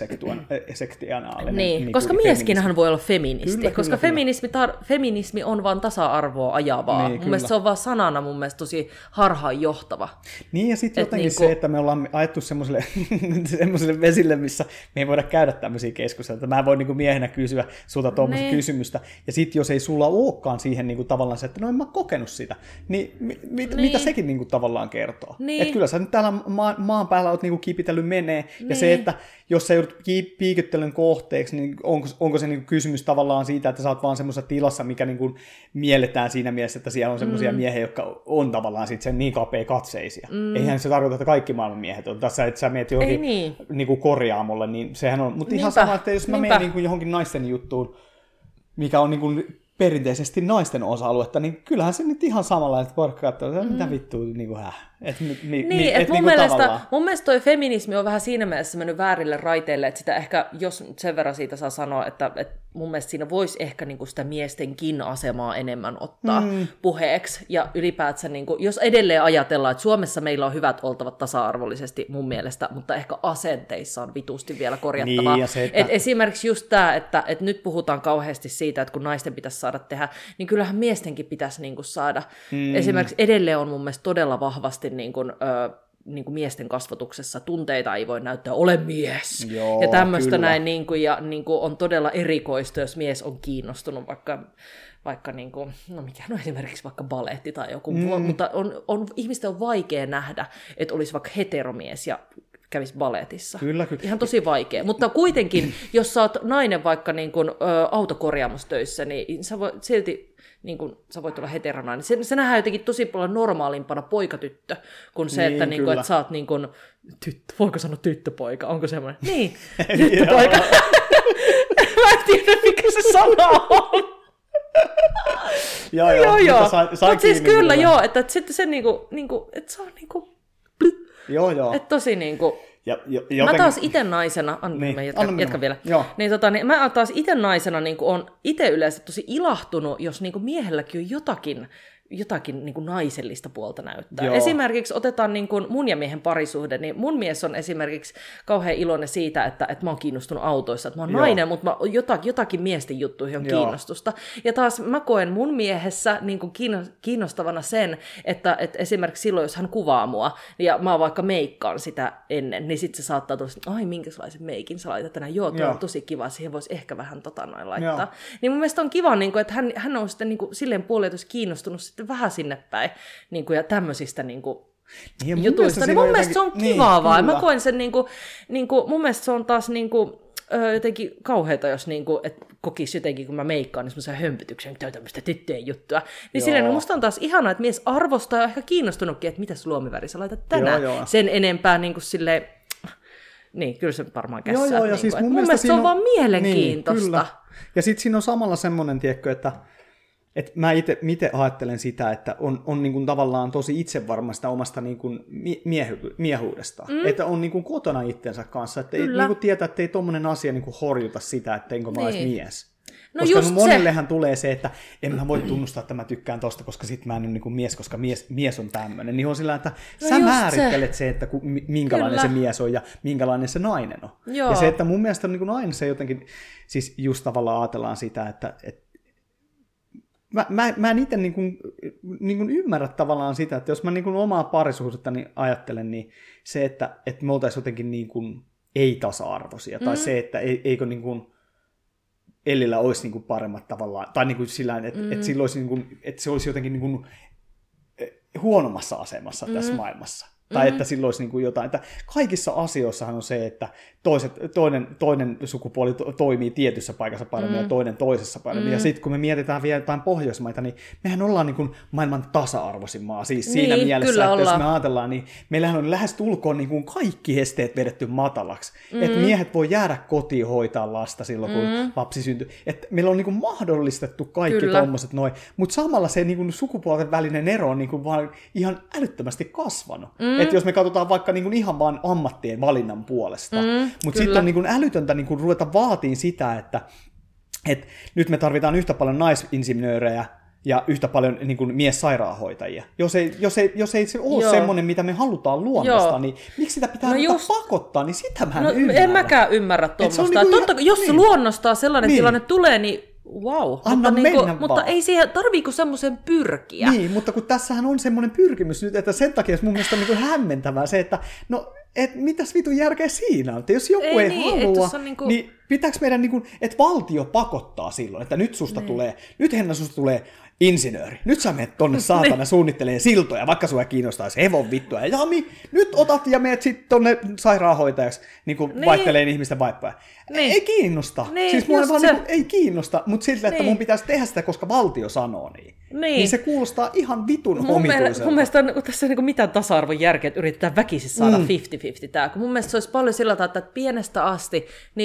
intersektionaalinen.
Niin, koska mieskinhän voi olla feministi. Koska feminismi on vaan tasa-arvoa ajavaa. Mun mielestä se on vaan sanana mun mielestä tosi harhaanjohtava.
Niin, ja sitten jotenkin se, että me ollaan ajettu semmoiselle vesille, missä me ei voida käydä tämmöisiä keskusteluita. Mä voin niin miehenä kysyä sulta tuommoista kysymystä, ja sitten jos ei sulla olekaan siihen niin kuin, tavallaan se, että no en mä kokenut sitä, niin mitä sekin niin kuin, tavallaan kertoo? Niin. Että kyllä sä nyt täällä maan päällä oot niin kuin, kipitellyt menee, ja se, että jos sä joudut piikittelyn kohteeksi, niin onko se niin kuin, kysymys tavallaan siitä, että sä oot vaan semmoisessa tilassa, mikä niin kuin, mielletään siinä mielessä, että siellä on semmoisia miehiä, jotka on tavallaan sit sen niin kapea katseisia. Eihän se tarkoita, että kaikki maailman miehet on tässä, että sä meet johonkin niin korjaamolle, niin sehän on. Mutta ihan sama, että jos mä menen niin kuin johonkin naisten juttuun, mikä on niin kuin perinteisesti naisten osa-aluetta, niin kyllähän se nyt ihan samanlainen, että porkka katsoo, mitä vittua, niin kuin
Mun mielestä toi feminismi on vähän siinä mielessä mennyt väärille raiteille, että sitä ehkä, jos sen verran siitä saa sanoa, että mun mielestä siinä voisi ehkä niinku sitä miestenkin asemaa enemmän ottaa puheeksi, ja ylipäätään, niinku, jos edelleen ajatellaan, että Suomessa meillä on hyvät oltavat tasa-arvollisesti mun mielestä, mutta ehkä asenteissa on vitusti vielä korjattavaa.
Niin, että
esimerkiksi just tämä, että nyt puhutaan kauheasti siitä, että kun naisten pitäisi saada tehdä, niin kyllähän miestenkin pitäisi niinku saada. Esimerkiksi edelleen on mun mielestä todella vahvasti niin kuin miesten kasvatuksessa tunteita ei voi näyttää, ole mies.
Joo,
ja tämmöistä
kyllä.
näin, niin kuin, ja niin kuin on todella erikoista, jos mies on kiinnostunut vaikka niin kuin, no mikä no esimerkiksi vaikka baletti tai joku, mutta ihmisten on vaikea nähdä, että olisi vaikka heteromies ja kävisi baletissa.
Kyllä.
Ihan tosi vaikea. Mutta kuitenkin, jos sä oot nainen vaikka niin kuin, autokorjaamustöissä, niin sä voit silti niin kun sä voit olla heteronainen. Se nähdään jotenkin tosi paljon normaalimpana poikatyttö, kuin se, että, niin kun, että sä oot niin kun, voiko sanoa tyttöpoika, onko semmoinen? Niin, tyttöpoika. Mä en tiedä, mikä se sana on.
Joo.
Mutta siis kyllä joo, että sitten se että se on
Joo.
Että tosi
jotenkin...
Mä taas itse naisena, jatka vielä. Niin, mä taas itse naisena on itse yleensä tosi ilahtunut, jos miehelläkin on jotakin naisellista puolta näyttää.
Joo.
Esimerkiksi otetaan mun ja miehen parisuhde, niin mun mies on esimerkiksi kauhean iloinen siitä, että mä oon kiinnostunut autoissa, että mä oon nainen, mutta mä jotakin miesten juttuihin on kiinnostusta. Ja taas mä koen mun miehessä kiinnostavana sen, että esimerkiksi silloin, jos hän kuvaa mua, ja mä vaikka meikkaan sitä ennen, niin sitten se saattaa tulla, että ai minkälaisen meikin sä laitat tänään, joo, tuo on tosi kiva, siihen voisi ehkä vähän laittaa. Joo. Niin mun mielestä on kiva, että hän on sitten silleen puolelta kiinnostunut sitten vähän sinne päin, ja tämmöisistä jutuista. Niin mun mielestä se on kivaa vaan. Mä koen sen, mun mielestä se on taas jotenkin kauheata, jos et kokisi jotenkin, kun mä meikkaan, niin semmoisen hömpytyksen, että tämmöistä tyttöjen juttua. Niin silleen, musta on taas ihanaa, että mies arvostaa ja ehkä kiinnostunutkin, että mitäs luomiväri sä laitat tänään. Sen enempää silleen, niin, kyllä se varmaan kässää.
Joo, siis mun
mielestä se on vaan mielenkiintoista.
Niin, ja sitten siinä on samalla semmoinen, tiedätkö, että mä itse ajattelen sitä, että on tavallaan tosi itsevarmasta omasta miehuudestaan. Että on kotona itsensä kanssa. Että ei tietää, että ei tommonen asia horjuta sitä, etteikö mä olisi mies. No koska monellehan tulee se, että en mä voi tunnustaa, että mä tykkään tosta, koska sit mä en ole mies, koska mies on tämmöinen. Niin on sillä, että sä määrittelet se, että minkälainen se mies on ja minkälainen se nainen on. Joo. Ja se, että mun mielestä aina se jotenkin, siis just tavallaan ajatellaan sitä, että Mä en itse ymmärrä tavallaan sitä, että jos mä omaa parisuhdettani ajattelen, niin se, että me oltaisiin jotenkin ei-tasa-arvoisia, tai se, että eikö Ellillä olisi paremmat tavallaan, tai sillään, että että se olisi jotenkin huonommassa asemassa tässä maailmassa. Tai että silloin olisi jotain, että kaikissa asioissahan on se, että toinen sukupuoli toimii tietyssä paikassa paremmin ja toinen toisessa paremmin. Ja sitten kun me mietitään vielä jotain Pohjoismaita, niin mehän ollaan maailman tasa-arvoisin maa. Siis siinä mielessä, että jos me ajatellaan, niin meillähän on lähes tulkoon kaikki esteet vedetty matalaksi. Että miehet voi jäädä kotiin hoitaa lasta silloin, kun lapsi syntyy. Että meillä on mahdollistettu kaikki tommoset noin. Mutta samalla se sukupuolten välinen ero on vaan ihan älyttömästi kasvanut. Että jos me katsotaan vaikka ihan vaan ammattien valinnan puolesta. Mutta sitten on älytöntä ruveta vaatiin sitä, että nyt me tarvitaan yhtä paljon naisinsinöörejä ja yhtä paljon miessairaanhoitajia. Jos ei se ole semmoinen, mitä me halutaan luonnostaan, niin miksi sitä pitää pakottaa, niin sitä mä en ymmärrä.
En mäkään ymmärrä tuommoista. Jos se luonnostaan sellainen tilanne tulee, niin wow, mutta ei siihen, tarviiko semmoisen pyrkiä?
Niin, mutta kun tässähän on semmoinen pyrkimys nyt, että sen takia mun mielestä on hämmentävää se, että mitäs vitun järkeä siinä on? Että jos joku ei halua, niin pitääkö meidän, että valtio pakottaa silloin, että nyt Henna susta tulee insinööri. Nyt sä menet tonne saatana suunnittelee siltoja, vaikka sua kiinnostaisi hevon vittua. Ja Jami, nyt otat ja menet sitten tonne sairaanhoitajaksi, vaihteleen ihmisten vaippoja. Ei kiinnosta. Siis mulle vaan ei kiinnosta, mutta siltä, että mun pitäisi tehdä sitä, koska valtio sanoo niin. Niin se kuulostaa ihan vitun omituiselta.
Mun mielestä tässä ei mitään tasa-arvon järkeä, että yritetään väkisin saada 50-50 tää. Kun mun mielestä se olisi paljon sillä tavalla, että pienestä asti niin sua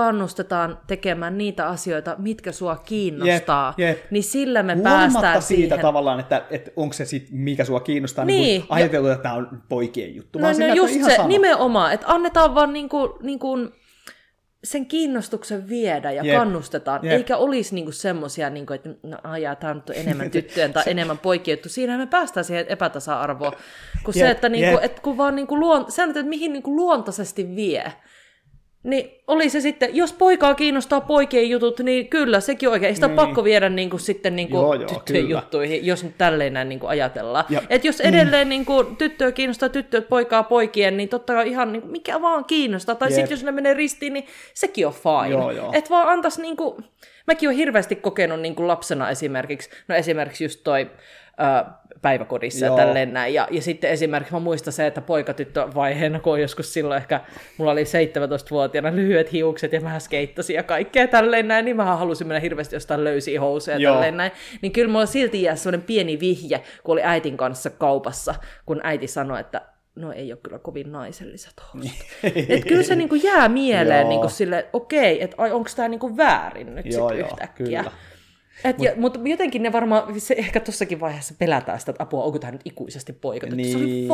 kannustetaan tekemään niitä asioita, mitkä sua kiinnostaa, niin sillä me
huolimatta
päästään
siitä
siihen.
tavallaan, että onko se sit, mikä sua kiinnostaa, niin ajateltu, että tämä on poikien juttu. No
just se, sama. Nimenomaan, että annetaan vaan niinku sen kiinnostuksen viedä ja kannustetaan, eikä olisi niinku semmoisia, niinku, että tämä on nyt enemmän tyttöjen tai enemmän poikien juttu. Siinähän me päästään siihen epätasa-arvoon, kun se, että niinku, et kun vaan niinku että mihin niinku luontaisesti vie. Niin oli se sitten, jos poikaa kiinnostaa poikien jutut, niin kyllä, sekin oikein. Ei sitä ole pakko viedä niinku, sitten niinku tyttöjen juttuihin, jos nyt tälleen näin niinku ajatellaan. Että jos edelleen niinku, tyttöä kiinnostaa tyttöt, poikaa poikien, niin totta kai ihan niinku, mikä vaan kiinnostaa. Tai sitten jos ne menee ristiin, niin sekin on fine. Että vaan antaisi, niinku, mäkin olen hirveästi kokenut niinku lapsena esimerkiksi just toi päiväkodissa ja tälleen näin. Ja sitten esimerkiksi mä muistan se, että poikatyttövaiheena, kun joskus silloin ehkä mulla oli 17-vuotiaana lyhyet hiukset ja mä skeittasin ja kaikkea tälleen näin, niin mä halusin mennä hirveästi jostain löysiä housuja ja tälleen näin. Niin kyllä mulla silti jää semmoinen pieni vihje, kun oli äitin kanssa kaupassa, kun äiti sanoi, että no ei ole kyllä kovin naiselliset housut. Että kyllä se niinku jää mieleen niinku sille, okei, että onko tämä niinku väärin nyt sitten yhtäkkiä. Kyllä. Mutta jotenkin ne varmaan, se ehkä tossakin vaiheessa pelätään sitä, että apua, onko tämä nyt ikuisesti poika. Niin.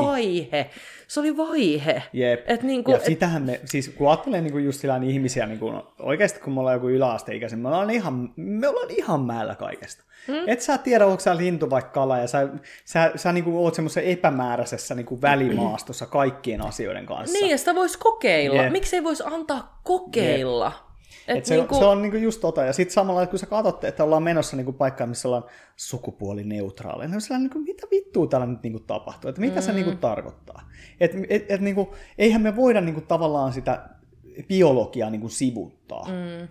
Se oli vaihe.
Jep.
Niinku,
ja sitähän me, siis kun ajattelee niinku just sellainen ihmisiä, niinku, oikeasti kun me ollaan joku yläasteikäisen, me ollaan ihan mäellä kaikesta. Et sä tiedä, onko sä lintu vai kala, ja sä niinku oot semmoisessa epämääräisessä niinku välimaastossa kaikkien asioiden kanssa.
Niin, ja sitä voisi kokeilla. Yep. Miksei voisi antaa kokeilla? Yep.
Se on niinku just ja sitten samalla, kun sä katsotte, että ollaan menossa niinku paikkaan, missä ollaan sukupuolineutraaleja, niin on sellainen, niinku, mitä vittua täällä nyt niinku tapahtuu, että mitä se niinku tarkoittaa. Niinku, eihän me voida niinku, tavallaan sitä biologiaa niinku, sivuttaa.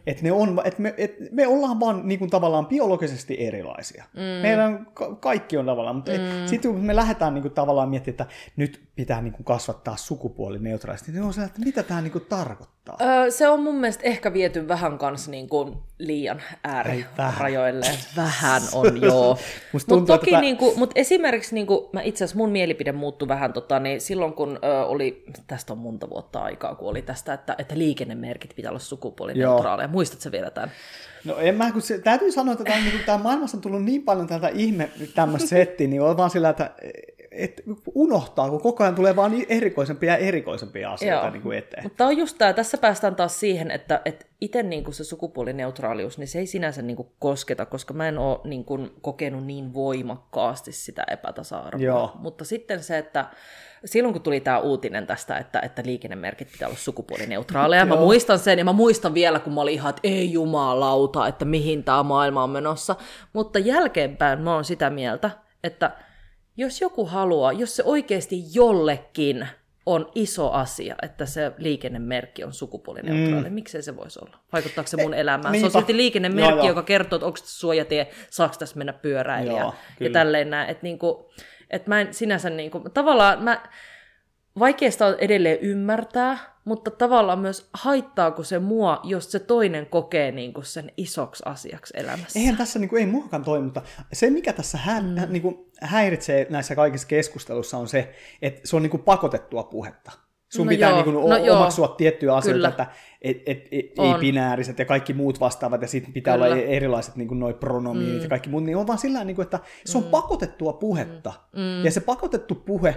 Me ollaan vaan niinku, tavallaan biologisesti erilaisia. Meidän kaikki on tavallaan, mutta sitten kun me lähdetään niinku, tavallaan miettimään, että nyt pitää niinku, kasvattaa sukupuolineutraalisti, niin on se, että mitä tämä niinku, tarkoittaa.
Se on mun mielestä ehkä viety vähän kanssa niinku liian äärirajoille. Vähän on, joo. Mutta toki, mut esimerkiksi mä itse asiassa mun mielipide muuttui vähän niin silloin, kun oli, tästä on monta vuotta aikaa, kun oli tästä, että liikennemerkit pitää olla sukupuolineutraaleja. Muistatko vielä tämän?
No en mä, kun täytyy sanoa, että tämä maailmassa on tullut niin paljon tätä tämmöistä settiä, niin on vaan sillä, että unohtaa, kun koko ajan tulee vaan niin erikoisempia ja erikoisempia asioita niin kuin eteen.
Mutta on just tämä, tässä päästään taas siihen, että itse niin se sukupuolineutraalius, niin se ei sinänsä niin kuin kosketa, koska mä en ole niin kuin kokenut niin voimakkaasti sitä epätasa-arvoa. Joo. Mutta sitten se, että silloin kun tuli tämä uutinen tästä, että liikennemerkit pitää olla sukupuolineutraaleja, mä muistan sen, ja mä muistan vielä, kun mä olin ihan, että ei jumalauta, että mihin tämä maailma on menossa. Mutta jälkeenpäin mä oon sitä mieltä, että jos joku haluaa, jos se oikeasti jollekin on iso asia, että se liikennemerkki on sukupuolineutraali, miksei se voisi olla? Vaikuttaako se mun elämään? Se on silti liikennemerkki, joka kertoo, että onko se suojatie, saako tässä mennä pyöräilijä ja tälleen näin. Että mä en sinänsä, tavallaan vaikeasta on edelleen ymmärtää, mutta tavallaan myös haittaako se mua, jos se toinen kokee sen isoksi asiaksi elämässä.
Eihän tässä ei muakaan toimi, mutta se mikä tässä häiritsee näissä kaikissa keskustelussa on se, että se on pakotettua puhetta. Sun pitää omaksua tiettyjä asioita, että ei binääriset ja kaikki muut vastaavat, ja sitten pitää olla erilaiset noi pronomiinit ja kaikki muut, niin on vaan sillä tavalla, että se on pakotettua puhetta. Ja se pakotettu puhe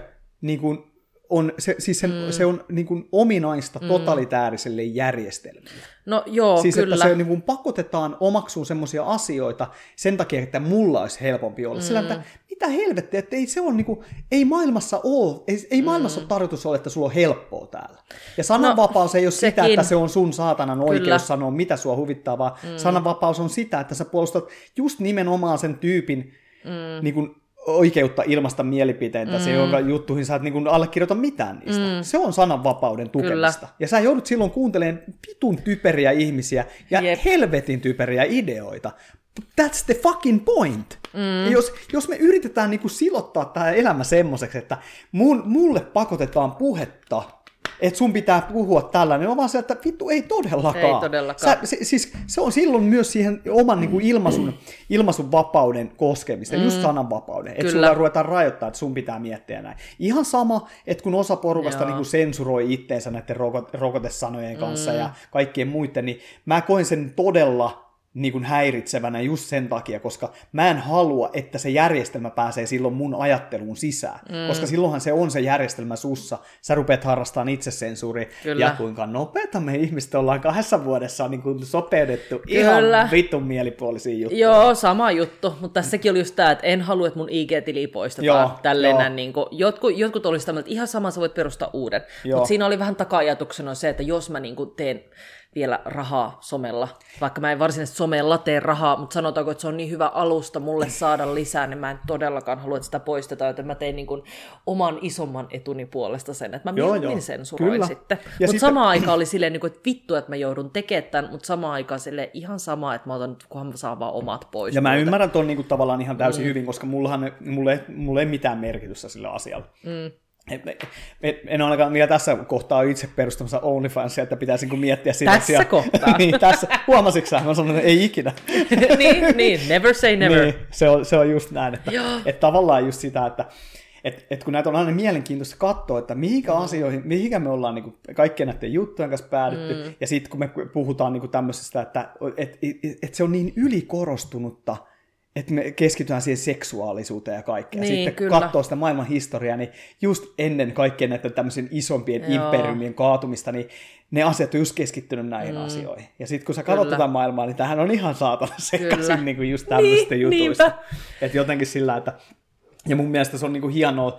on, se on niin kuin ominaista totalitääriselle järjestelmälle.
No joo,
siis,
kyllä.
Että se niin kuin pakotetaan omaksuun semmoisia asioita sen takia, että mulla olisi helpompi olla. Sillä, että mitä helvettiä, että ei se on niin kuin, ei maailmassa ole, ei maailmassa ole tarkoitus olla, että sulla on helppoa täällä. Ja sananvapaus ei ole sitä, että se on sun saatanan oikeus sanoa, mitä sua huvittaa, vaan sananvapaus on sitä, että sä puolustat just nimenomaan sen tyypin niin kuin oikeutta ilmaista mielipiteitä, se jonka juttuihin sä et niin allekirjoita mitään niistä. Se on sananvapauden tukemista. Kyllä. Ja sä joudut silloin kuuntelemaan vitun typeriä ihmisiä ja helvetin typeriä ideoita. That's the fucking point. Jos me yritetään niin kuin silottaa tämä elämä semmoiseksi, että mulle pakotetaan puhetta, että sun pitää puhua tällainen, on vaan se, että vittu ei todellakaan.
Ei todellakaan.
Siis se on silloin myös siihen oman niin kuin ilmaisun vapauden koskemista, just sananvapauden, että sulla ruvetaan rajoittaa, että sun pitää miettiä näin. Ihan sama, että kun osa porukasta niin kuin sensuroi itteensä näiden rokotesanojen kanssa ja kaikkien muiden, niin mä koen sen todella niin kuin häiritsevänä just sen takia, koska mä en halua, että se järjestelmä pääsee silloin mun ajatteluun sisään, koska silloinhan se on se järjestelmä sussa, sä rupeat harrastamaan itsesensuuria, ja kuinka nopeata me ihmiset ollaan 2 vuodessa niin kuin sopeutettu ihan vitun mielipuolisiin juttuja.
Joo, sama juttu, mutta tässäkin oli just tää, että en halua, että mun IG-tili poistetaan tälleen niin kuin, jotkut oli sitä, että ihan sama sä voit perustaa uuden, mutta siinä oli vähän taka-ajatuksena se, että jos mä niin kuin teen vielä rahaa somella, vaikka mä en varsinaisesti somella tee rahaa, mutta sanotaanko, että se on niin hyvä alusta mulle saada lisää, niin mä en todellakaan halua, että sitä poistetaan, joten mä tein niin kuin oman isomman etuni puolesta sen, että mä mieluummin sensuroin sitten. Mutta samaan aikaan oli silleen, että vittu, että mä joudun tekemään tämän, mutta samaan aikaan silleen ihan sama, että mä otan, kunhan mä saan vaan omat pois.
Ja mä ymmärrän ton niin kuin tavallaan ihan täysin hyvin, koska mulla ei mitään merkitystä sillä asialla. En ole ainakaan vielä tässä kohtaa itse perustamassa OnlyFansia, että pitäisin miettiä sitä.
Tässä kohtaa?
Niin, tässä. Huomasitko sä? Mä sanoin, että ei ikinä.
niin, never say never.
Niin, se on just näin, että tavallaan just sitä, että kun näitä on aina mielenkiintoista katsoa, että mihinkä me ollaan niin kuin kaikkien näiden juttujen kanssa päädytty, ja sitten kun me puhutaan niin kuin tämmöisestä, että se on niin ylikorostunutta, että me keskitytään siihen seksuaalisuuteen ja kaikkea.
Niin,
sitten kun katsoo sitä maailman historiaa, niin just ennen kaikkien näiden tämmöisen isompien imperiumien kaatumista, niin ne asiat on just keskittynyt näihin asioihin. Ja sitten kun sä katsot tätä maailmaa, niin tämähän on ihan saatana sekaisin niin kuin just tämmöistä jutuista. Että jotenkin sillä, että... Ja mun mielestä se on niin kuin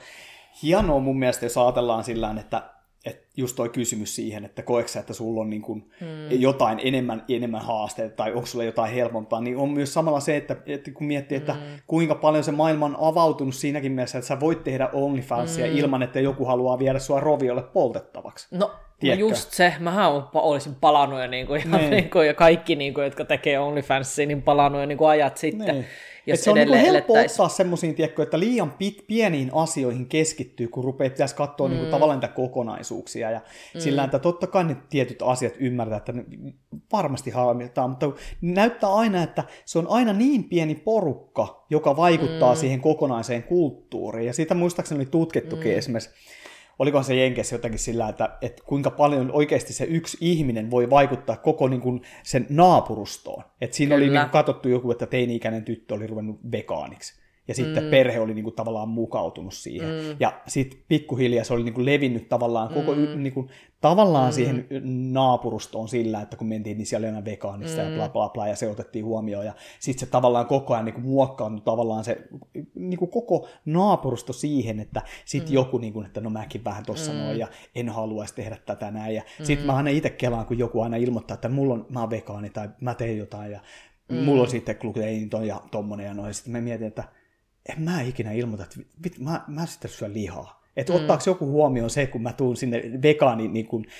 hienoa mun mielestä, jos ajatellaan sillä että just toi kysymys siihen, että koetko sä, että sulla on niin kuin jotain enemmän haasteita tai onko sulla jotain helpompaa, niin on myös samalla se, että kun miettii, että kuinka paljon se maailma on avautunut siinäkin mielessä, että sä voit tehdä OnlyFansia ilman, että joku haluaa viedä sua roviolle poltettavaksi.
No just se, mähän olisin palannut jo niin kuin, ihan niin kuin, ja kaikki, niin kuin, jotka tekee OnlyFansia, niin palannut jo niin kuin ajat sitten.
Niin. Se on niin helppo ottaa semmoisiin, että liian pieniin asioihin keskittyy, kun pitäisi katsoa niin kuin tavallaan niitä kokonaisuuksia. Ja sillä että totta kai ne tietyt asiat ymmärtää, että ne varmasti harmittaa, mutta näyttää aina, että se on aina niin pieni porukka, joka vaikuttaa siihen kokonaiseen kulttuuriin. Ja siitä muistaakseni oli tutkittukin esimerkiksi, olikohan se Jenkeissä jotenkin sillä, että kuinka paljon oikeasti se yksi ihminen voi vaikuttaa koko niin kuin sen naapurustoon. Että siinä oli niin kuin katsottu joku, että teini-ikäinen tyttö oli ruvennut vegaaniksi. Ja sitten perhe oli niin kuin tavallaan mukautunut siihen. Ja sitten pikkuhiljaa se oli niin kuin levinnyt tavallaan koko niin kuin, tavallaan siihen naapurustoon sillä, että kun mentiin, niin siellä oli aina vegaanista ja bla bla bla, ja se otettiin huomioon. Ja sitten se tavallaan koko ajan niin kuin muokkaantui tavallaan se niin kuin koko naapurusto siihen, että sitten joku, niin kuin, että no mäkin vähän tossa noin, ja en haluaisi tehdä tätä näin. Ja sitten mä aina itse kelaan, kun joku aina ilmoittaa, että mä oon vegaani tai mä teen jotain, ja mulla on sitten gluteiniton ja tommonen ja noin. Ja sitten mä mietin, että en mä ikinä ilmoita, että mä sitten syön lihaa. Että ottaako joku huomioon se, kun mä tuun sinne vegaanin niin kun,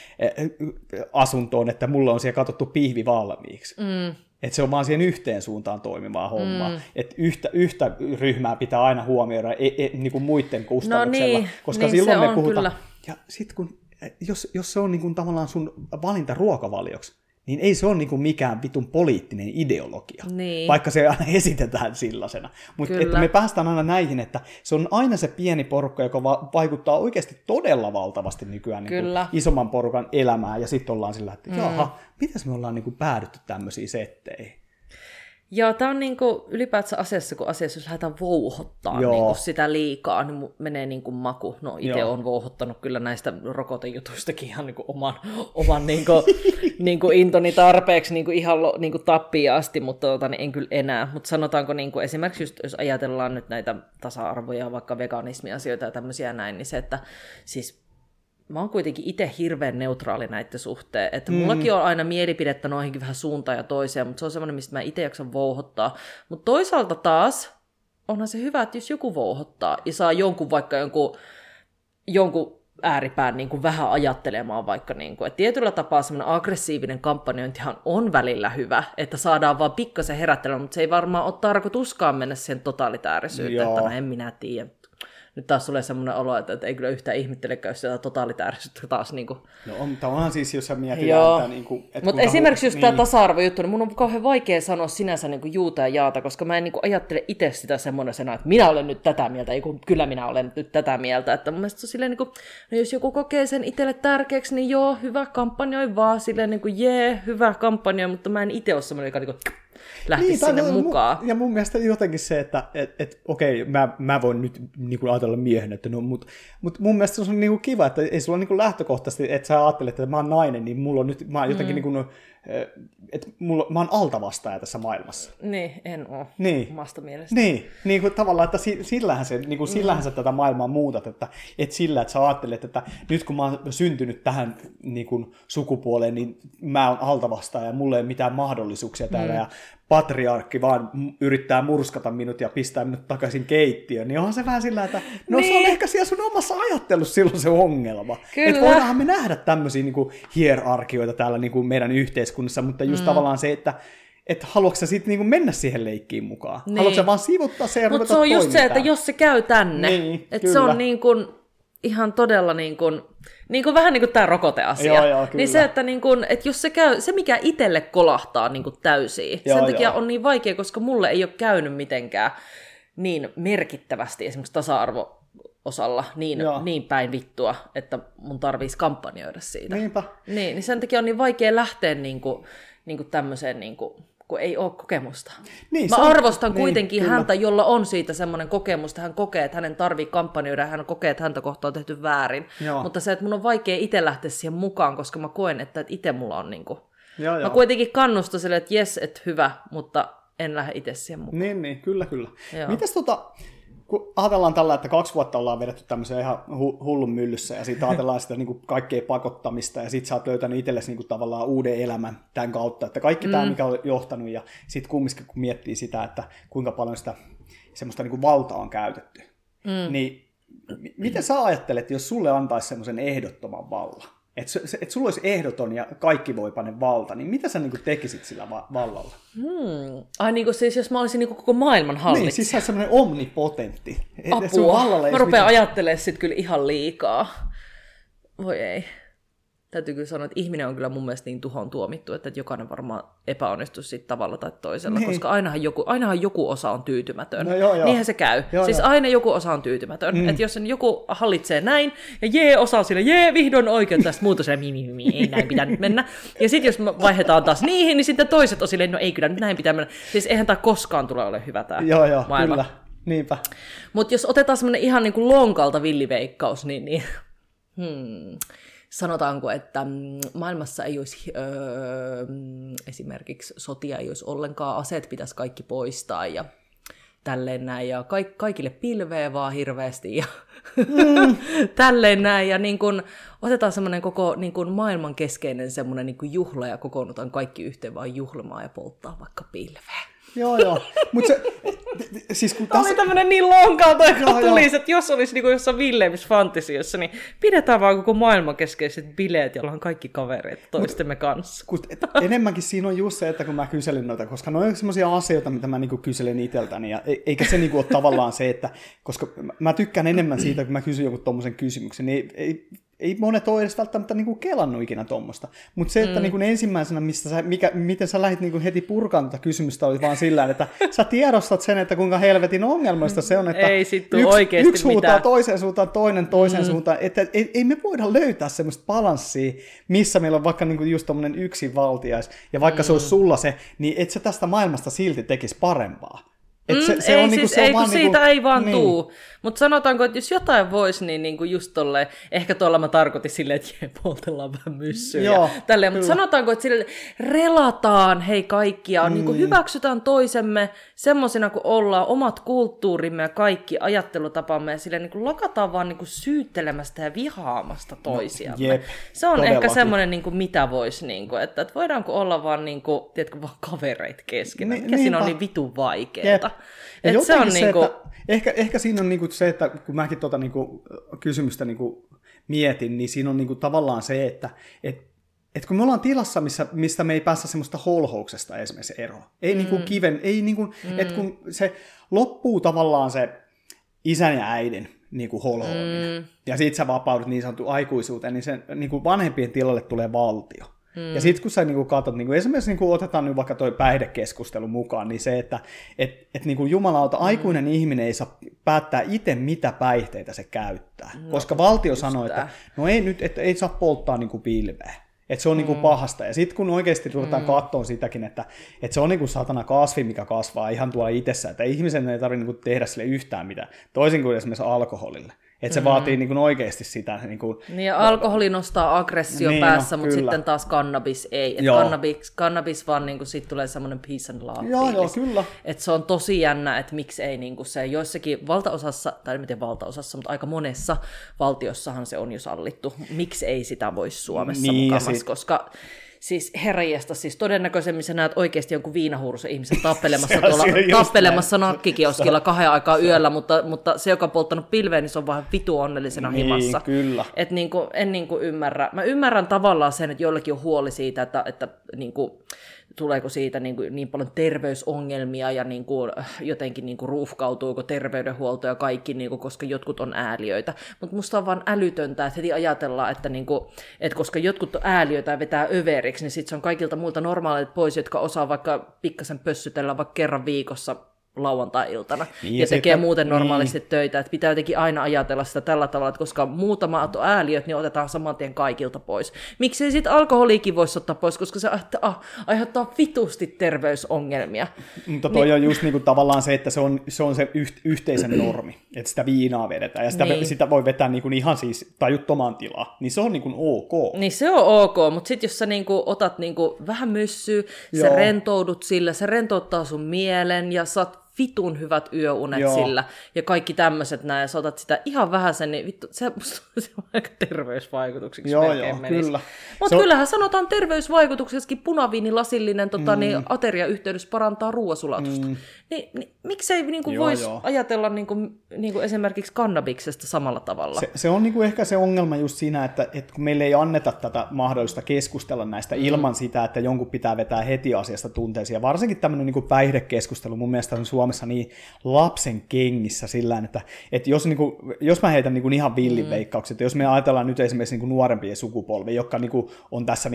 asuntoon, että mulla on siellä katsottu pihvi valmiiksi. Että se on vaan siihen yhteen suuntaan toimivaa hommaa. Että yhtä ryhmää pitää aina huomioida niin kuin muiden kustannuksella.
No niin,
koska
niin
silloin
se
me puhutaan.
Kyllä.
Ja sitten jos se on niin kuin tavallaan sun valinta ruokavalioksi, niin ei se ole niinku mikään vitun poliittinen ideologia, vaikka se aina esitetään sellaisena. Mutta että me päästään aina näihin, että se on aina se pieni porukka, joka vaikuttaa oikeasti todella valtavasti nykyään niin isomman porukan elämään, ja sitten ollaan sillä, että jaha, mitäs me ollaan niinku päädytty tämmöisiin setteihin?
Joo, tämä on niinku ylipäätään asiassa, kun asiassa jos lähdetään vouhottaa niinku sitä liikaa, niin menee niinku maku. No itse olen vouhottanut kyllä näistä rokotejutuistakin ihan niinku oman niinku intoni tarpeeksi niinku ihan niinku tappiin asti, mutta en kyllä enää. Mutta sanotaanko niinku, esimerkiksi just, jos ajatellaan nyt näitä tasa-arvoja, vaikka veganismiasioita ja tämmöisiä näin, niin se, että siis mä oon kuitenkin itse hirveän neutraali näiden suhteen, että mullakin on aina mielipidettä noihinkin vähän suuntaan ja toiseen, mutta se on semmoinen, mistä mä itse jaksan vouhottaa. Mutta toisaalta taas onhan se hyvä, että jos joku vouhottaa ja saa jonkun ääripään niin kuin vähän ajattelemaan vaikka, niin kuin, että tietyllä tapaa semmoinen aggressiivinen kampanjointihan on välillä hyvä, että saadaan vaan pikkasen herättelemään, mutta se ei varmaan ole tarkoituskaan mennä siihen totalitäärisyyteen, että en minä tiedä. nyt taas tulee semmoinen olo, että ei kyllä yhtään ihmettelekään, jos sitä totalitäärisyyttä taas niin kuin...
No mutta onhan siis, jos sä mietitään sitä niin kuin...
Mutta esimerkiksi just tämä tasa-arvojuttu, niin mun on kauhean vaikea sanoa sinänsä niin kuin juuta ja jaata, koska mä en niin kuin ajattele itse sitä semmoisena, että minä olen nyt tätä mieltä, ei kun kyllä minä olen nyt tätä mieltä. Että mun mielestä se on silleen, niin kuin, no jos joku kokee sen itselle tärkeäksi, niin joo, hyvä kampanjoi vaan, silleen niin kuin hyvä kampanjoi, mutta mä en itse ole semmoinen, joka niin kuin lähtisi sinne mukaan.
Ja mun mielestä jotenkin se, että okei, mä voin nyt niin kuin ajatella miehen, että no, mutta mun mielestä se on niin kuin kiva, että ei sulla niin kuin lähtökohtaisesti, että sä ajattelet, että mä oon nainen, niin mulla on nyt, mä oon jotenkin niin kuin, että mä oon altavastaaja tässä maailmassa.
Niin, en oo omasta mielestä.
Niin kuin tavallaan, että sillähän sä tätä maailmaa muutat, että sillä, että sä ajattelet, että nyt kun mä oon syntynyt tähän niin kuin sukupuoleen, niin mä oon altavastaaja ja mulla ei ole mitään mahdollisuuksia täällä ja patriarkki vaan yrittää murskata minut ja pistää minut takaisin keittiöön, niin onhan se vähän sillä, että no se on ehkä siellä sun omassa ajattelussa silloin se ongelma. Että voidaanhan me nähdä tämmöisiä niin kuin hierarkioita täällä niin kuin meidän yhteiskunnassa, mutta just tavallaan se, että haluatko sä sitten niinku mennä siihen leikkiin mukaan? Niin. Haluatko sä vaan sivuttaa se ja ruveta
toimimaan? Mutta se on just se, että jos se käy tänne,
niin,
että se on niin kuin ihan todella niin kuin vähän niin kuin tämä rokoteasia.
Joo,
niin se, että, niin kuin, että jos se käy, se mikä itselle kolahtaa niin kuin täysiä, sen takia on niin vaikea, koska mulle ei ole käynyt mitenkään niin merkittävästi esimerkiksi tasa-arvo-osalla niin päin vittua, että mun tarvitsisi kampanjoida siitä.
Niinpä.
Niin sen takia on niin vaikea lähteä niin kuin tämmöiseen... Niin kuin, kun ei ole kokemusta.
Niin,
mä arvostan kuitenkin häntä, jolla on siitä semmoinen kokemus, että hän kokee, että hänen tarvii kampanjoida, ja hän kokee, että häntä kohtaa on tehty väärin.
Joo.
Mutta se, että mun on vaikea itse lähteä siihen mukaan, koska mä koen, että itse mulla on niin kuin... Mä kuitenkin kannustan sille, että jes, että hyvä, mutta en lähde itse siihen mukaan.
Niin, kyllä. Mitäs kun ajatellaan tällä, että 2 vuotta ollaan vedetty tämmöiseen ihan hullun myllyssä, ja sitten ajatellaan sitä niin kuin kaikkea pakottamista, ja sitten sä oot löytänyt itsellesi niin kuin tavallaan uuden elämän tämän kautta, että kaikki tämä, mikä on johtanut, ja sitten kumminkin kun miettii sitä, että kuinka paljon sitä semmoista niin kuin valtaa on käytetty, niin miten sä ajattelet, jos sulle antaisi semmoisen ehdottoman vallan? Että sulla olisi ehdoton ja kaikkivoipainen valta, niin mitä sä niin kuin tekisit sillä vallalla?
Ai niin kuin siis, jos mä olisin niin kuin koko maailman hallitsija.
Niin, siis sä oot semmoinen omnipotentti.
Apua. Mä rupean ajattelemaan sit kyllä ihan liikaa. Voi ei. Täytyy kyllä sanoa, että ihminen on kyllä mun mielestä niin tuhon tuomittu, että jokainen varmaan epäonnistuisi siitä tavalla tai toisella, koska ainahan joku osa on tyytymätön.
No, joo.
Niinhän se käy. Siis aina joku osa on tyytymätön. Että jos joku hallitsee näin, ja osa sille, vihdoin oikein, tästä muuta sille, ei näin pitää nyt mennä. Ja sitten jos vaihdetaan taas niihin, niin sitten toiset on silleen, no ei kyllä, nyt näin pitää mennä. Siis eihän tämä koskaan tule ole hyvä tämä maailma.
Kyllä, niinpä.
Mutta jos otetaan semmoinen ihan niin kuin lonkalta villiveikkaus, niin sanotaanko, että maailmassa ei olisi esimerkiksi sotia ei olisi ollenkaan, aseet pitäisi kaikki poistaa ja tälleen näin, ja kaikille pilveä vaan hirveästi ja tälleen näin, ja niin kun otetaan semmoinen koko niin kun maailman keskeinen semmoinen niin kun juhla ja kokoonnutaan kaikki yhteen vaan juhlimaan ja polttaa vaikka pilveä.
Joo. Mut se, siis kun
tämä oli tämmöinen niin lonkalta, joka tulisi, että jos olisi niin jossain Willems Fantasiassa, niin pidetään vaan koko maailman keskeiset bileet, joilla on kaikki kavereet toistemme kanssa.
Enemmänkin siinä on just se, että kun mä kyselin noita, koska ne on sellaisia asioita, mitä mä niinku kyselen itseltäni, ja eikä se niinku ole tavallaan se, että, koska mä tykkään enemmän siitä, kun mä kysyn joku tommosen kysymyksen, niin ei monet ole edes välttämättä niinku kelannut ikinä tuommoista. Mutta se, että niinku ensimmäisenä, miten sä lähdit niinku heti purkaan tätä kysymystä, oli vaan sillä että sä tiedostat sen, että kuinka helvetin ongelmallista se on, että yksi huutaa toiseen suuntaan, toinen toiseen suuntaan. Että ei me voida löytää semmoista balanssia, missä meillä on vaikka niinku just tommoinen yksinvaltiais, ja vaikka se olisi sulla se, niin et sä tästä maailmasta silti tekisi parempaa.
Se on niinku, se on siitä ei vaan tuu. Mutta sanotaanko, että jos jotain voisi, niin niinku just tolleen, ehkä tuolla mä tarkoitin silleen, että poltellaan vähän myssyä ja tälleen, mutta sanotaanko, että sille relataan hei kaikkia, niinku hyväksytään toisemme semmosina kuin ollaan, omat kulttuurimme ja kaikki ajattelutapamme ja silleen niinku lakataan vaan niinku syyttelemästä ja vihaamasta toisiamme. Se on ehkä semmoinen, niinku, mitä voisi, niinku, että voidaanko olla vaan, niinku, tiedätkö, vaan kavereita keskenään, mikä siinä on niin vitun vaikeeta.
Et se on se, niinku... ehkä siinä on niinku se, että kun mäkin tuota niinku kysymystä niinku mietin, niin siinä on niinku tavallaan se, että kun me ollaan tilassa, mistä me ei päästä semmoista holhouksesta esimerkiksi eroon. Ei niinku kiven, ei niinku, että kun se loppuu tavallaan se isän ja äidin niin kuin holhoaminen. Ja sit sä vapaudut niin sanottu aikuisuuteen, niin sen niin kuin vanhempien tilalle tulee valtio. Ja sitten kun sä niinku katsot, niinku esimerkiksi niinku otetaan nyt vaikka toi päihdekeskustelu mukaan, niin se, että niinku jumalauta, aikuinen ihminen ei saa päättää itse, mitä päihteitä se käyttää. Koska valtio sanoo, että no ei nyt, että ei saa polttaa niinku pilveä. Että se on niinku pahasta. Ja sitten kun oikeasti ruvetaan katsoa sitäkin, että se on niinku satana kasvi, mikä kasvaa ihan tuolla itsessä, että ihmisen ei tarvitse niinku tehdä sille yhtään mitään, toisin kuin esimerkiksi alkoholille. Että se vaatii niin kuin oikeasti sitä.
Niin ja alkoholi nostaa aggressio päässä, mutta sitten taas kannabis ei. Kannabis vaan niin kuin, siitä tulee semmoinen peace and love.
Joo, kyllä.
Että se on tosi jännä, että miksi ei niin kuin se joissakin valtaosassa, tai en tiedä valtaosassa, mutta aika monessa valtiossahan se on jo sallittu. Miksi ei sitä voi Suomessa mukamas, koska... Siis herranjestas, siis todennäköisemmin sä näet oikeasti jonkun viinahuurusen ihmisen tappelemassa nakkikioskilla 2 aikaa yöllä, mutta se, joka on polttanut pilveen, niin se on vähän vitu onnellisena himassa.
Kyllä.
Et niinku, en niinku ymmärrä. Mä ymmärrän tavallaan sen, että joillakin on huoli siitä, että niinku, tuleeko siitä niin paljon terveysongelmia ja jotenkin ruuhkautuuko terveydenhuolto ja kaikki, koska jotkut on ääliöitä. Mutta musta on vaan älytöntä, että heti ajatellaan, että koska jotkut on ääliöitä ja vetää överiksi, niin sitten se on kaikilta muilta normaaleilta pois, jotka osaa vaikka pikkasen pössytellä vaikka kerran viikossa lauantai-iltana niin, ja tekee muuten normaalisti töitä, että pitää jotenkin aina ajatella sitä tällä tavalla, että koska muutamat on ääliöt, niin otetaan saman tien kaikilta pois. Miksei sitten alkoholiikin voisi ottaa pois, koska se aiheuttaa vitusti terveysongelmia. Mutta
toi on just niinku tavallaan se, että se on se yhteisen normi, että sitä viinaa vedetään, ja sitä voi vetää niinku ihan siis tajuttomaan tilaan, niin se on niinku ok.
Niin se on ok, mutta sitten jos sä otat vähän myssyä, sä rentoudut sillä, se rentouttaa sun mielen, ja saat vitun hyvät yöunet sillä, ja kaikki tämmöiset näin, ja sä otat sitä ihan vähäsen, niin vittu, se on aika terveysvaikutuksiksi melkein menisi. Kyllä. Mutta kyllähän sanotaan terveysvaikutuksessakin punaviinilasillinen niin ateriayhteydessä parantaa ruoasulatusta. Niin miksei voisi ajatella esimerkiksi kannabiksesta samalla tavalla?
Se on ehkä se ongelma just siinä, että kun meille ei anneta tätä mahdollista keskustella näistä ilman sitä, että jonkun pitää vetää heti asiasta tunteisiin, ja varsinkin tämmöinen päihdekeskustelu mun mielestä on Suomessa niin lapsen kengissä sillään, että jos mä heitän ihan villin veikkaukset, jos me ajatellaan nyt esimerkiksi nuorempia sukupolvia, jotka on tässä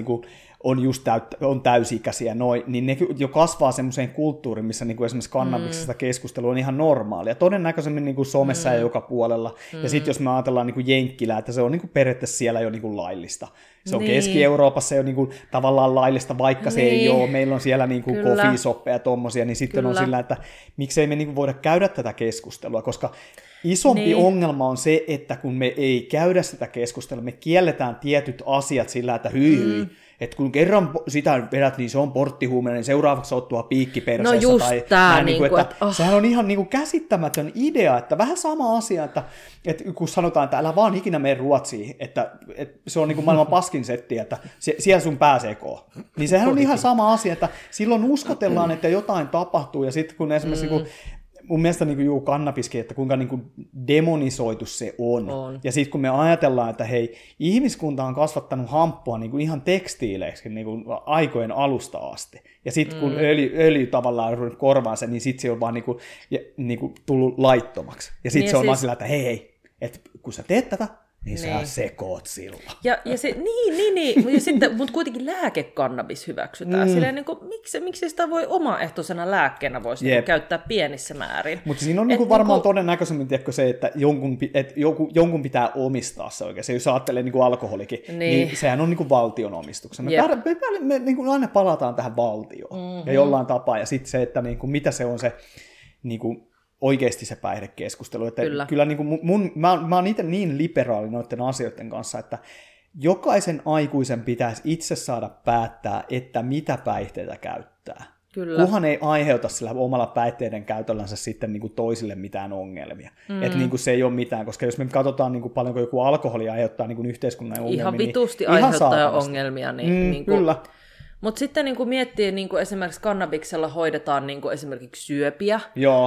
on täysi-ikäisiä, niin ne jo kasvaa semmoiseen kulttuuriin, missä esimerkiksi kannabiksesta keskustelu on ihan normaalia. Todennäköisemmin somessa ja joka puolella. Ja sitten jos me ajatellaan Jenkkilää, että se on periaatteessa siellä jo laillista. Se on Keski-Euroopassa jo tavallaan laillista, vaikka se ei ole. Meillä on siellä coffee-shoppeja ja tommosia, niin sitten on sillä, että miksei me voida käydä tätä keskustelua, koska isompi ongelma on se, että kun me ei käydä sitä keskustelua, me kielletään tietyt asiat sillä, että hyi, että kun kerran sitä vedät, niin se on porttihuuminen, niin seuraavaksi ottua piikki perseessä.
No just tämä.
Sehän on ihan käsittämätön idea, että vähän sama asia, että kun sanotaan, että älä vaan ikinä mene Ruotsiin, että se on maailman paskin setti, että siellä sun pääsee koo. Niin sehän on ihan sama asia, että silloin uskotellaan, että jotain tapahtuu, ja sitten kun esimerkiksi mun mielestä kannabiskin, että kuinka demonisoitu se on. Ja sitten kun me ajatellaan, että hei, ihmiskunta on kasvattanut hamppua ihan tekstiileiksi aikojen alusta asti. Ja sitten kun öljy tavallaan on korvaan sen, niin sitten se on vaan tullut laittomaksi. Ja sitten se on vaan sillä, että hei, että kun sä teet tätä, niin sä sekoot silloin.
Ja se, niin. Mutta kuitenkin lääkekannabis hyväksytään. Silleen, miksi sitä voi omaehtoisena lääkkeenä voisi käyttää pienissä määrin?
Mutta siinä on varmaan todennäköisemmin se, että jonkun pitää omistaa se oikein. Se, jos ajattelee alkoholikin, niin sehän on valtion omistuksena. Me aina palataan tähän valtioon ja jollain tapaa. Ja sitten se, että mitä se on se oikeasti se päihdekeskustelu. Että kyllä mä oon itse niin liberaali noiden asioiden kanssa, että jokaisen aikuisen pitäisi itse saada päättää, että mitä päihteitä käyttää. Kyllä. Kunhan ei aiheuta sillä omalla päihteiden käytöllänsä sitten toisille mitään ongelmia. Että se ei ole mitään, koska jos me katsotaan paljonko joku alkoholi aiheuttaa yhteiskunnan ongelmia,
ihan vitusti niin aiheuttaa ongelmia.
Kyllä.
Mutta sitten miettii, esimerkiksi kannabiksella hoidetaan esimerkiksi syöpiä,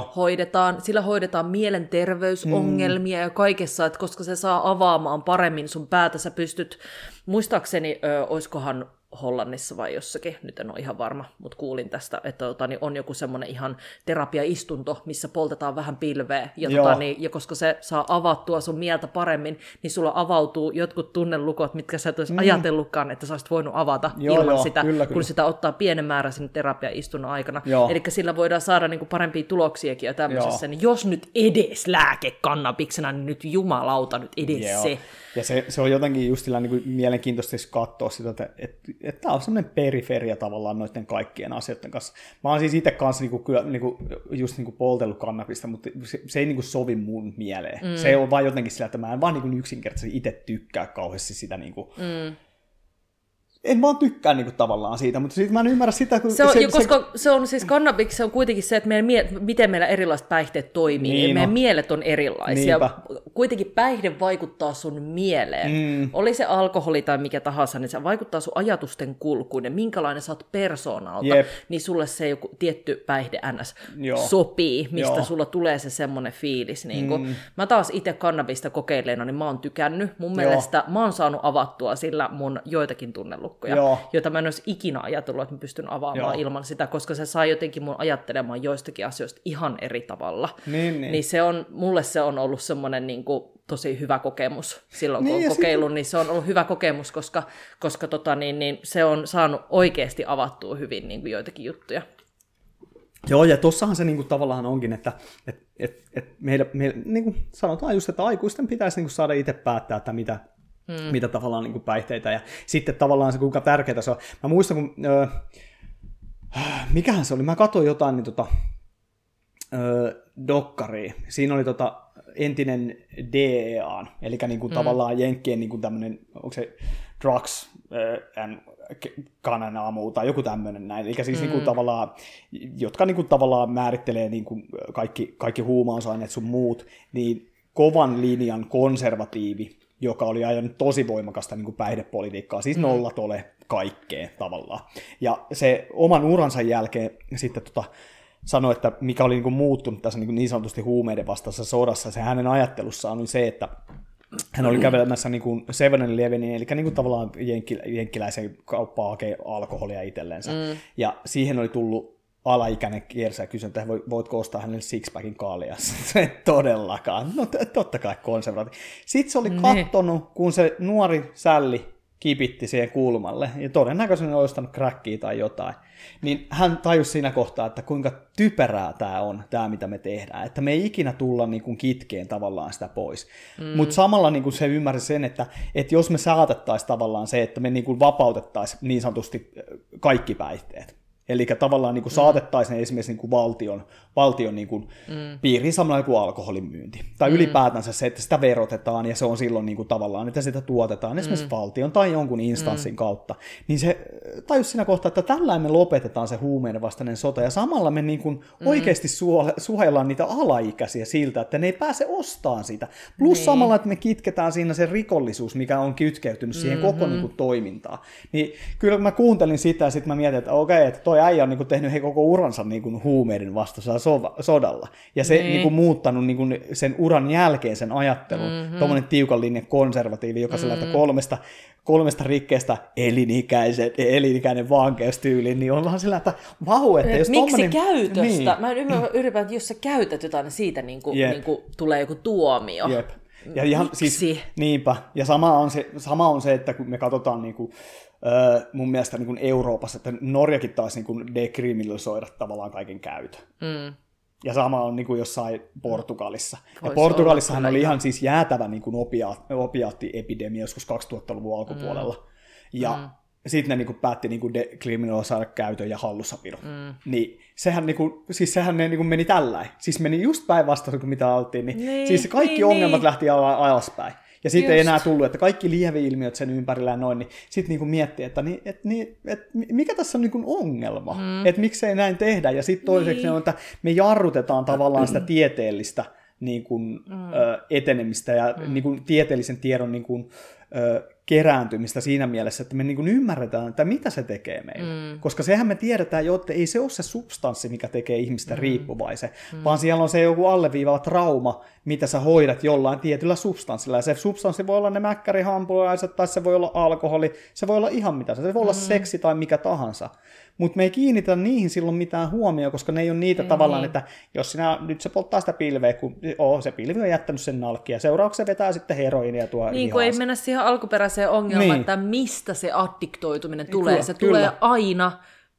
sillä hoidetaan mielenterveysongelmia ja kaikessa, että koska se saa avaamaan paremmin sun päätä, sä pystyt, muistaakseni, Hollannissa vai jossakin, nyt en ole ihan varma, mutta kuulin tästä, että niin on joku semmoinen ihan terapiaistunto, missä poltetaan vähän pilveä, ja, ja koska se saa avattua sun mieltä paremmin, niin sulla avautuu jotkut tunnelukot, mitkä sä et olisi ajatellutkaan, että sä olisit voinut avata ilman sitä, kyllä. Kun sitä ottaa pienen määrän sinne terapiaistunnon aikana. Eli sillä voidaan saada niinku parempia tuloksiakin ja tämmöisessä, niin jos nyt edes lääkekannabiksena, niin nyt jumalauta, nyt edes se.
Ja se on jotenkin just sillä niin kuin mielenkiintoista katsoa sitä, että tämä on semmoinen periferia tavallaan noiden kaikkien asioiden kanssa. Mä oon siis itse kanssa just poltellut kannabista, mutta se ei niin sovi mun mieleen. Se on vaan jotenkin sillä, että mä en vaan niin yksinkertaisesti itse tykkää kauheasti sitä en vaan tykkää tavallaan siitä, mutta sitten mä en ymmärrä sitä, kun
koska se on siis kannabis, se on kuitenkin se, että miten meillä erilaiset päihteet toimii. Meidän mielet on erilaisia. Niinpä. Kuitenkin päihde vaikuttaa sun mieleen. Oli se alkoholi tai mikä tahansa, niin se vaikuttaa sun ajatusten kulkuun ja minkälainen sä oot persoonalta, niin sulle se joku tietty päihde NS sopii, mistä sulla tulee se semmoinen fiilis. Mä taas itse kannabista kokeilleena, niin mä oon tykännyt. Mun mielestä mä oon saanut avattua sillä mun joitakin tunnelukkoja, joita mä en olisi ikinä ajatellut, että mä pystyn avaamaan ilman sitä, koska se saa jotenkin mun ajattelemaan joistakin asioista ihan eri tavalla. Niin mulle se on ollut semmoinen tosi hyvä kokemus silloin, kun on kokeillut, niin se on ollut hyvä kokemus, koska se on saanut oikeasti avattua hyvin joitakin juttuja.
Joo, ja tossahan se tavallaan onkin, että meillä sanotaan just, että aikuisten pitäisi saada itse päättää, että mitä tavallaan päihteitä, ja sitten tavallaan se, kuinka tärkeää se on. Mä muistan, kun mikähän se oli, mä katsoin jotain dokkaria. Siinä oli entinen DEA, eli tavallaan jenkkien tämmöinen, onko se drugs and Guantanamo tai joku tämmöinen näin, eli siis tavallaan, jotka tavallaan määrittelee kaikki huumausaineet sun muut, niin kovan linjan konservatiivi, joka oli ajanut tosi voimakasta päihdepolitiikkaa, siis nollatole kaikkea tavallaan. Ja se oman uransa jälkeen sitten sanoi, että mikä oli muuttunut tässä niin sanotusti huumeiden vastaisessa sodassa, se hänen ajattelussaan oli se, että hän oli kävelemässä 7-Elevenin, eli tavallaan jenkkiläisen kauppaa hakee alkoholia itsellensä. Ja siihen oli tullut alaikäinen kiersi ja kysyi, että voitko ostaa hänelle sixpackin kaaliassa. Todellakaan. No totta kai konservatiivi. Sitten se oli kattonut, kun se nuori sälli kipitti siihen kulmalle, ja todennäköisesti oli ostanut crackia tai jotain, niin hän tajusi siinä kohtaa, että kuinka typerää tämä on, tämä mitä me tehdään, että me ei ikinä tulla kitkeen tavallaan sitä pois. Mutta samalla se ymmärsi sen, että jos me saatettaisiin tavallaan se, että me vapautettaisiin niin sanotusti kaikki päihteet, eli tavallaan saatettaisiin esimerkiksi valtion piiriin samalla kuin alkoholin myynti. Tai ylipäätänsä se, että sitä verotetaan ja se on silloin tavallaan, että sitä tuotetaan esimerkiksi valtion tai jonkun instanssin kautta. Niin se tajus siinä kohtaa, että tällainen me lopetetaan se huumeiden vastainen sota ja samalla me oikeasti suojellaan niitä alaikäisiä siltä, että ne ei pääse ostamaan sitä. Plus samalla, että me kitketään siinä se rikollisuus, mikä on kytkeytynyt siihen koko toimintaan. Niin kyllä mä kuuntelin sitä ja sitten mä mietin, että okei, että toi äijä on tehnyt koko uransa huumeiden vastaisella sodalla. Ja se muuttanut sen uran jälkeen sen ajattelun. Tuommoinen tiukan linjan konservatiivi, joka sellaista kolmesta rikkeestä elinikäinen vankeustyyli, niin on vähän sillä, että vau, että jos
miksi
tommonen
käytöstä?
Niin.
Mä en ymmärrä, että jos sä käytät jotain, niin siitä tulee joku tuomio.
Jep. Ja ihan, siis, niinpä. Ja sama on se, että kun me katsotaan mun mielestä Euroopassa, että Norjakin taas dekriminalisoida tavallaan kaiken käytön. Ja sama on jossain Portugalissa. Ja Portugalissahan oli ihan siis jäätävä opiaattiepidemia joskus 2000-luvun alkupuolella. Ja sitten ne päätti dekriminalisoida käytön ja hallussapidon. Niin sehän meni tälläin. Siis meni just päinvastoin kuin mitä oltiin. Niin siis kaikki ongelmat lähti alaspäin. Ja sitten ei enää tullut, että kaikki lieveilmiöt sen ympärillä ja noin, niin sitten miettii, että mikä tässä on ongelma, että miksei näin tehdä. Ja sitten toiseksi on, että me jarrutetaan tavallaan sitä tieteellistä etenemistä ja tieteellisen tiedon kerääntymistä siinä mielessä, että me niin kuin ymmärretään, että mitä se tekee meille. Koska sehän me tiedetään jo, että ei se ole se substanssi, mikä tekee ihmistä riippuvaisen, vaan siellä on se joku alleviivava trauma, mitä sä hoidat jollain tietyllä substanssilla. Ja se substanssi voi olla ne mäkkärihampulaiset, tai se voi olla alkoholi, se voi olla ihan mitä. Se voi olla seksi tai mikä tahansa. Mutta me ei kiinnitä niihin silloin mitään huomioon, koska ne ei ole niitä tavallaan, että jos nyt se polttaa sitä pilveä, kun se pilvi on jättänyt sen nalkkia, seuraavaksi se vetää sitten heroinia tuo
niin, kun ei mennä siihen alkuperäiseen ongelmaan, että mistä se addiktoituminen tulee. Se tulee aina,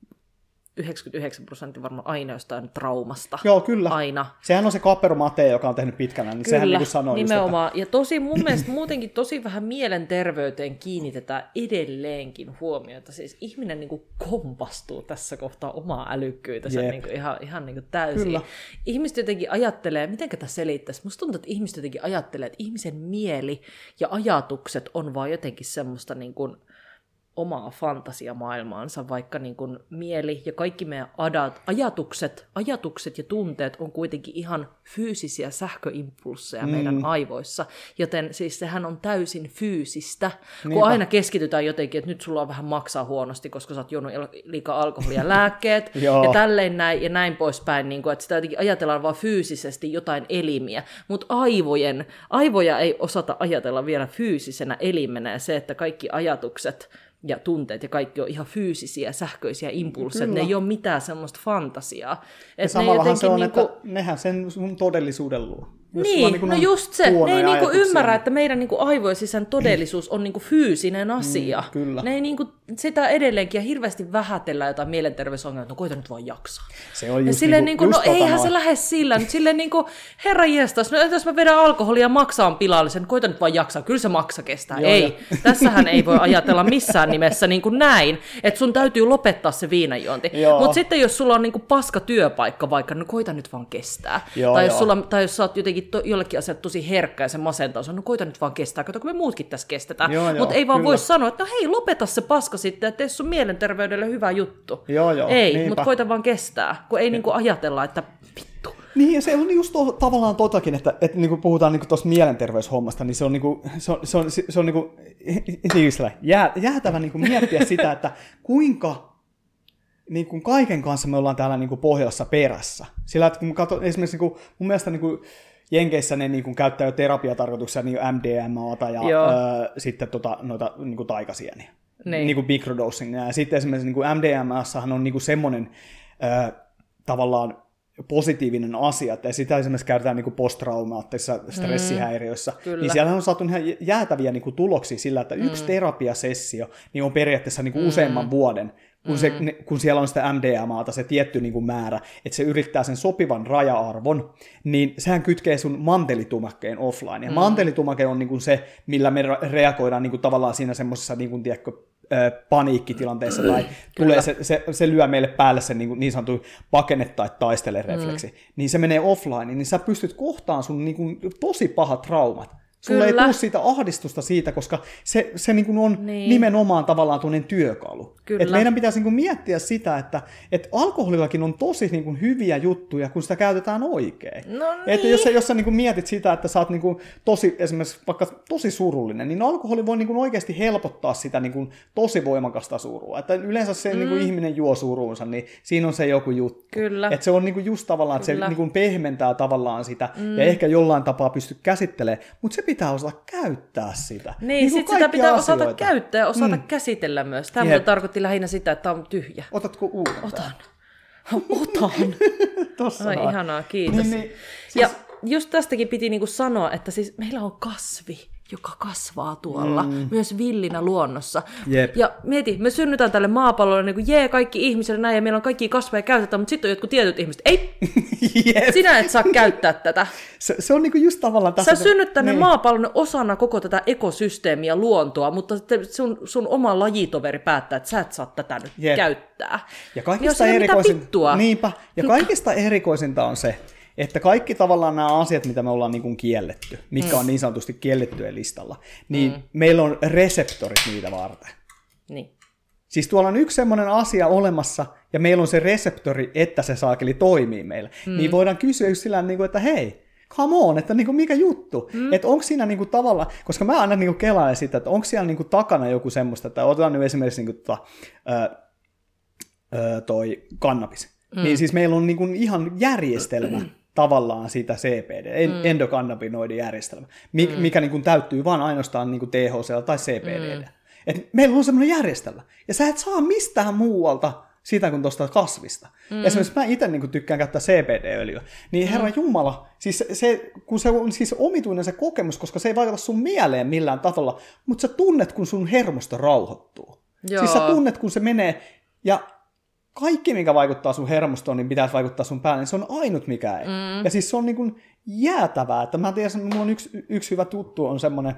99% varmaan aina jostain traumasta.
Joo, kyllä.
Aina.
Sehän on se Kapero Mate, joka on tehnyt pitkänä, niin
kyllä,
sehän niin kuin sanoo
nimenomaan. Just, että... Ja mun mielestä muutenkin tosi vähän mielenterveyteen kiinnitetään edelleenkin huomiota. Siis ihminen niin kuin kompastuu tässä kohtaa omaa älykkyytensä niin kuin ihan niin kuin täysin. Kyllä. Ihmiset jotenkin ajattelee, mitenkä tässä selittäisi? Musta tuntuu, että ihmiset jotenkin ajattelee, että ihmisen mieli ja ajatukset on vaan jotenkin semmoista niin kuin omaa fantasiamaailmaansa, vaikka niin kuin mieli ja kaikki meidän ajatukset ja tunteet on kuitenkin ihan fyysisiä sähköimpulsseja meidän aivoissa, joten siis sehän on täysin fyysistä, kun aina keskitytään jotenkin, että nyt sulla on vähän maksaa huonosti, koska sä oot juonut liikaa alkoholia ja lääkkeet, ja tälleen näin ja näin poispäin, niin kuin, että sitä jotenkin ajatellaan vaan fyysisesti jotain elimiä, mutta aivoja ei osata ajatella vielä fyysisenä elimenä, ja se, että kaikki ajatukset ja tunteet ja kaikki on ihan fyysisiä, sähköisiä impulseja, ne ei ole mitään semmoista fantasiaa.
Ja samallahan se on, niinku... että nehän sen sun todellisuuden luo.
Niin, no just se. Ne ei niinku ymmärrä, että meidän niinku aivojen sisään todellisuus on niinku fyysinen asia.
Kyllä.
Ne ei niinku sitä edelleenkin, ja hirveästi vähätellään jotain mielenterveysongelmaa, että no koita nyt vaan jaksaa.
Se on just
niinku, no eihän se lähde sillä. Nyt silleen niinku, herra jestas, no jos mä vedän alkoholia ja maksaan pilallisen, koita nyt vaan jaksaa. Kyllä se maksa kestää. Ei, tässähän ei voi ajatella missään nimessä niinku näin, että sun täytyy lopettaa se viinanjuonti. Mutta sitten jos sulla on niinku paska työpaikka vaikka, no koita nyt vaan kestää. Tai jos sä oot jotenkin jollekin asiat tosi herkkä ja se masentaa, no koita nyt vaan kestää, kato kun me muutkin tässä kestetään. Mutta ei vaan voi sanoa, että no hei, lopeta se paska sitten, että tee sun mielenterveydelle hyvä juttu. Ei, mutta koita vaan kestää, kun ei niinku ajatella, että vittu.
Niin, ja se on just tavallaan totakin, että niin kuin puhutaan niin tuosta mielenterveyshommasta, niin se on, jäätävä niin kuin miettiä sitä, että kuinka niin kuin kaiken kanssa me ollaan täällä niin kuin pohjassa perässä. Sillä, että kun katson esimerkiksi niin kuin, mun mielestä niin kuin Jenkeissä ne niin kuin käyttää jo terapiatarkoituksia niin MDMAta ja sitten noita niin kuin taikasieniä. Niin kuin microdosing. Ja sitten esimerkiksi niin kuin MDMAssahan on niin kuin semmoinen tavallaan positiivinen asia, että sitä esimerkiksi käytetään niin kuin posttraumaattisissa stressihäiriöissä, niin siellä on saatu ihan jäätäviä niin kuin tuloksia sillä, että yksi terapiasessio niin on periaatteessa niin kuin useamman vuoden, kun siellä on sitä MDMAta, se tietty niin kuin määrä, että se yrittää sen sopivan raja-arvon, niin sehän kytkee sun mantelitumakkeen offline. Ja mantelitumakke on niin kuin se, millä me reagoidaan niin kuin tavallaan siinä semmoisessa niin kuin, tiedätkö, paniikkitilanteessa, tai tulee se lyö meille päälle se niin sanottu pakene- tai taistele-refleksi, niin se menee offline, niin sä pystyt kohtaamaan sun niin kuin tosi pahat traumat. Sulla ei tule siitä ahdistusta siitä, koska se niin kuin on nimenomaan tavallaan tuollainen työkalu. Et meidän pitäisi niin kuin miettiä sitä, että alkoholillakin on tosi niin kuin hyviä juttuja, kun sitä käytetään oikein.
No niin.
Että jos sä niin kuin mietit sitä, että sä oot niin kuin esimerkiksi vaikka tosi surullinen, niin alkoholi voi niin kuin oikeasti helpottaa sitä niin kuin tosi voimakasta surua. Että yleensä se niin kuin ihminen juo suruunsa, niin siinä on se joku juttu. Että se on niin kuin just tavallaan, että se niin kuin pehmentää tavallaan sitä, ja ehkä jollain tapaa pystyy käsittelemään, mutta se pitää osata käyttää sitä.
Niin sit sitä pitää osata käyttää ja osata käsitellä myös. Tämä tarkoitti lähinnä sitä, että tämä on tyhjä.
Otatko uuden?
Otan.
Tossa
Ai, ihanaa, kiitos. Siis... Ja just tästäkin piti niinku sanoa, että siis meillä on kasvi, joka kasvaa tuolla, myös villinä luonnossa.
Jep.
Ja mieti, me synnytään tälle maapallolle, niin kuin kaikki ihmisille näin, ja meillä on kaikki kasveja käytetään, mutta sitten on jotkut tietyt ihmiset, ei, sinä et saa käyttää tätä.
Se on niinku just tavallaan tässä.
Sä synnyt tänne maapallon osana koko tätä ekosysteemiä, luontoa, mutta sun oma lajitoveri päättää, että sä et saa tätä nyt käyttää.
Ja kaikista erikoisinta, ja kaikista erikoisinta on se, että kaikki tavallaan nämä asiat, mitä me ollaan niin kuin kielletty, mitkä on niin sanotusti kiellettyjen listalla, niin meillä on reseptorit niitä varten.
Niin.
Siis tuolla on yksi semmoinen asia olemassa, ja meillä on se reseptori, että se saakeli toimii meillä. Niin voidaan kysyä just sillä tavalla, että hei, come on, että niin kuin mikä juttu? Että onko siinä niin kuin tavallaan, koska mä aina niin kuin kelailen sitä, että onko siellä niin kuin takana joku semmoista, että otetaan nyt esimerkiksi niin kuin toi kannabis. Niin siis meillä on niin kuin ihan järjestelmä tavallaan sitä CBD, endokannabinoidijärjestelmä, mikä niin kuin täyttyy vaan ainoastaan niin kuin THC tai CBD. Et meillä on semmoinen järjestelmä, ja sä et saa mistään muualta sitä kuin tuosta kasvista. Esimerkiksi mä itse niin kuin tykkään käyttää CBD-öljyä, niin herra jumala, siis kun se on siis omituinen se kokemus, koska se ei vaikuta sun mieleen millään tavalla, mutta sä tunnet, kun sun hermosto rauhoittuu. Joo. Siis sä tunnet, kun se menee, ja kaikki, mikä vaikuttaa sun hermostoon, niin pitäisi vaikuttaa sun päälle, niin se on ainut mikä ei. Ja siis se on niin kuin jäätävää, että mä tiedän, mulla on yksi hyvä tuttu on semmoinen,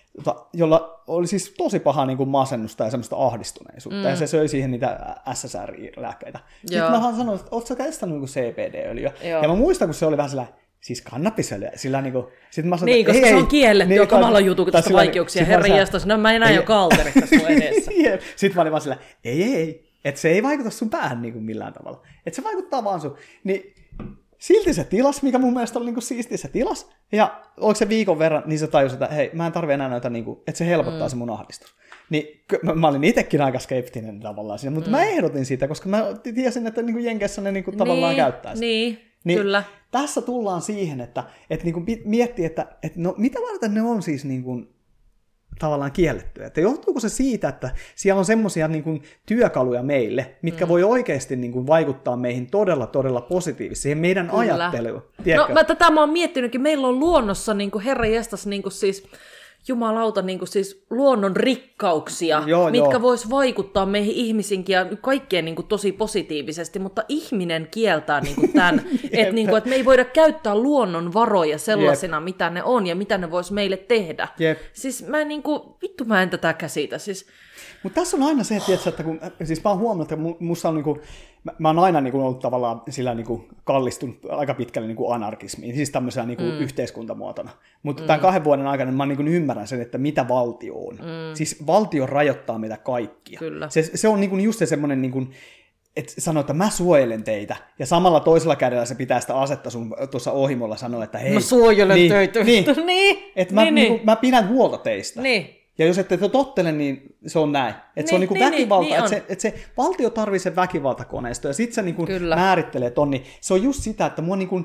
jolla oli siis tosi paha niin kuin masennusta ja semmoista ahdistuneisuutta, ja se söi siihen niitä SSRI-lääkkeitä. Sitten mä sanoin, että ootko sä käsittänyt niin CBD-öljyä? Joo. Ja mä muistan, kun se oli vähän sillä, siis kannabisöljyä, sillä niin kuin, sit mä sanoin,
niin, koska se on kielletty jo kamala jutu, kun tästä vaikeuksia, herranjestas, no mä enää jo kalterit tässä mun edessä.
Sitten mä olin vaan sillä, ei, että se ei vaikuta sun päähän niin kuin millään tavalla, että se vaikuttaa vaan sun, niin silti se tilas, mikä mun mielestä oli niin kuin siisti se tilas, ja oliko se viikon verran, niin se tajusi, että hei, mä en tarvi enää noita, niin kuin, että se helpottaa se mun ahdistus. Niin mä olin itsekin aika skeptinen tavallaan siinä, mutta mä ehdotin sitä, koska mä tiesin, että niin kuin Jenkeissä ne niin kuin tavallaan käyttää sitä.
Niin, kyllä.
Tässä tullaan siihen, että niin kuin miettii, että no mitä varten ne on siis niin kuin tavallaan kiellettyä. Että johtuuko se siitä, että siellä on semmoisia niin kuin työkaluja meille, mitkä voi oikeasti niin kuin vaikuttaa meihin todella, todella positiivisesti, siihen meidän ajatteluun.
No tätä mä oon miettinytkin, meillä on luonnossa niin kuin herranjestas niin kuin siis jumalauta, niin kuin siis luonnon rikkauksia, mitkä vois vaikuttaa meihin ihmisinkin ja kaikkeen niin kuin tosi positiivisesti, mutta ihminen kieltää niin kuin tämän, että niin kuin, että me ei voida käyttää luonnon varoja sellaisena, mitä ne on ja mitä ne vois meille tehdä. Siis mä en tätä käsitä. Siis
mutta tässä on aina se, että kun, siis mä oon huomannut, että musta on niinku, mä oon aina niinku ollut tavallaan sillä niinku kallistunut aika pitkälle niinku anarkismiin, siis tämmöisenä niinku yhteiskuntamuotona. Mutta tämän 2 vuoden aikana mä niinku ymmärrän sen, että mitä valtio on. Siis valtio rajoittaa meitä kaikkia. Se on niinku just se semmoinen, niinku, että sanoo, että mä suojelen teitä, ja samalla toisella kädellä se pitää sitä asetta sun tuossa ohimolla sanoa, että hei.
Mä suojelen teitä.
Niin. Että mä pidän huolta teistä.
Niin.
Ja jos ette tottele, niin se on näin. Että se on niinku väkivalta, että se valtio tarvitsee väkivaltakoneisto, ja sitten se niinku määrittelee ton, niin se on just sitä, että mua niinku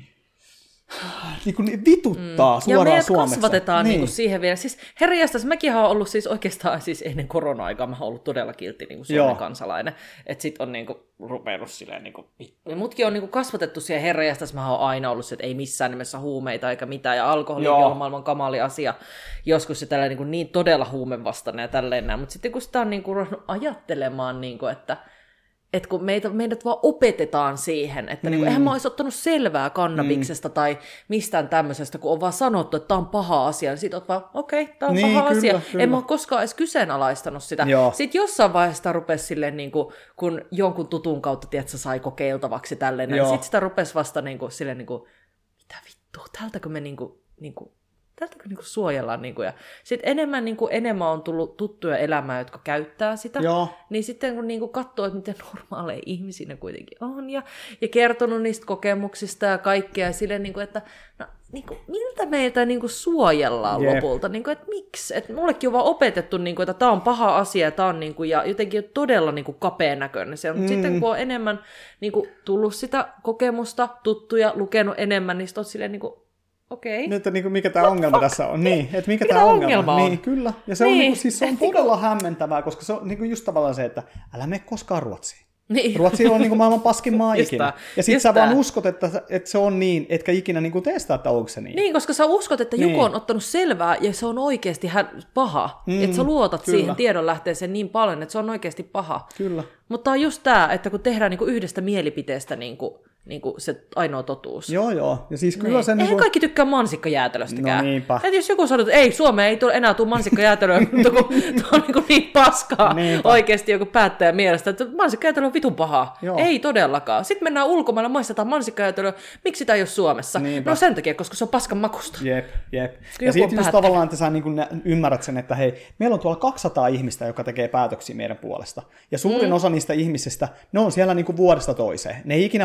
vituttaa suoraan
ja meidät
suomeksi.
Kasvatetaan niin. Siihen vielä. Siis herranjestas, mäkin olen ollut siis oikeastaan siis ennen korona-aikaa, mä oon ollut todella kiltti niin Suomen kansalainen. Että sit on niinku rupeanut silleen niinku, mutkin on niinku kasvatettu siihen herranjestas, mä oon aina ollut se, että ei missään nimessä huumeita eikä mitään, ja alkoholi on maailman kamali asia. Joskus se tällä niin todella huumevastainen ja tälleen näin, mutta sitten kun sitä on niinku ruvennut ajattelemaan, niinku, että kun meidät vaan opetetaan siihen, että niinku, eihän mä olisi ottanut selvää kannabiksesta tai mistään tämmöisestä, kun on vaan sanottu, että tämä on paha asia, niin sit oot vaan, okei, tämä on paha asia. En mä ole koskaan edes kyseenalaistanut sitä. Sitten jossain vaiheessa sitä rupesi silleen, niinku, kun jonkun tutun kautta, tiedätkö, sai kokeiltavaksi tälleen, niin sitten sitä rupesi vasta niinku, silleen, niinku, mitä vittua, tältäkö me tältäkö niinku suojellaan. Niinku, ja sitten enemmän on tullut tuttuja elämää, jotka käyttää sitä. Niin sitten kun niinku katsoo, että miten normaaleja ihmisiä ne kuitenkin on, ja kertonut niistä kokemuksista ja kaikkea, ja silleen, niinku, että no, niinku, miltä meitä niinku suojellaan lopulta? Niinku, että miksi? Et mullekin on vaan opetettu, niinku, että tämä on paha asia, ja, on, niinku, ja jotenkin todella niinku, kapea näköinen se on. Mutta sitten kun on enemmän niinku, tullut sitä kokemusta, tuttuja, lukenut enemmän, niin sitten on silleen niinku, okei.
Nyt, että mikä tämä ongelma tässä on. Niin, että mikä tämä ongelma on. Niin, kyllä. Ja se on, siis se on todella hämmentävää, koska se on just tavallaan se, että älä mene koskaan Ruotsiin. Niin. Ruotsi on maailman paskin maa ikinä. Ja sit sä vaan uskot, että se on niin, etkä ikinä testaa, että onko se niin.
Niin, koska sä uskot, että joku on ottanut selvää ja se on oikeasti paha. Että sä luotat siihen tiedonlähteeseen niin paljon, että se on oikeasti paha.
Kyllä.
Mutta on just tämä, että kun tehdään yhdestä mielipiteestä se ainoa totuus.
Joo. Ja siis kyllä se
eihän kaikki tykkää mansikkajäätelöstäkään.
No niinpä.
Et jos joku sanoo, että ei, Suomeen ei enää tule mansikkajäätelöä, mutta kun tuo on niin paskaa oikeasti joku päättäjä mielestä, että mansikkajäätelö on vitun pahaa. Ei todellakaan. Sitten mennään ulkomailla, maistetaan mansikkajäätelöä. Miksi sitä ei ole Suomessa? Niinpä. No sen takia, koska se on paskan makusta.
Jep. Ja sitten just tavallaan, että sä ymmärrät sen, että hei, meillä on tuolla 200 ihmistä, jotka tekee päätöksiä meidän puolesta. Ja suurin osa niistä ihmisistä, ne on siellä vuodesta toiseen. Ne ei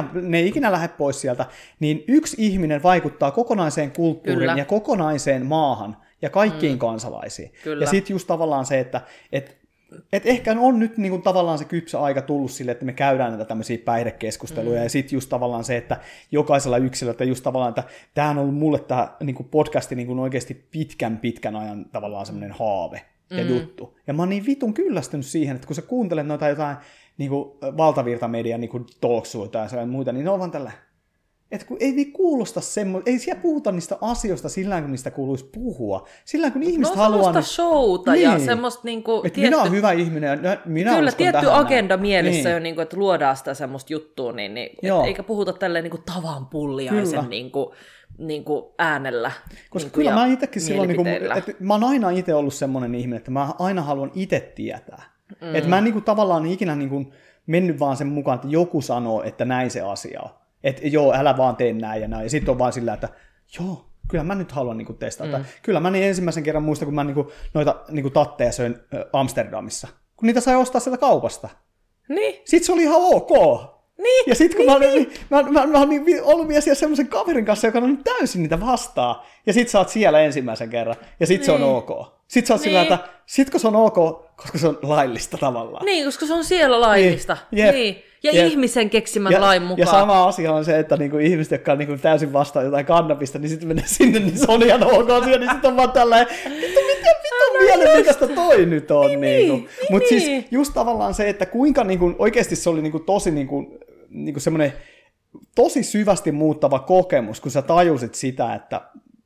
ei ikinä lähde pois sieltä, niin yksi ihminen vaikuttaa kokonaiseen kulttuuriin
Kyllä.
ja kokonaiseen maahan ja kaikkiin kansalaisiin.
Kyllä.
Ja sitten just tavallaan se, että ehkä on nyt niin kuin tavallaan se kypsä aika tullut sille, että me käydään näitä tämmöisiä päihdekeskusteluja, ja sitten just tavallaan se, että jokaisella yksilöllä, just tavallaan, että tämä on ollut mulle tämä niin kuin podcasti niin kuin oikeasti pitkän ajan tavallaan semmoinen haave ja juttu. Ja mä oon niin vitun kyllästynyt siihen, että kun sä kuuntelet noita jotain niin kuin valtavirtamedian niin kuin talksuita ja muita, niin ne on vaan tällä. Että kun ei kuulosta semmoista, ei siellä puhuta niistä asioista sillä kun niistä kuuluisi puhua. Sillä kun ihmiset haluaa...
No showta niin. Ja semmoista niinku...
Että minä olen hyvä ihminen ja minä
kyllä, tietty
tähän
agenda
näin.
mielessä
niin.
jo, niinku, että luodaan sitä semmoista juttua, niin eikä puhuta tälleen niinku tavan pulliaisen niinku äänellä.
Koska
niinku,
kyllä mä itsekin silloin, niinku, että mä oon aina itse ollut semmoinen ihminen, että mä aina haluan itse tietää. Että mä en niinku, tavallaan ikinä niinku, mennyt vaan sen mukaan, että joku sanoo, että näin se asia on. Että joo, älä vaan tee näin ja näin. Ja sitten on vaan sillä, että joo, kyllä mä nyt haluan niinku testata. Kyllä mä niin ensimmäisen kerran muistan, kun mä noita tatteja söin Amsterdamissa. Kun niitä sai ostaa sieltä kaupasta.
Niin.
Sitten se oli ihan ok.
Niin.
Ja sitten kun mä oon ollut vielä siellä semmoisen kaverin kanssa, joka on nyt täysin niitä vastaan. Ja sit sä oot siellä ensimmäisen kerran. Ja sit se on ok. Sit sä oot sillä, että sit kun se on ok, koska se on laillista tavallaan.
Niin, koska se on siellä laillista. Niin. Ja ihmisen keksimän lain mukaan.
Ja sama asia on se, että niinku ihmiset, jotka on niinku täysin vastaan jotain kannabista, niin sitten menee sinne, niin se on ihan ok asia, niin sitten on vaan tällainen, mitä mielenkiintoista toi nyt on. Mutta siis just tavallaan se, että kuinka niinku, oikeasti se oli niinku tosi niinku semmoinen tosi syvästi muuttava kokemus, kun sä tajusit sitä, että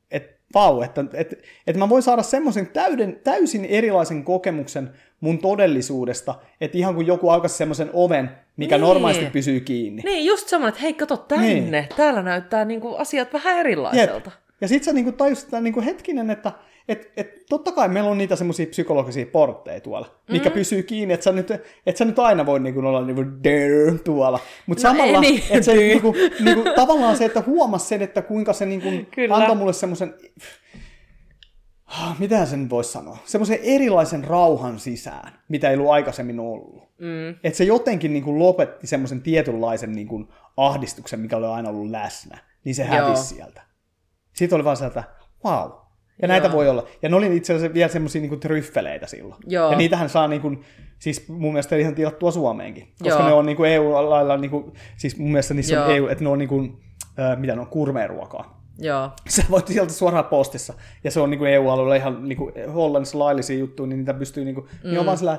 mä voin saada semmoisen täysin erilaisen kokemuksen mun todellisuudesta, että ihan kun joku aukaisi semmoisen oven, mikä normaalisti pysyy kiinni.
Niin, just semmoinen, että hei, kato tänne, niin. Täällä näyttää niinku asiat vähän erilaiselta.
Ja sit sä niinku tajusit niinku hetkinen, että totta kai meillä on niitä semmoisia psykologisia portteja tuolla, mikä pysyy kiinni, että sä nyt aina voi niinku olla niinku tuolla. Mutta samalla, niin. Että se niinku, tavallaan se, että huomasi sen, että kuinka se niinku antoi mulle semmoisen, mitä sen voisi sanoa, semmoisen erilaisen rauhan sisään, mitä ei ollut aikaisemmin ollut. Että se jotenkin niinku lopetti semmoisen tietynlaisen niinku ahdistuksen, mikä oli aina ollut läsnä, niin se hävisi sieltä. Sitten oli vaan sieltä, wow. Ja näitä voi olla. Ja ne oli itse asiassa vielä semmosia niinku tryffeleitä silloin. Joo. Ja niitähän saa niinku, siis mun mielestä ihan tilattua Suomeenkin. Koska ne on niinku EU-lailla, niinku, siis mun mielestä niissä on EU, että ne on niinku, mitä ne on, gourmet-ruokaa. Joo. Sä voit sieltä suoraan postissa. Ja se on niinku EU-alueella ihan niinku Hollannissa laillisia juttuja, niin niitä pystyy niinku, niin on vaan sillä,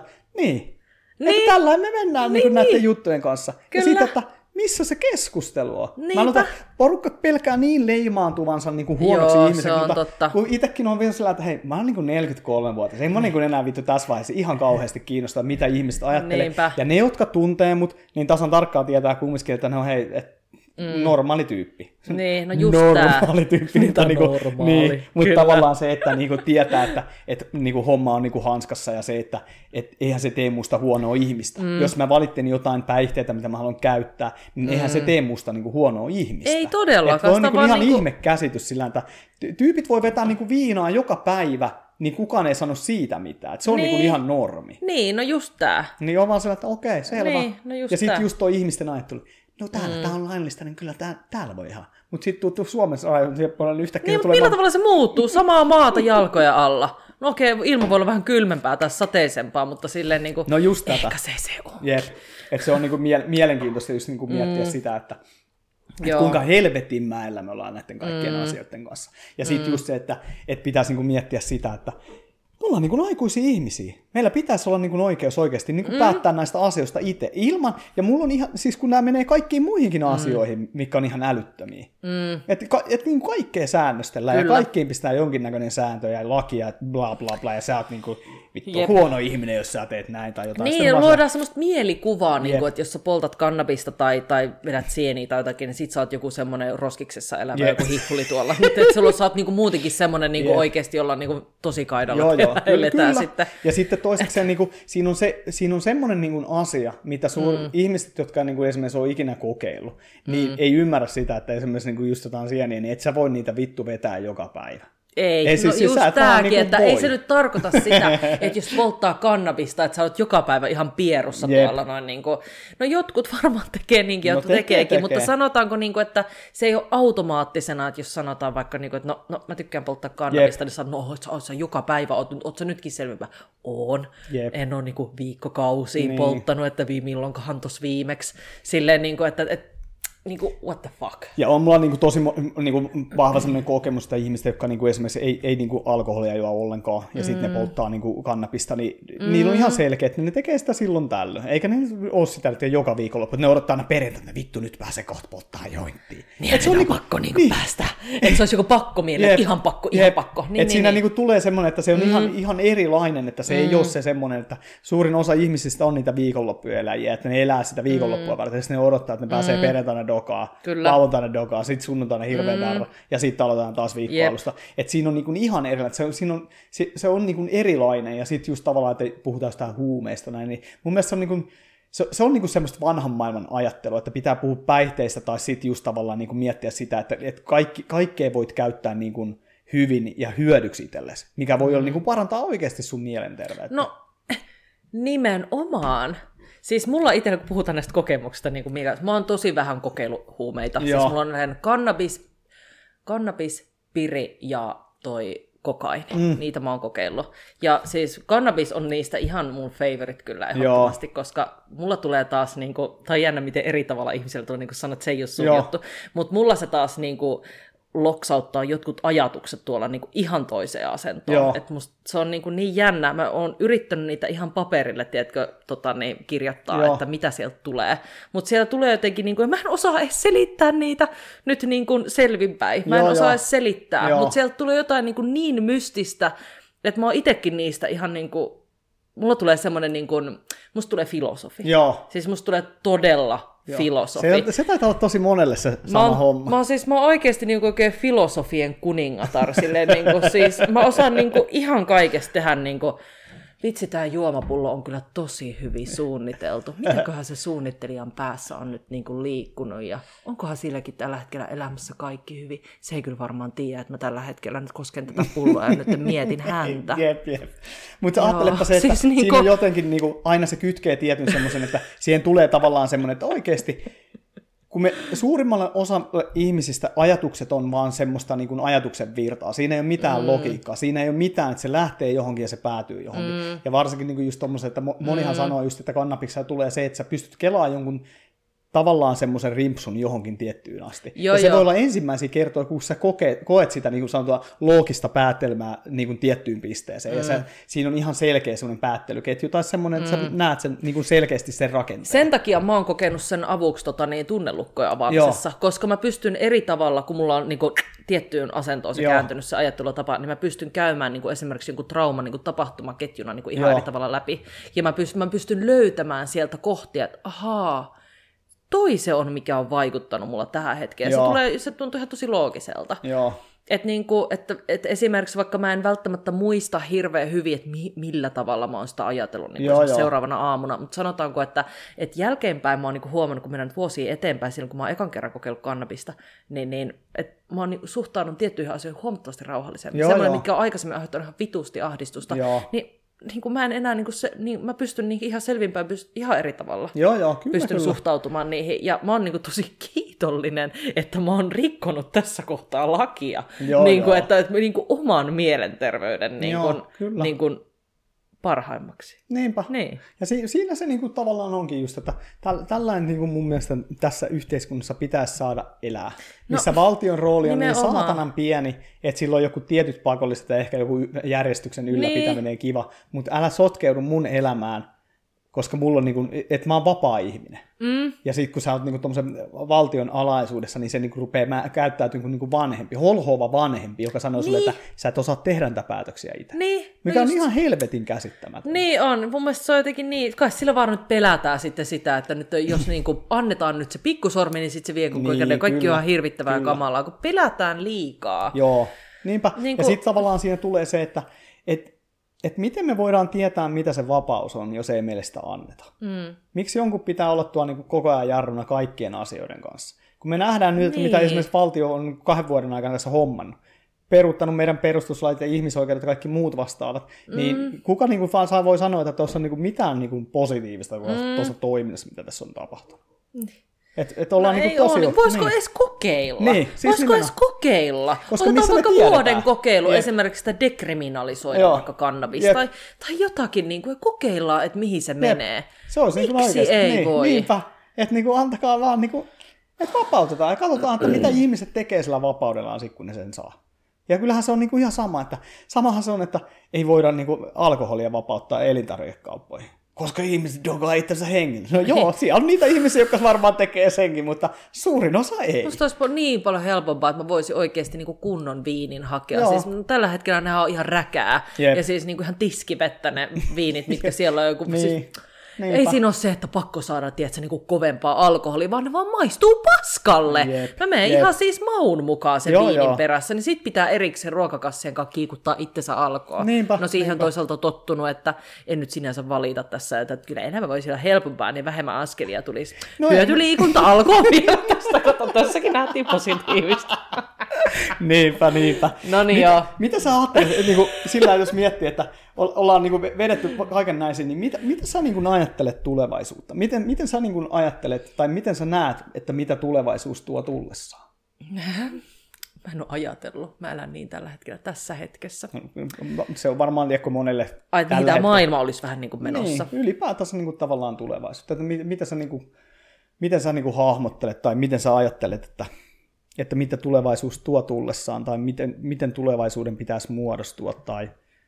että tällainen me mennään niinku näiden juttujen kanssa. Kyllä. Ja sitten, että missä se keskustelu on? Niinpä. Mä aloitan, porukka pelkää niin leimaantuvansa niin huonoksi ihmiseksi, mutta kun itsekin on vielä sellainen, että hei, mä oon niin 43-vuotias, ei mä niin enää vittu tässä vaiheessa ihan kauheasti kiinnostaa, mitä ihmiset ajattelee. Niinpä. Ja ne, jotka tuntee mut, niin tasan tarkkaan tietää kumminkin, että ne on normaali tyyppi.
Niin, no just
normaali tyyppi. Niin, mutta tavallaan se, että niinku tietää, että niinku homma on niinku hanskassa ja se, että eihän se tee musta huonoa ihmistä. Jos mä valitten jotain päihteitä, mitä mä haluan käyttää, niin eihän se tee musta niinku huonoa ihmistä.
Ei todellakaan.
Se on niinku ihan ihme käsitys sillä, että tyypit voi vetää niinku viinaa joka päivä, niin kukaan ei sano siitä mitään. Että se on niinku ihan normi.
Niin, no just tää.
Niin on vaan sillä, että okei, selvä.
Niin, no just
ja sitten just toi ihmisten ajattelu. No tää on laillista, niin kyllä täällä voi ihan. Mutta sitten tuu Suomessa on yhtäkkiä...
Niin, mutta millä tavalla se muuttuu? Samaa maata jalkoja alla. No okei, ilma voi olla vähän kylmempää tai sateisempaa, mutta silleen niinku...
No just tätä.
Ehkä se on.
Jep. Että se on niinku mielenkiintoista just niinku miettiä sitä, että kuinka helvetin mäellä me ollaan näiden kaikkien asioiden kanssa. Ja sitten just se, että pitäisi niinku miettiä sitä, että me ollaan niin aikuisia ihmisiä. Meillä pitäisi olla niin oikeus oikeasti niin päättää näistä asioista itse. Ilman, ja mulla on ihan, siis kun nämä menee kaikkiin muihinkin asioihin, mikä on ihan älyttömiä. Että niin kaikkea säännöstellään ja kaikkiin pistää jonkinnäköinen sääntö ja laki ja bla bla bla, ja sä oot niin huono ihminen, jos sä teet näin tai jotain.
Niin, luodaan semmoista mielikuvaa, niin kuin, että jos sä poltat kannabista tai vedät sieniä tai jotakin, niin sit sä oot joku semmoinen roskiksessa elävä joku hippuli tuolla. Nyt sä oot niin muutenkin semmoinen niin oikeasti, jolla niin tosi kaidalla. Joo. Kyllä. Sitten.
Ja sitten toiseksi niin siinä on semmoinen niin asia, mitä ihmiset, jotka niin esimerkiksi on ikinä kokeillut, niin ei ymmärrä sitä, että esimerkiksi niin just jotain sieniä, niin et sä voi niitä vittu vetää joka päivä.
Ei
siis
just tämäkin,
niinku
että ei se nyt tarkoita sitä, että jos polttaa kannabista, että sä oot joka päivä ihan pierussa tuolla noin niin kuin, no jotkut varmaan tekee niinkin, jotkut tekeekin, mutta sanotaanko niin kuin, että se ei ole automaattisena, että jos sanotaan vaikka niin kuin, että no mä tykkään polttaa kannabista, niin sanoo, no oot sä joka päivä, oot sä nytkin selvempää? Oon. En ole niin kuin viikkokausiin polttanut, että milloinkohan tossa viimeksi, silleen niin kuin, että niinku, what the fuck?
Ja on mulla niinku tosi niinku vahva sellainen kokemus, että ihmiset, jotka niinku esimerkiksi ei niinku alkoholia juo ollenkaan, ja sitten ne polttaa niinku kannabista, niin niillä on ihan selkeä, että ne tekee sitä silloin tällöin. Eikä ne ole sitä, että joka viikonloppu, että ne odottaa aina perjantaina, vittu nyt pääsee kohta polttaa jointtiin.
Niin, se on niinku, pakko niinku päästä. Että se olisi joku pakko mieleen, ihan pakko. Niin,
siinä niinku tulee semmoinen, että se on ihan erilainen, että se ei ole se semmoinen, että suurin osa ihmisistä on niitä viikonloppueläjiä, että ne elää sitä viikonloppua varten, ja sitten ne odottaa, että ne pääsee perjantaina dokaa, lauantaina dokaa, sitten sunnuntaina hirveä darra, ja sitten aloitetaan taas viikkoalusta. Että siinä on niinku ihan erilainen, se on niinku erilainen, ja sitten just tavallaan, että puhutaan jostain huumeista näin, niin mun mielestä se on niinku, se on niinku semmoista vanhan maailman ajattelua, että pitää puhua päihteistä tai sitten just tavallaan niinku miettiä sitä, että kaikkea voit käyttää niinku hyvin ja hyödyksi itsellesi, mikä voi olla niinku parantaa oikeasti sun mielenterveyttä.
No, nimenomaan. Siis mulla itsellä, kun puhutaan näistä kokemuksista, niin kuin mä oon tosi vähän kokeillut huumeita. Joo. Siis mulla on näin kannabis, piri ja toi kokaini. Niitä mä oon kokeillut. Ja siis kannabis on niistä ihan mun favorite kyllä ehdottomasti, koska mulla tulee taas, niin kuin, tai jännä miten eri tavalla ihmisellä tulee niin sanoa, että se ei ole sun juttu. Mutta mulla se taas niin kuin, loksauttaa jotkut ajatukset tuolla niin kuin ihan toiseen asentoon. Et musta se on niin jännä. Mä oon yrittänyt niitä ihan paperille, tiedätkö, kirjoittaa, että mitä sieltä tulee. Mutta siellä tulee jotenkin, niin kuin, mä en osaa edes selittää niitä nyt niin kuin selvinpäin. Mä en osaa edes selittää. Mutta sieltä tulee jotain niin mystistä, että mä oon itsekin niistä ihan niin kuin, mulla tulee semmoinen, niin kuin, musta tulee filosofi. Joo. Siis musta tulee todella filosofi.
Se taitaa olla tosi monelle se sama homma.
Mä oon oikeasti niinku oikein filosofien kuningatar. Silleen, niinku, siis, mä osaan niinku ihan kaikesta tehdä. Niinku, vitsi, tää juomapullo on kyllä tosi hyvin suunniteltu. Mitenköhän se suunnittelijan päässä on nyt niinku liikkunut ja onkohan silläkin tällä hetkellä elämässä kaikki hyvin? Se ei kyllä varmaan tiedä, että mä tällä hetkellä nyt kosken tätä pulloa ja nyt mietin häntä.
Jep. Mutta ajattelepa se, että siis siinä on jotenkin niinku, aina se kytkee tietyn semmoisen, että siihen tulee tavallaan semmoinen, että oikeasti kun me suurimmalla osa ihmisistä ajatukset on vaan semmoista niin kuin ajatuksen virtaa. Siinä ei ole mitään logiikkaa. Siinä ei ole mitään, että se lähtee johonkin ja se päätyy johonkin. Ja varsinkin niin kuin just tommoset, että monihan sanoo just, että kannabiksella tulee se, että sä pystyt kelaamaan jonkun tavallaan semmoisen rimpsun johonkin tiettyyn asti. Se voi olla ensimmäisiä kertoja, kun sä koet sitä niin kuin sanotaan loogista päättelmää niin kuin tiettyyn pisteeseen. Ja siinä on ihan selkeä semmoinen päättelyketju tai semmoinen, että sä näet sen, niin kuin selkeästi sen rakenteen.
Sen takia mä oon kokenut sen avuksi tunnelukkojen avaamisessa, koska mä pystyn eri tavalla, kun mulla on niin kuin tiettyyn asentoon se kääntynyt se ajattelutapa, niin mä pystyn käymään niin kuin esimerkiksi jonkun trauman niin kuin tapahtumaketjuna niin kuin ihan eri tavalla läpi. Ja mä pystyn löytämään sieltä kohtia, että ahaa, toi se on, mikä on vaikuttanut mulla tähän hetkeen. Se tuntuu ihan tosi loogiselta. Että esimerkiksi vaikka mä en välttämättä muista hirveän hyvin, että millä tavalla mä oon sitä ajatellut niin seuraavana aamuna, mutta sanotaanko, että jälkeenpäin mä oon niin huomannut, kun mennään nyt vuosia eteenpäin, silloin kun mä oon ekan kerran kokeillut kannabista, niin että mä oon niin suhtaudun tiettyihin asioihin huomattavasti rauhallisemmin. Semmoinen, mikä on aikaisemmin aiheuttanut ihan vitusti ahdistusta, niin kuin mä en enää, mä pystyn ihan selvinpäin ihan eri tavalla pystyn suhtautumaan niihin. Ja mä oon tosi kiitollinen, että mä oon rikkonut tässä kohtaa lakia, että oman mielenterveyden parhaimmaksi.
Niinpä. Niin. Ja siinä se tavallaan onkin just, että tällainen mun mielestä tässä yhteiskunnassa pitäisi saada elää. Missä valtion rooli on niin saatanan pieni, että sillä on joku tietyt pakolliset ja ehkä joku järjestyksen ylläpitäminen kiva, mutta älä sotkeudu mun elämään, koska mulla on että mä oon vapaa ihminen. Ja sit kun sä oot tommosen valtion alaisuudessa, niin se rupeaa käyttäytymään kuin vanhempi, holhoava vanhempi, joka sanoo sulle, että sä et osaa tehdä näitä päätöksiä itse. Mikä on ihan helvetin käsittämätöntä.
Niin on. Mun mielestä se on jotenkin niin, kai sillä vaan nyt pelätään sitten sitä, että nyt jos annetaan nyt se pikkusormi, niin sitten se vie koko ajan. Kaikki on hirvittävää kamalaa, kun pelätään liikaa.
Joo, niinpä. Ja sitten tavallaan siinä tulee se, että miten me voidaan tietää, mitä se vapaus on, jos ei meille sitä anneta? Miksi jonkun pitää olla tuo koko ajan jarruna kaikkien asioiden kanssa? Kun me nähdään nyt, mitä esimerkiksi valtio on 2 vuoden aikana tässä hommannut. peruuttanut meidän perustuslait ja ihmisoikeudet ja kaikki muut vastaavat, niin kuka niin kuin vaan voi sanoa, että tuossa on niin kuin mitään niin kuin positiivista tuossa toiminnassa, mitä tässä on tapahtunut. Että ollaan niin kuin tosi...
Voisiko edes kokeilla?
Niin, siis
voisiko edes kokeilla?
Koska
otetaan vaikka vuoden kokeilu,
Jep.
esimerkiksi sitä dekriminalisoida vaikka kannabis tai jotakin, niin kuin, kokeillaan, että mihin se menee.
Se olisi
miksi
niin oikeasti.
Ei voi?
Niinpä, että niin kuin antakaa vaan, niin kuin, että vapautetaan ja katsotaan, että mitä ihmiset tekee sillä vapaudellaan sitten, kun ne sen saa. Ja kyllähän se on niin kuin ihan sama, että samahan se on, että ei voida niin kuin alkoholia vapauttaa elintarvikekauppoihin. Koska ihmiset dogaa itsensä hengen. No joo, siellä on niitä ihmisiä, jotka varmaan tekee senkin, mutta suurin osa ei.
Musta olisi niin paljon helpompaa, että mä voisin oikeasti niin kuin kunnon viinin hakea. Siis, tällä hetkellä ne on ihan räkää.
Jep.
Ja siis niin kuin ihan tiskivettä ne viinit, mitkä siellä on joku...
niin.
Siis, ei siinä ole se, että pakko saada tiedätkö, niin kuin kovempaa alkoholia, vaan ne vaan maistuu paskalle.
Jep.
Mä menen ihan siis maun mukaan sen
Joo,
viinin
joo.
perässä, niin sit pitää erikseen ruokakassien kanssa kiikuttaa itsensä alkoa.
Niinpä,
no siihen
niinpä.
toisaalta tottunut, että en nyt sinänsä valita tässä, että kyllä enemmän voisi olla helpompaa, niin vähemmän askelia tulisi.
No
Hyötyliikunta alkoi vielä tästä, kato, tässäkin nähtiin positiivista.
Niinpä.
No niin joo.
Mitä sä ajattelet, niin kuin, sillä jos miettii, että ollaan niin kuin vedetty kaiken näisin, niin mitä sä niin kuin ajattelet tulevaisuutta? Miten sä niin kuin ajattelet, tai miten sä näet, että mitä tulevaisuus tuo tullessaan?
Mä en ole ajatellut. Mä elän niin tällä hetkellä, tässä hetkessä.
Se on varmaan liekko monelle
Ai,
tällä
mitä
hetkellä.
maailma olisi vähän niin kuin menossa.
Niin, ylipäätänsä niin kuin tavallaan tulevaisuutta. Että miten sä niin kuin hahmottelet, tai miten sä ajattelet, että mitä tulevaisuus tuo tullessaan, tai miten tulevaisuuden pitäisi muodostua, tai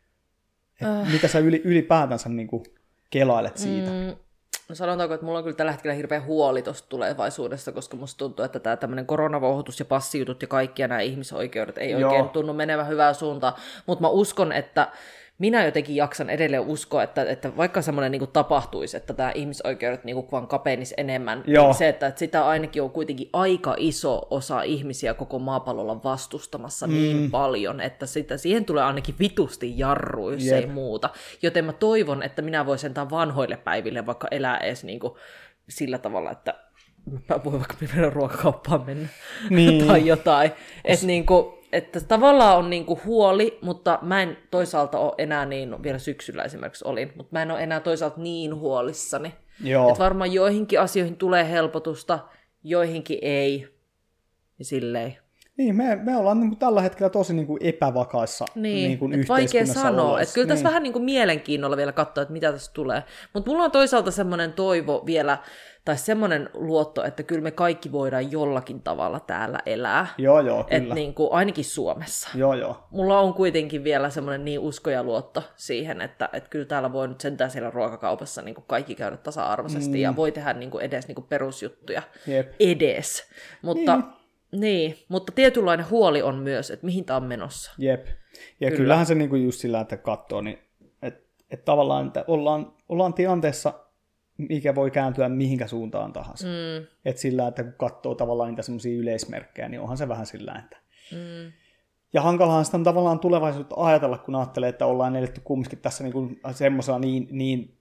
mitä sä ylipäätänsä niin kuin kelailet siitä?
No sanotaanko, että mulla on kyllä tällä hetkellä hirveä huoli tuosta tulevaisuudesta, koska musta tuntuu, että tämä tämmöinen koronavouhoitus ja passijutut ja kaikki ja nämä ihmisoikeudet ei oikein tunnu menevän hyvään suuntaan. Mutta mä uskon, että minä jotenkin jaksan edelleen uskoa, että vaikka semmoinen niin kuin tapahtuisi, että tämä ihmisoikeudet niin kuin vaan kapenisi enemmän, niin se, että sitä ainakin on kuitenkin aika iso osa ihmisiä koko maapallolla vastustamassa niin paljon, että siihen tulee ainakin vitusti jarru, jos ei muuta. Joten mä toivon, että minä voin sentään vanhoille päiville vaikka elää edes niin kuin sillä tavalla, että mä voin vaikka mennä ruokakauppaan mennä tai jotain. Että tavallaan on niinku huoli, mutta mä en toisaalta ole enää niin, vielä syksyllä esimerkiksi olin, mutta mä en ole enää toisaalta niin huolissani. Että varmaan joihinkin asioihin tulee helpotusta, joihinkin ei, ja silleen.
Niin, me ollaan niin kuin tällä hetkellä tosi niin kuin epävakaissa niin kuin yhteiskunnassa.
Vaikea sanoa. Että kyllä tässä
niin.
vähän niin kuin mielenkiinnolla vielä katsoa, että mitä tässä tulee. Mutta mulla on toisaalta semmoinen toivo vielä, tai semmoinen luotto, että kyllä me kaikki voidaan jollakin tavalla täällä elää.
Joo, kyllä.
Että niin kuin, ainakin Suomessa.
Joo.
Mulla on kuitenkin vielä semmoinen niin usko ja luotto siihen, että kyllä täällä voi nyt sentään siellä ruokakaupassa niin kuin kaikki käydä tasa-arvoisesti ja voi tehdä niin kuin edes niin kuin perusjuttuja edes. Mutta... Niin, mutta tietynlainen huoli on myös, että mihin tämä on menossa.
Jep. Ja kyllähän se niinku just sillä, että katsoo, niin että tavallaan että ollaan tilanteessa, mikä voi kääntyä mihinkä suuntaan tahansa. Että sillä, että kun katsoo tavallaan niitä semmoisia yleismerkkejä, niin onhan se vähän sillä, että... Ja hankalahan sitä on tavallaan tulevaisuutta ajatella, kun ajattelee, että ollaan eletty kumminkin tässä niinku semmoisella niin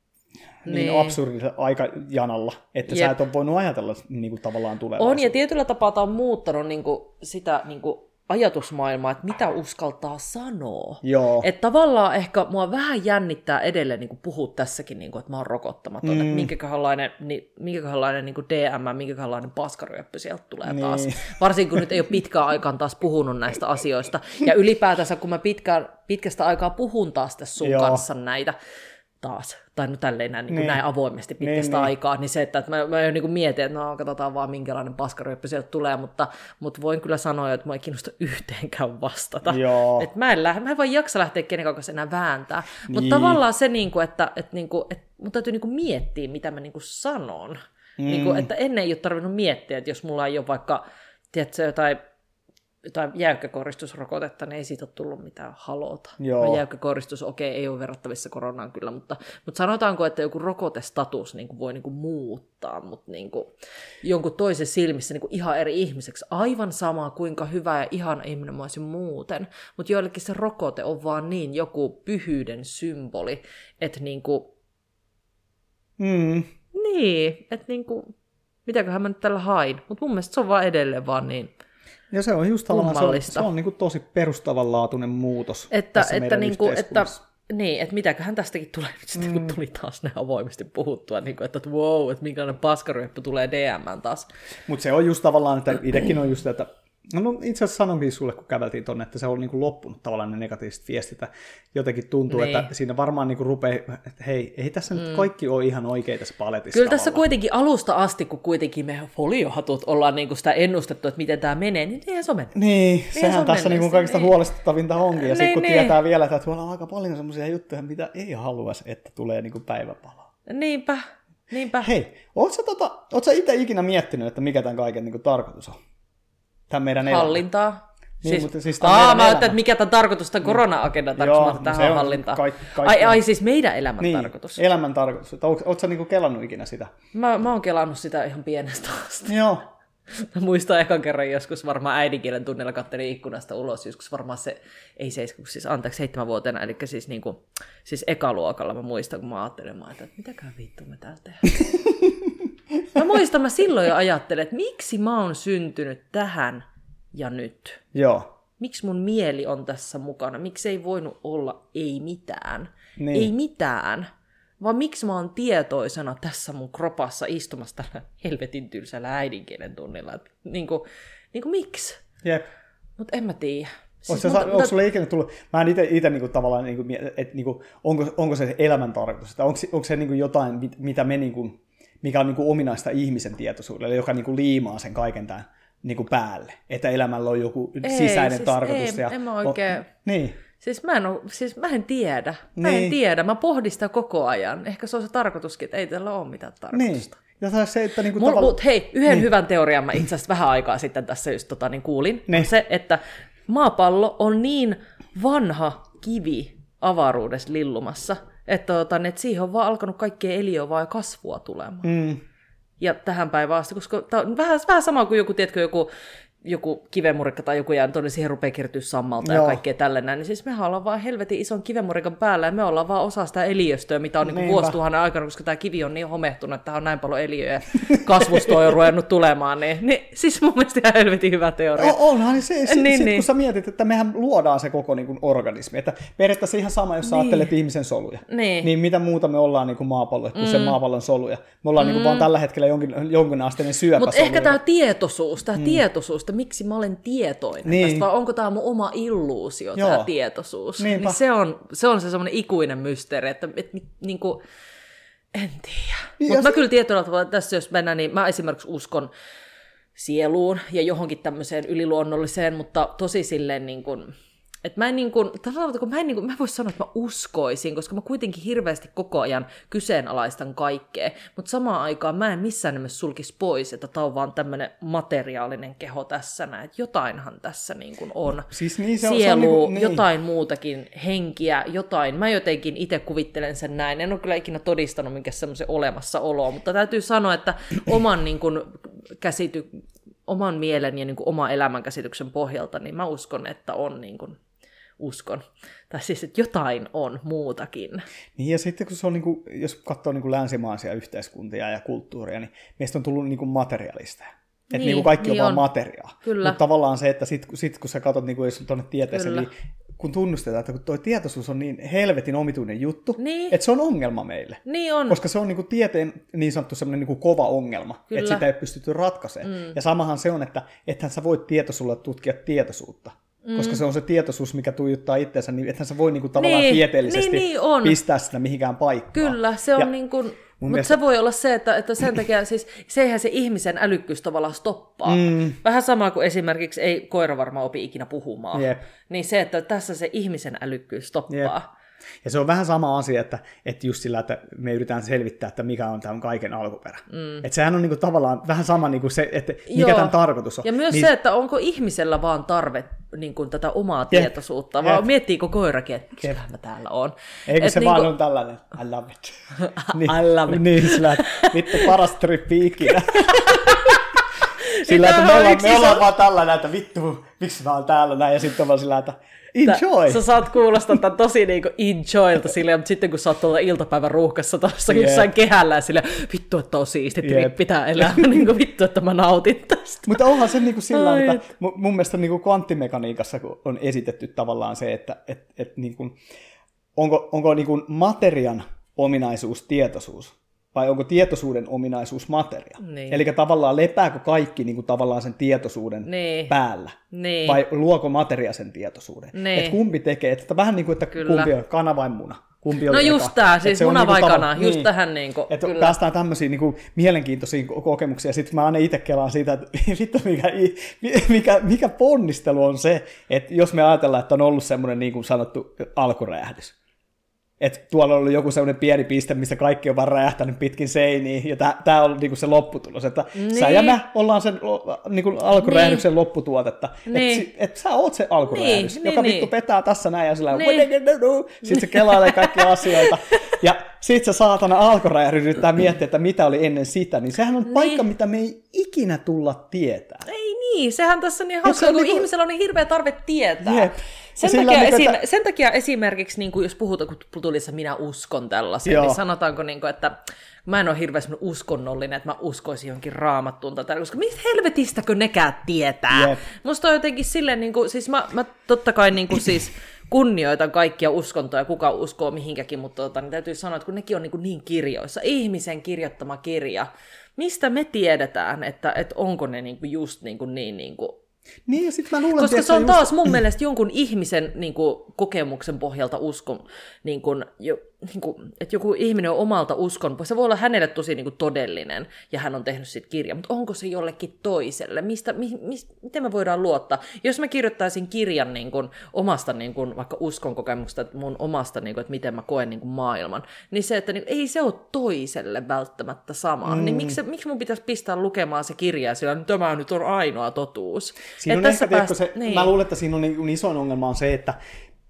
absurdilla aikajanalla, että sä et ole voinut ajatella niin kuin tavallaan tulevaisuutta.
On, ja tietyllä tapaa tämä on muuttanut niin kuin sitä niin kuin ajatusmaailmaa, että mitä uskaltaa sanoa.
Joo.
Että tavallaan ehkä mua vähän jännittää edelleen niin kuin puhua tässäkin, niin kuin, että mä oon rokottamaton, että minkäköhänlainen niin kuin DM, minkäköhänlainen paskaryöppy sieltä tulee taas. Varsinkin kun nyt ei ole pitkään aikaan taas puhunut näistä asioista. Ja ylipäätänsä, kun mä pitkästä aikaa puhun taas tässä sun kanssa näitä, taas, tai no tälleen näin avoimesti pitkästä aikaa, niin se, että mä jo niin mietin, että no katsotaan vaan minkälainen paskaryöppy sieltä tulee, mutta voin kyllä sanoa, että mä en kiinnosta yhteenkään vastata. Että mä en vaan jaksa lähteä kenenkään kanssa enää vääntää. Mutta tavallaan se, että mun täytyy miettiä, mitä mä sanon. Että ennen ei ole tarvinnut miettiä, että jos mulla ei ole vaikka, tiedätkö, jotain jäykkäkoristusrokotetta, niin ei siitä ole tullut mitään haloota. No, jäykkäkoristus, ei ole verrattavissa koronaan kyllä, mutta sanotaanko, että joku rokotestatus voi muuttaa mut jonkun toisen silmissä ihan eri ihmiseksi. Aivan sama, kuinka hyvä ja ihana ihminen mä olisin muuten, mutta joillekin se rokote on vaan niin joku pyhyyden symboli, että että mitäköhän mä nyt tällä hain, mutta mun mielestä se on vaan edelleen vaan niin
Ja se on just se on niin kuin tosi perustavanlaatuinen muutos
että niin, että mitäköhän tästäkin tulee nyt sitten, kun tuli taas ne avoimesti puhuttua, niin kuin, että wow, että minkälainen paskaryöppy tulee DM:ään taas.
Mutta se on just tavallaan, että itsekin on just, että no itse asiassa sanonkin sulle, kun käveltiin tonne, että se on niin kuin loppunut tavallaan ne negatiiviset viestit. Jotenkin tuntuu, että siinä varmaan niin kuin rupeaa, että hei, ei tässä nyt kaikki ole ihan oikein tässä paletissa.
Kyllä tässä kuitenkin alusta asti, kun kuitenkin me foliohatut ollaan niin kuin sitä ennustettu, että miten tämä menee, niin eihän se ole mennyt.
Niin, sehän tässä niin kuin kaikista huolestuttavinta onkin. Ja sitten kun tietää vielä, että tuolla on aika paljon semmoisia juttuja, mitä ei haluaisi, että tulee niin kuin päiväpalaa.
Niinpä.
Hei, ootko sä itse ikinä miettinyt, että mikä tämän kaiken niin kuin tarkoitus on? Tämän meidän
hallintaa.
Niin,
mä ajattelin, että mikä tämän tarkoitus, tämän korona-agendan tarkoitus, tähän on hallintaa. Ai siis meidän elämän tarkoitus.
Elämän tarkoitus. Ootko sä niinku kelannut ikinä sitä?
Mä oon kelannut sitä ihan pienestä asti.
Joo.
Mä muistan ekan kerran joskus varmaan äidinkielen tunnilla katselin ikkunasta ulos, joskus varmaan se, ei 7-vuotiaana, eli siis ekaluokalla mä muistan, kun mä ajattelin, että mitäkään vittu me täällä tehdään. Mä silloin jo ajattelin, että miksi mä oon syntynyt tähän ja nyt.
Joo.
Miksi mun mieli on tässä mukana? Miksi ei voinut olla ei mitään?
Niin.
Ei mitään. Vaan miksi mä oon tietoisena tässä mun kropassa istumassa tällä helvetin tylsällä äidinkielen tunnilla? Niin kuin miksi?
Jep.
Mutta en mä tiedä.
Siis onko sulle ikinä tullut, mä en itse niinku tavallaan, että niinku, onko se elämän tarkoitus, että onko se niinku jotain, mitä me niinku, mikä on niinku ominaista ihmisen tietoisuudelle, joka niinku liimaa sen kaiken tämän niinku päälle, että elämällä on joku sisäinen tarkoitus.
En mä oikein.
Niin.
Mä en tiedä. Mä en tiedä. Mä pohdin sitä koko ajan. Ehkä se on se tarkoituskin, että ei tällä ole mitään tarkoitusta.
Niin. Ja se, että niinku
Mut hei, yhden hyvän teorian mä itse asiassa vähän aikaa sitten tässä just kuulin. On se, että maapallo on niin vanha kivi avaruudessa lillumassa, että siihen on vaan alkanut kaikkea eliöä vaan kasvua tulemaan. Ja tähän päivään asti, koska tämä on vähän sama kuin joku kivenmurikka tai joku jää tuonne, siihen rupeaa kertyä sammalta ja kaikkea tällainen, niin siis mehän ollaan vaan helvetin ison kivenmurikan päällä ja me ollaan vaan osa sitä eliöstöä, mitä on niin vuosituhannen aikana, koska tämä kivi on niin homehtunut, että tähän on näin paljon eliöä ja kasvusto on jo ruvennut tulemaan, niin siis mun mielestä ihan helvetin hyvä teoria.
Onhan, niin kun sä mietit, että mehän luodaan se koko niin kuin organismi, että periaatteessa ihan sama, jos sä ajattelet ihmisen soluja, niin mitä muuta me ollaan niin kuin maapallo, kuin sen maapallon soluja. Me ollaan niin kuin vaan tällä hetkellä jonkinasteinen syöpäsolu.
Mutta ehkä tämä tietoisuus, miksi mä olen tietoinen tästä, vai onko tämä mun oma illuusio, tämä tietoisuus. Niin se on se semmoinen ikuinen mysteeri, että niinku, en tiedä. Mutta mä kyllä tietyllä tavalla, tässä jos mennään, niin mä esimerkiksi uskon sieluun ja johonkin tämmöiseen yliluonnolliseen, mutta tosi silleen niin kuin, että mä en voi sanoa, että mä uskoisin, koska mä kuitenkin hirveästi koko ajan kyseenalaistan kaikkea, mutta samaan aikaan mä en missään nimessä sulkisi pois, että tää on vaan tämmönen materiaalinen keho tässä näin, että jotainhan tässä niin kuin on.
Siis
sielu, jotain muutakin, henkiä, jotain. Mä jotenkin itse kuvittelen sen näin. En ole kyllä ikinä todistanut minkä semmoisen olemassaoloa, mutta täytyy sanoa, että oman mielen ja niin kuin oman elämänkäsityksen pohjalta, niin mä uskon, että on tai siis, että jotain on muutakin.
Niin, ja sitten kun se on, niin kuin, jos katsoo niin kuin länsimaisia yhteiskuntia ja kulttuuria, niin meistä on tullut niin kuin materialisteja. Että niin kuin kaikki on vaan materiaa. Mutta tavallaan se, että sit kun sä katsot, niin kuin jos on tuonne tieteeseen, niin kun tunnustetaan, että kun tuo tietoisuus on niin helvetin omituinen juttu, että se on ongelma meille.
Niin on.
Koska se on niin kuin tieteen niin sanottu semmoinen niin kuin kova ongelma, että sitä ei pystytty ratkaisemaan. Ja samahan se on, että ethän sä voit tietoisuudella tutkia tietoisuutta. Koska se on se tietoisuus, mikä tuijuttaa itseensä, niin ethän sä voi niinku tavallaan tieteellisesti pistää sitä mihinkään paikkaan.
Kyllä, se on niin kuin, mutta se voi olla se, että sen takia siis, eihän se ihmisen älykkyys tavallaan stoppaa. Vähän sama kuin esimerkiksi ei koira varmaan opi ikinä puhumaan. Niin se, että tässä se ihmisen älykkyys stoppaa.
Ja se on vähän sama asia, että just sillä, että me yritetään selvittää, että mikä on tämän kaiken alkuperä. Että sehän on niinku tavallaan vähän sama niinku se, että mikä tämän tarkoitus on.
Ja myös se, että onko ihmisellä vaan tarve niinku tätä omaa tietoisuutta, vai miettiikö koirakin, että miksi mä täällä on.
Eikö se vaan on tällainen, I love it. I love it. Niin, sillä, että vittu paras trippi ikinä. Sillä, että me ollaan vaan tällainen, että vittu, miksi mä oon täällä näin, ja sitten on vaan sillä, että Enjoy!
Sä saat kuulostaa tämän tosi niinku enjoylta silleen, mutta sitten kun sä oot tuolla iltapäivän ruuhkassa tuossa jossain kehällä ja silleen, vittu, että on siisti trippi tää elämä, niinku vittu, että mä nautin tästä.
Mutta onhan se niinku sillä että mun mielestä niinku kvanttimekaniikassa on esitetty tavallaan se, että niinku, onko niinku materian ominaisuus tietoisuus, vai onko tietoisuuden ominaisuus materia? Niin. Eli tavallaan lepääkö kaikki niin kuin tavallaan sen tietoisuuden päällä? Niin. Vai luoko materia sen tietoisuuden? Niin. Että kumpi tekee? Että vähän niin kuin, että kumpi on kana vai muna? Kumpi
no just tämä, siis muna vai kana, just niin, tähän niin kuin,
että kyllä. Päästään tämmöisiin niin kuin mielenkiintoisiin kokemuksiin, ja sitten mä aina itse kelaan siitä, että mikä ponnistelu on se, että jos me ajatellaan, että on ollut semmoinen niin kuin sanottu alkuräjähdys. Että tuolla on ollut joku sellainen pieni piste, missä kaikki on vaan räjähtänyt pitkin seiniä, ja tämä on niinku se lopputulos, että sä ja mä ollaan sen niinku alkuräjähdyksen lopputuotetta. Että sä oot se alkuräjähdys, joka vittu petää tässä näin, ja sillä sitten se kelailee kaikkia asioita, ja sit se saatana alkuräjähdys yrittää miettiä, että mitä oli ennen sitä, niin sehän on paikka, mitä me ei ikinä tulla tietää.
Ei niin, sehän tässä on niin hauska, kun niinku ihmisellä on niin hirveä tarve tietää. Jep. Sen takia esimerkiksi, niin kuin jos puhutaan, kun tuli se minä uskon tällaisen, niin sanotaanko, niin kuin, että mä en ole hirveän uskonnollinen, että mä uskoisin johonkin raamattuun tai koska mistä helvetistäkö nekään tietää? Yep. Musta on jotenkin silleen, niin kuin, siis mä totta kai niin kuin, siis kunnioitan kaikkia uskontoja, kuka uskoo mihinkäkin, mutta niin täytyy sanoa, että kun nekin on niin kirjoissa, ihmisen kirjoittama kirja, mistä me tiedään, että onko ne niin kuin just niin kuin
niin, ja sit mä luulen,
koska se on taas mun mielestä jonkun ihmisen niin kuin, kokemuksen pohjalta uskon, niin kuin, että joku ihminen on omalta uskon, se voi olla hänelle tosi niin kuin, todellinen, ja hän on tehnyt siitä kirjan, mutta onko se jollekin toiselle? Miten me voidaan luottaa? Jos mä kirjoittaisin kirjan niin kuin, omasta niin kuin, vaikka uskon kokemuksesta, mun omasta, niin kuin, että miten mä koen niin kuin, maailman, niin se, että niin, ei se ole toiselle välttämättä sama, niin miksi mun pitäisi pistää lukemaan se kirja, sillä tämä nyt on ainoa totuus?
Siinä on ehkä, mä luulen, että siinä on niin isoin ongelma on se, että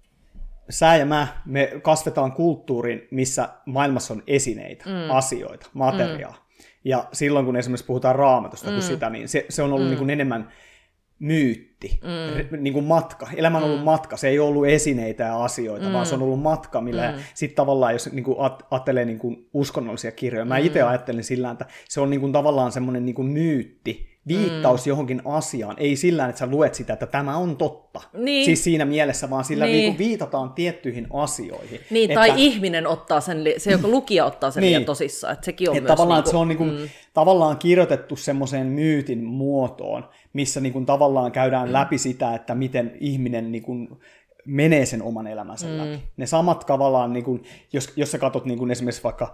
sä ja me kasvetaan kulttuuriin, missä maailmassa on esineitä, asioita, materiaa. Ja silloin, kun esimerkiksi puhutaan raamatusta kuin sitä, niin se on ollut niin kuin enemmän myytti, niin kuin matka. Elämä on ollut matka, se ei ollut esineitä ja asioita, vaan se on ollut matka, millä sitten tavallaan, jos niin kuin ajattelee niin kuin uskonnollisia kirjoja, mä itse ajattelen sillä, että se on niin kuin tavallaan semmoinen niin kuin myytti, viittaus johonkin asiaan, ei sillä, että sä luet sitä, että tämä on totta. Niin. Siis siinä mielessä, vaan sillä niin kuin viitataan tiettyihin asioihin.
Niin, tai ihminen ottaa sen, se joka lukija ottaa sen liian tosissaan, että sekin on myös
tavallaan,
että
se on niin kuin, tavallaan kirjoitettu semmoiseen myytin muotoon, missä niin kuin tavallaan käydään läpi sitä, että miten ihminen niin kuin menee sen oman elämänsä läpi. Ne samat tavallaan, niin kuin, jos sä katsot niin kuin esimerkiksi vaikka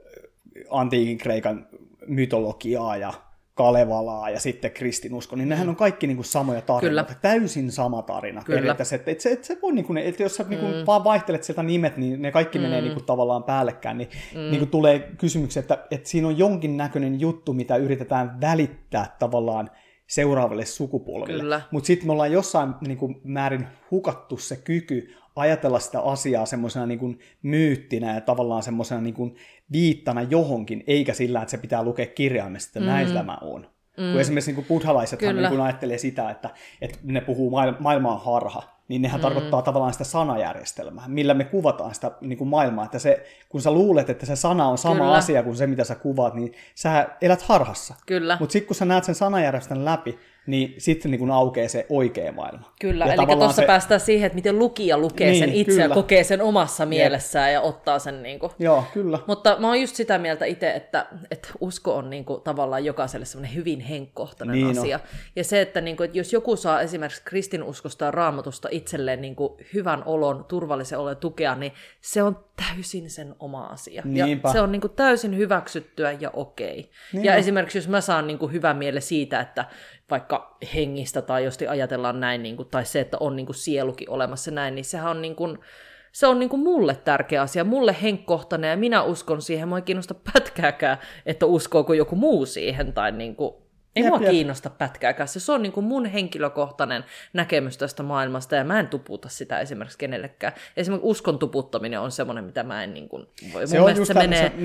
antiikin Kreikan mytologiaa ja Kalevalaa ja sitten kristinusko, niin nehän on kaikki niin kuin samoja tarinoita. Täysin sama tarina. Periaatteessa, että se voi, niin kuin, että jos sä niin kuin vaan vaihtelet sieltä nimet, niin ne kaikki menee niin kuin tavallaan päällekkäin, niin kuin tulee kysymyksiä, että siinä on jonkinnäköinen juttu, mitä yritetään välittää tavallaan seuraavalle sukupolville. Mutta sitten me ollaan jossain niin kuin määrin hukattu se kyky ajatella sitä asiaa semmoisena niin kuin myyttinä ja tavallaan semmoisena niin kuin viittana johonkin, eikä sillä, että se pitää lukea kirjaimesta, että näin tämä on. Kun esimerkiksi niin kuin buddhalaisethan niin kuin ajattelee sitä, että ne puhuu maailman harha, niin nehän tarkoittaa tavallaan sitä sanajärjestelmää, millä me kuvataan sitä niin kuin maailmaa. Että se, kun sä luulet, että se sana on sama asia kuin se, mitä sä kuvaat, niin sä elät harhassa. Mutta sitten kun sä näet sen sanajärjestelmän läpi, niin sitten niin aukeaa se oikea maailma.
Kyllä, ja eli tuossa päästään siihen, että miten lukija lukee sen itse ja kokee sen omassa mielessään ja ottaa sen. Niin kuin.
Joo, kyllä.
Mutta mä oon just sitä mieltä itse, että usko on niin kuin, tavallaan jokaiselle semmoinen hyvin henkkohtainen asia. Ja se, että, niin kuin, että jos joku saa esimerkiksi kristinuskosta ja raamatusta itselleen niin kuin, hyvän olon, turvallisen olon tukea, niin se on täysin sen oma asia. Niinpä. Ja se on niin kuin, täysin hyväksyttyä ja okei. Ja esimerkiksi jos mä saan niin kuin, hyvän mielen siitä, että vaikka hengistä tai josti ajatellaan näin, niin kuin, tai se, että on niin kuin sielukin olemassa näin, niin sehän on, niin kuin, se on niin kuin mulle tärkeä asia, mulle henkkohtainen, ja minä uskon siihen, mua ei kiinnosta pätkääkään, että uskooko joku muu siihen, tai niin kuin, ei mua kiinnosta pätkääkään, se on niin kuin mun henkilökohtainen näkemys tästä maailmasta, ja mä en tuputa sitä esimerkiksi kenellekään. Esimerkiksi uskon tuputtaminen on semmoinen, mitä mä en niin kuin voi.
Se on just,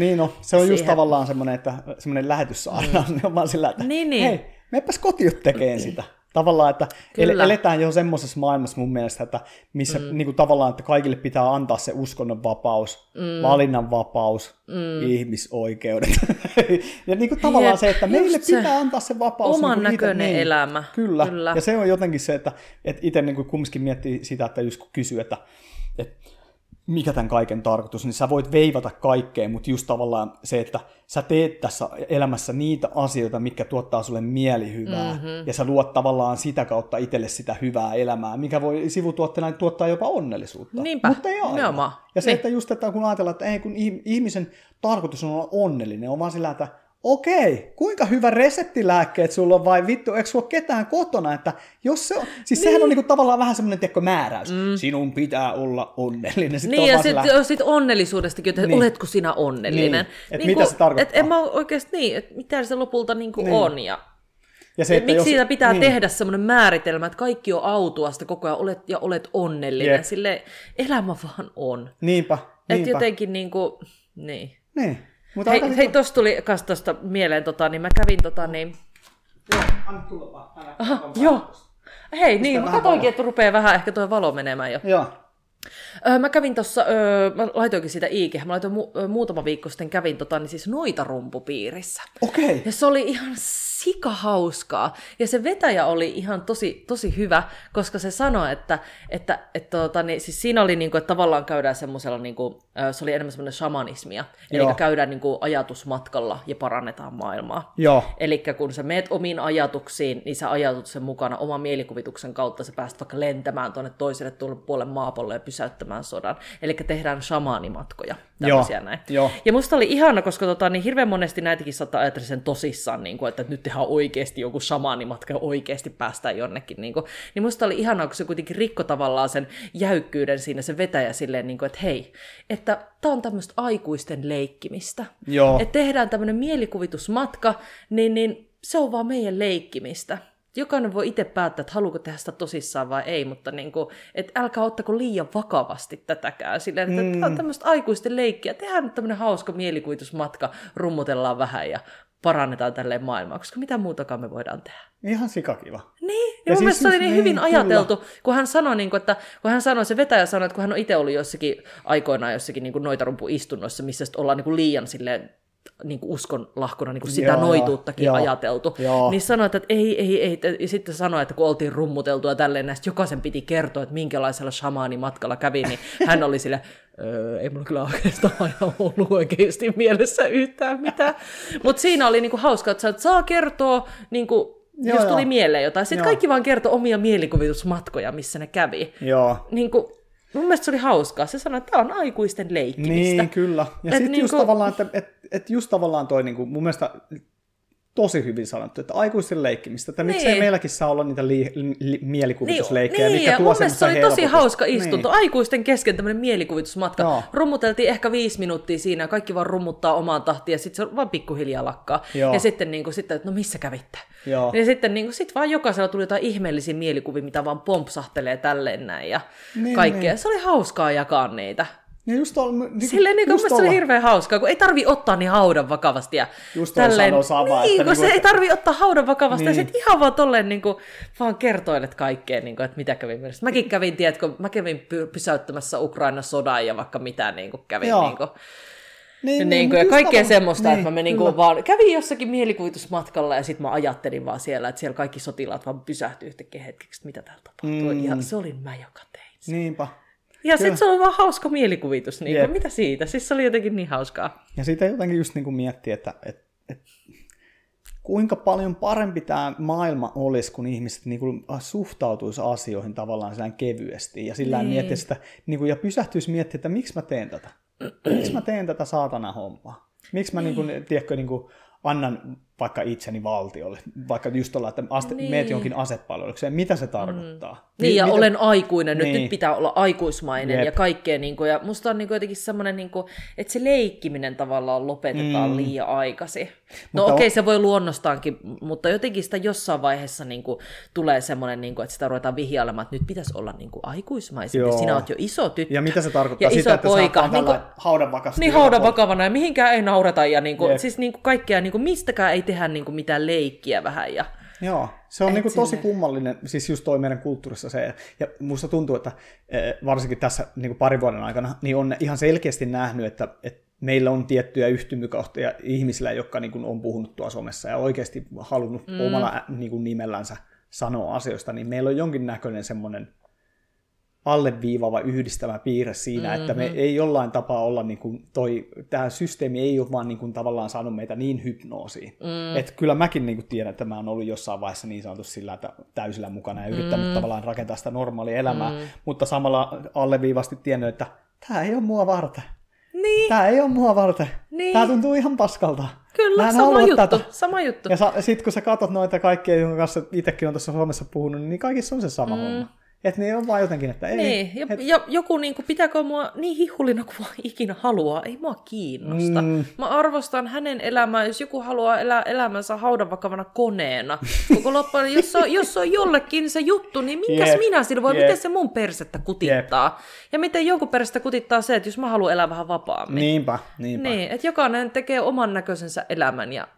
se on just tavallaan semmoinen, että semmoinen lähetyssaarna, on vaan sillä, että hei, meepäs kotiin tekemään sitä. Tavallaan, että eletään jo semmoisessa maailmassa mun mielestä, että missä niin kuin tavallaan, että kaikille pitää antaa se uskonnonvapaus, valinnanvapaus, ihmisoikeudet. Ja niin kuin tavallaan se, että meille pitää antaa se vapaus.
Oman
niin
näköinen elämä.
Kyllä. Ja se on jotenkin se, että itse niin kuin kumminkin miettii sitä, että just kun kysyy, että mikä tämän kaiken tarkoitus, niin sä voit veivata kaikkea, mutta just tavallaan se, että sä teet tässä elämässä niitä asioita, mitkä tuottaa sulle mielihyvää, ja sä luot tavallaan sitä kautta itselle sitä hyvää elämää, mikä voi sivutuotteena tuottaa jopa onnellisuutta.
Niinpä,
mutta ei aina. Ja se, että just, että kun ajatellaan, että ei, kun ihmisen tarkoitus on olla onnellinen, on vaan sillä, että okei, kuinka hyvä reseptilääkkeet sulla on, vai vittu, eikö sulla ole ketään kotona, että jos se on, siis sehän on niinku tavallaan vähän semmoinen määräys, sinun pitää olla onnellinen. Sitten
niin, ja sitten onnellisuudestakin, että oletko sinä onnellinen.
Että mitä se tarkoittaa?
Että en mä oikeasti että mitä se lopulta on, ja se, miksi siitä pitää tehdä semmoinen määritelmä, että kaikki on autuasta koko ajan, olet onnellinen, sille elämä vaan on.
Niinpä.
Että jotenkin niinku, niin.
Hei,
tuossa tuli kas tuosta mieleen, niin mä kävin
Joo, anna tulla vaan.
Joo. Hei, niin, mä katsoinkin, että rupeaa vähän ehkä tuo valo menemään jo.
Joo.
Mä kävin tuossa, mä laitoinkin sitä IG, mä laitoin muutama viikko sitten, kävin siis Noitarumpupiirissä.
Okei.
Ja se oli ihan sikahauskaa. Ja se vetäjä oli ihan tosi hyvä, koska se sanoi, että siis siinä oli niinku, että tavallaan käydään semmoisella, niinku, se oli enemmän semmoinen shamanismia. Eli käydään niinku ajatusmatkalla ja parannetaan maailmaa. Eli kun sä meet omiin ajatuksiin, niin sä ajatut sen mukana oman mielikuvituksen kautta, sä pääset vaikka lentämään tuonne toiselle puolelle maapallolle ja pysäyttämään sodan. Eli tehdään shamaanimatkoja. Tämmöisiä näin. Ja musta oli ihana, koska niin hirveän monesti näitäkin saattaa ajatella sen tosissaan, niin kuin, että nyt tehdään oikeasti joku shamaanimatka ja oikeasti päästään jonnekin. Niin musta oli ihanaa, kun se kuitenkin rikko tavallaan sen jäykkyyden siinä se vetäjä silleen, niin kuin, että hei, että tää on tämmöistä aikuisten leikkimistä. Että tehdään tämmöinen mielikuvitusmatka, niin se on vaan meidän leikkimistä. Jokainen voi itse päättää, että haluuko tehdä sitä tosissaan vai ei, mutta että älkää ottako liian vakavasti tätäkään. Silleen, että tämä on tämmöistä aikuisten leikkiä. Tehdään nyt tämmöinen hauska mielikuvitusmatka, rummutellaan vähän ja parannetaan tälleen maailmaa, koska mitä muutakaan me voidaan tehdä.
Ihan sikakiva.
Niin, ja mun mielestä se oli niin hyvin ajateltu, kun hän sanoi, se vetäjä sanoi, että kun hän on itse ollut jossakin aikoinaan jossakin noitarumpuistunnoissa, missä ollaan liian silleen, uskonlahkona sitä noituuttakin ajateltu. Niin sanoi, että ei. Ja sitten sanoi, että kun oltiin rummuteltu ja tälleen näistä, jokaisen piti kertoa, että minkälaisella shamaanimatkalla kävi, niin hän oli sille, ei mulla kyllä oikeastaan aina ollut oikeasti mielessä yhtään mitään. Mutta siinä oli hauska, että saa kertoa, jos tuli mieleen jotain. Sitten kaikki vaan kertoi omia mielikuvitusmatkoja, missä ne kävi. Mun mielestä se oli hauskaa. Se sanoi, että tämä on aikuisten leikkimistä.
Niin, kyllä. Ja sitten just tavallaan, että just tavallaan toi mun mielestä tosi hyvin sanottu, että aikuisten leikkimistä, että miksei meilläkin saa olla niitä mielikuvitusleikkejä, mikä tuo semmoista helpotusta. Se oli tosi hauska istunto. Aikuisten kesken tämmöinen mielikuvitusmatka. Rummuteltiin ehkä 5 minuuttia siinä, ja kaikki vaan rummuttaa omaan tahtiin, ja sitten se vaan pikkuhiljaa lakkaa. Ja sitten, että no missä kävitte? Ja sitten sit vaan jokaisella tuli jotain ihmeellisiä mielikuvia, mitä vaan pompsahtelee tälleen näin, ja kaikkea. Se oli hauskaa jakaa niitä. Ja just
silleen se oli hirveän hauskaa, kun ei tarvii ottaa niin haudan vakavasti. Ja
just tälleen, sama,
niin, kun se ei tarvii ottaa haudan vakavasti, ja sitten ihan vaan tolleen vaan kertoilet kaikkea, että mitä kävin mielessä. Mäkin kävin, pysäyttämässä Ukrainan sodan ja vaikka mitä kävin. Ja kaikkea semmoista, että mä vaan kävin jossakin mielikuvitusmatkalla, ja sitten mä ajattelin vaan siellä, että siellä kaikki sotilaat vaan pysähtyi yhtäkkiä hetkeksi, että mitä täällä tapahtuu. Ja se olin mä, joka tein.
Niinpä.
Ja sitten se oli vaan hauska mielikuvitus, mitä siitä? Siis se oli jotenkin niin hauskaa.
Ja siitä jotenkin just miettii, että kuinka paljon parempi tämä maailma olisi, kun ihmiset suhtautuisi asioihin tavallaan sellainen kevyesti. Ja sillä miettii sitä, ja pysähtyisi miettimään, että miksi mä teen tätä? Miksi mä teen tätä saatana hommaa? Miksi mä annan vaikka itseni valtiolle, vaikka just olla, että meet jonkin asepalvelukseen, mitä se tarkoittaa?
Niin, ja olen aikuinen, nyt pitää olla aikuismainen ja kaikkea, ja musta on jotenkin semmoinen, että se leikkiminen tavallaan lopetetaan liian aikaisin. No okei, se voi luonnostaankin, mutta jotenkin sitä jossain vaiheessa tulee semmoinen, että sitä ruvetaan vihjailemaan, että nyt pitäisi olla aikuismaisempi, sinä oot jo iso tyttö.
Ja mitä se tarkoittaa? Sitä, että poika. Haudan vakavasti.
Niin, haudan vakavana, ja mihinkään ei naurata, ja siis kaikkea, mistäkään ei tehdä mitään leikkiä vähän.
Joo, se on niinku tosi kummallinen, siis just toi meidän kulttuurissa se, ja musta tuntuu, että varsinkin tässä niinku parin vuoden aikana, niin on ihan selkeästi nähnyt, että meillä on tiettyjä yhtymykohtia ihmisillä, jotka niinku on puhunut tuolla somessa ja oikeasti halunnut omalla niinku nimellänsä sanoa asioista, niin meillä on jonkinnäköinen semmoinen alleviivava yhdistävä piirre siinä, että me ei jollain tapaa olla, niin kuin tämä systeemi ei ole vaan niin kuin tavallaan saanut meitä niin hypnoosiin. Että kyllä mäkin niin kuin tiedän, että mä oon ollut jossain vaiheessa niin sanotusti sillä, että täysillä mukana ja yrittänyt tavallaan rakentaa sitä normaalia elämää, mutta samalla alleviivasti tiennyt, että tämä ei ole mua varten.
Niin.
Tämä ei ole mua varten. Niin. Tämä tuntuu ihan paskalta.
Kyllä, sama juttu.
Ja sitten kun sä katsot noita kaikkia, jonka kanssa itsekin on tuossa Suomessa puhunut, niin kaikissa on se sama homma. Että ne on vaan jotenkin, että ei.
Niin, ja joku niin kuin, pitääkö mua niin hihulina kuin vaan ikinä haluaa, ei mua kiinnosta. Mä arvostan hänen elämää, jos joku haluaa elää elämänsä haudan vakavana koneena. Koko loppujen, jos on jollekin se juttu, niin minkäs minä sillä voi, miten se mun persettä kutittaa? Ja miten jonkun persettä kutittaa se, että jos mä haluan elää vähän vapaammin.
Niinpä.
Niin, että jokainen tekee oman näköisensä elämän ja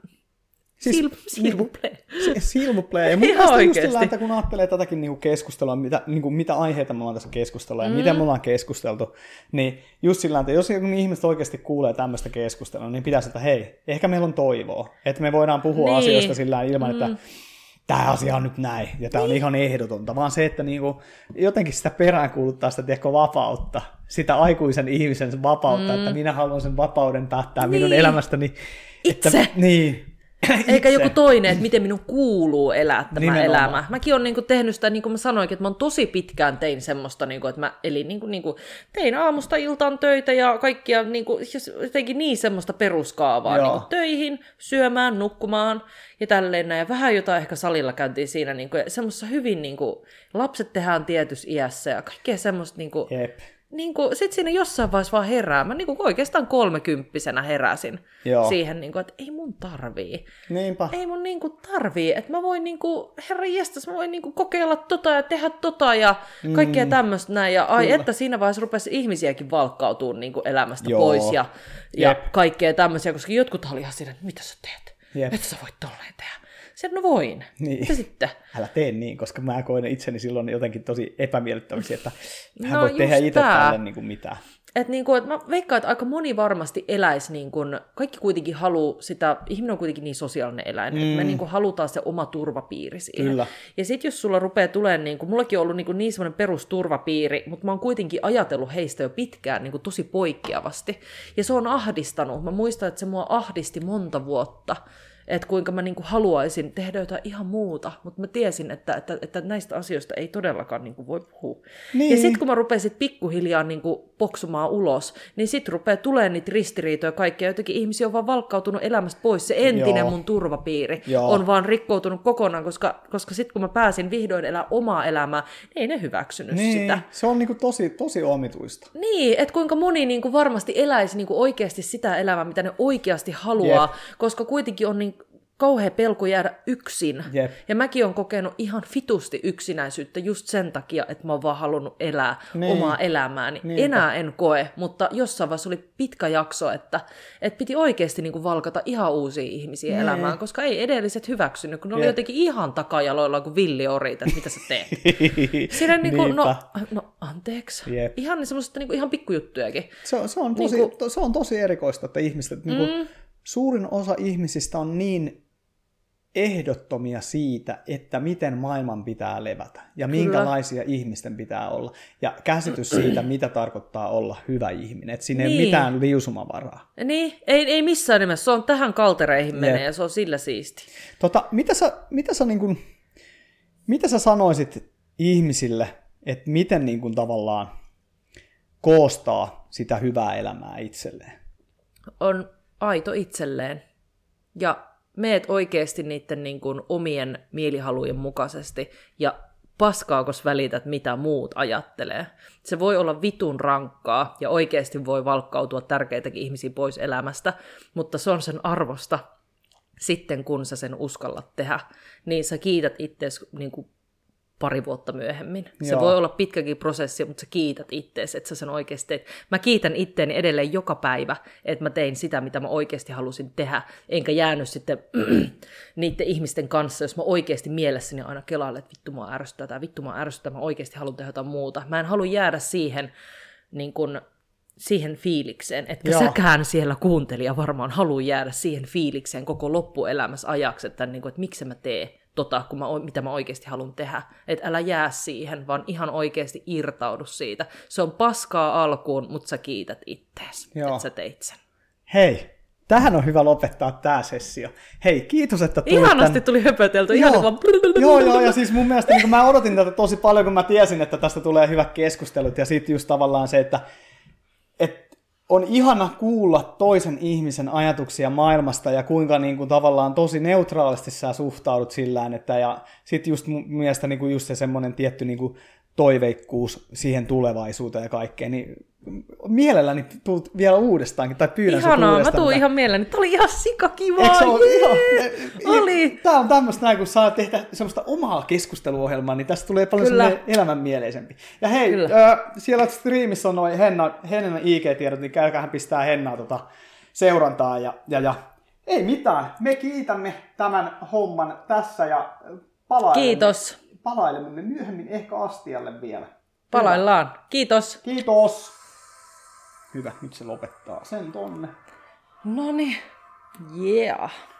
Silvuplay. Ja mun mielestä just sillä, että kun ajattelee tätäkin niinku keskustelua, mitä aiheita me ollaan tässä keskustelua ja miten me ollaan keskusteltu, niin just sillä, että jos ihmiset oikeasti kuulee tämmöistä keskustelua, niin pitäisi, että hei, ehkä meillä on toivoa, että me voidaan puhua asioista sillä ilman, että tämä asia on nyt näin, ja tämä on ihan ehdotonta, vaan se, että niinku, jotenkin sitä peräänkuuluttaa sitä vapautta, sitä aikuisen ihmisen vapautta, että minä haluan sen vapauden päättää minun elämästäni.
Itse! Eikä joku toinen, että miten minun kuuluu elää tämä elämä. Mäkin olen niinku tehnyt sitä, niin kuin mä sanoinkin, että mä tosi pitkään tein semmoista, niinku, että mä tein aamusta iltaan töitä ja kaikkia niinku, jotenkin niin semmoista peruskaavaa. Niinku, töihin, syömään, nukkumaan ja tälleen näin. Ja vähän jotain ehkä salilla käyntiin siinä. Niinku, semmoisessa hyvin, niinku, lapset tehdään tietyssä iässä ja kaikkea semmoista. Niinku, sitten siinä jossain vaiheessa vaan herää. Mä oikeastaan 30-vuotiaana heräsin siihen, että ei mun tarvii.
Niinpä.
Ei mun tarvii. Että mä voin, herranjestas, mä voin kokeilla tota ja tehdä tota ja kaikkea tämmöistä näin. Ja että siinä vaiheessa rupesi ihmisiäkin valkkautuu elämästä pois ja kaikkea tämmöisiä, koska jotkut oli ihan siinä, että mitä sä teet? Että sä voit tolleen tehdä. Sieltä no voin. Niin. Mitä sitten?
Älä tee niin, koska mä koen itseni silloin jotenkin tosi epämiellyttäväksi, että hän voi tehdä itse tälle niin kuin mitään.
Että mä veikkaan, että aika moni varmasti eläisi, kaikki kuitenkin haluaa sitä, ihminen on kuitenkin niin sosiaalinen eläin, että me halutaan se oma turvapiiri siihen. Kyllä. Ja sitten jos sulla rupeaa tulemaan, mullakin on ollut niin semmoinen perusturvapiiri, mutta mä oon kuitenkin ajatellut heistä jo pitkään tosi poikkeavasti. Ja se on ahdistanut. Mä muistan, että se mua ahdisti monta vuotta. Että kuinka mä haluaisin tehdä jotain ihan muuta, mutta mä tiesin, että näistä asioista ei todellakaan voi puhua. Niin. Ja sitten kun mä rupesin pikkuhiljaa poksumaan ulos, niin sitten rupeaa tulemaan niitä ristiriitoja kaikkea. Jotenkin ihmisiä on vaan valkkautunut elämästä pois. Se entinen mun turvapiiri on vaan rikkoutunut kokonaan, koska sitten kun mä pääsin vihdoin elää omaa elämää, niin ei ne hyväksynyt sitä.
Se on tosi omituista.
Niin, että kuinka moni varmasti eläisi oikeasti sitä elämää, mitä ne oikeasti haluaa, koska kuitenkin on kauhea pelko jäädä yksin. Ja mäkin olen kokenut ihan fitusti yksinäisyyttä just sen takia, että mä oon vaan halunnut elää omaa elämääni. Enää en koe, mutta jossain vaiheessa oli pitkä jakso, että piti oikeasti valkata ihan uusia ihmisiä elämään, koska ei edelliset hyväksynyt, kun ne oli jotenkin ihan takajaloilla kuin villiorit, että mitä sä teet. Siinä no anteeksi. Ihan semmoista ihan pikkujuttujakin.
Se on tosi erikoista, että ihmiset, suurin osa ihmisistä on niin ehdottomia siitä, että miten maailman pitää levätä ja minkälaisia ihmisten pitää olla. Ja käsitys siitä, mitä tarkoittaa olla hyvä ihminen. Että siinä ei ole mitään liusumavaraa.
Niin, ei missään nimessä. Se on tähän kaltereihin menee ja se on sillä siisti.
Mitä sä sanoisit ihmisille, että miten tavallaan koostaa sitä hyvää elämää itselleen?
On aito itselleen. Ja meet oikeasti niiden omien mielihalujen mukaisesti ja paskaakos välität, mitä muut ajattelee. Se voi olla vitun rankkaa ja oikeasti voi valkkautua tärkeitäkin ihmisiä pois elämästä, mutta se on sen arvosta sitten, kun sä sen uskallat tehdä. Niin sä kiität itseäsi pari vuotta myöhemmin. Se
Joo.
voi olla pitkäkin prosessi, mutta sä kiität ittees, että sä sen oikeasti teet. Mä kiitän itteeni edelleen joka päivä, että mä tein sitä, mitä mä oikeasti halusin tehdä, enkä jäänyt sitten niiden ihmisten kanssa, jos mä oikeasti mielessäni aina kelailen, että vittu mua ärsyttää tai vittu mua ärsyttää, mä oikeasti haluan tehdä jotain muuta. Mä en halua jäädä siihen, niin kun, siihen fiilikseen, etkä säkään siellä kuuntelija varmaan halua jäädä siihen fiilikseen koko loppuelämässä ajaksi, että, niin kun, että miksi mä teen mitä mä oikeasti haluan tehdä. Että älä jää siihen, vaan ihan oikeasti irtaudu siitä. Se on paskaa alkuun, mutta sä kiität ittees, että sä teit sen.
Hei, tähän on hyvä lopettaa tää sessio. Hei, kiitos, että tulit
Ihanasti tuli höpötelty.
Joo, ja siis mun mielestä niin mä odotin tätä tosi paljon, kun mä tiesin, että tästä tulee hyvät keskustelut, ja sitten just tavallaan se, että on ihana kuulla toisen ihmisen ajatuksia maailmasta ja kuinka niin kuin, tavallaan tosi neutraalisti sä suhtaudut sillään, että ja sitten just mun mielestä niin kuin, just se semmoinen tietty niin kuin, toiveikkuus siihen tulevaisuuteen ja kaikkeen, niin mielelläni tulet vielä uudestaankin, tai pyydän sut uudestaan.
Ihanaa, mä tuun ihan mielelläni. Tää oli ihan sikakivaa.
Eikö se ole?
Oli.
Tää on tämmöistä näin, kun saa tehdä semmoista omaa keskusteluohjelmaa, niin tästä tulee paljon semmoinen elämänmieleisempi. Ja hei, siellä striimissä on noin Hennan IG-tiedot, niin käykäähän pistää Hennaa seurantaa. Ja ei mitään, me kiitämme tämän homman tässä ja palailemme myöhemmin ehkä astialle vielä.
Palaillaan. Kiitos.
Kiitos. Hyvä, nyt se lopettaa sen tonne.
Noniin. Yeah.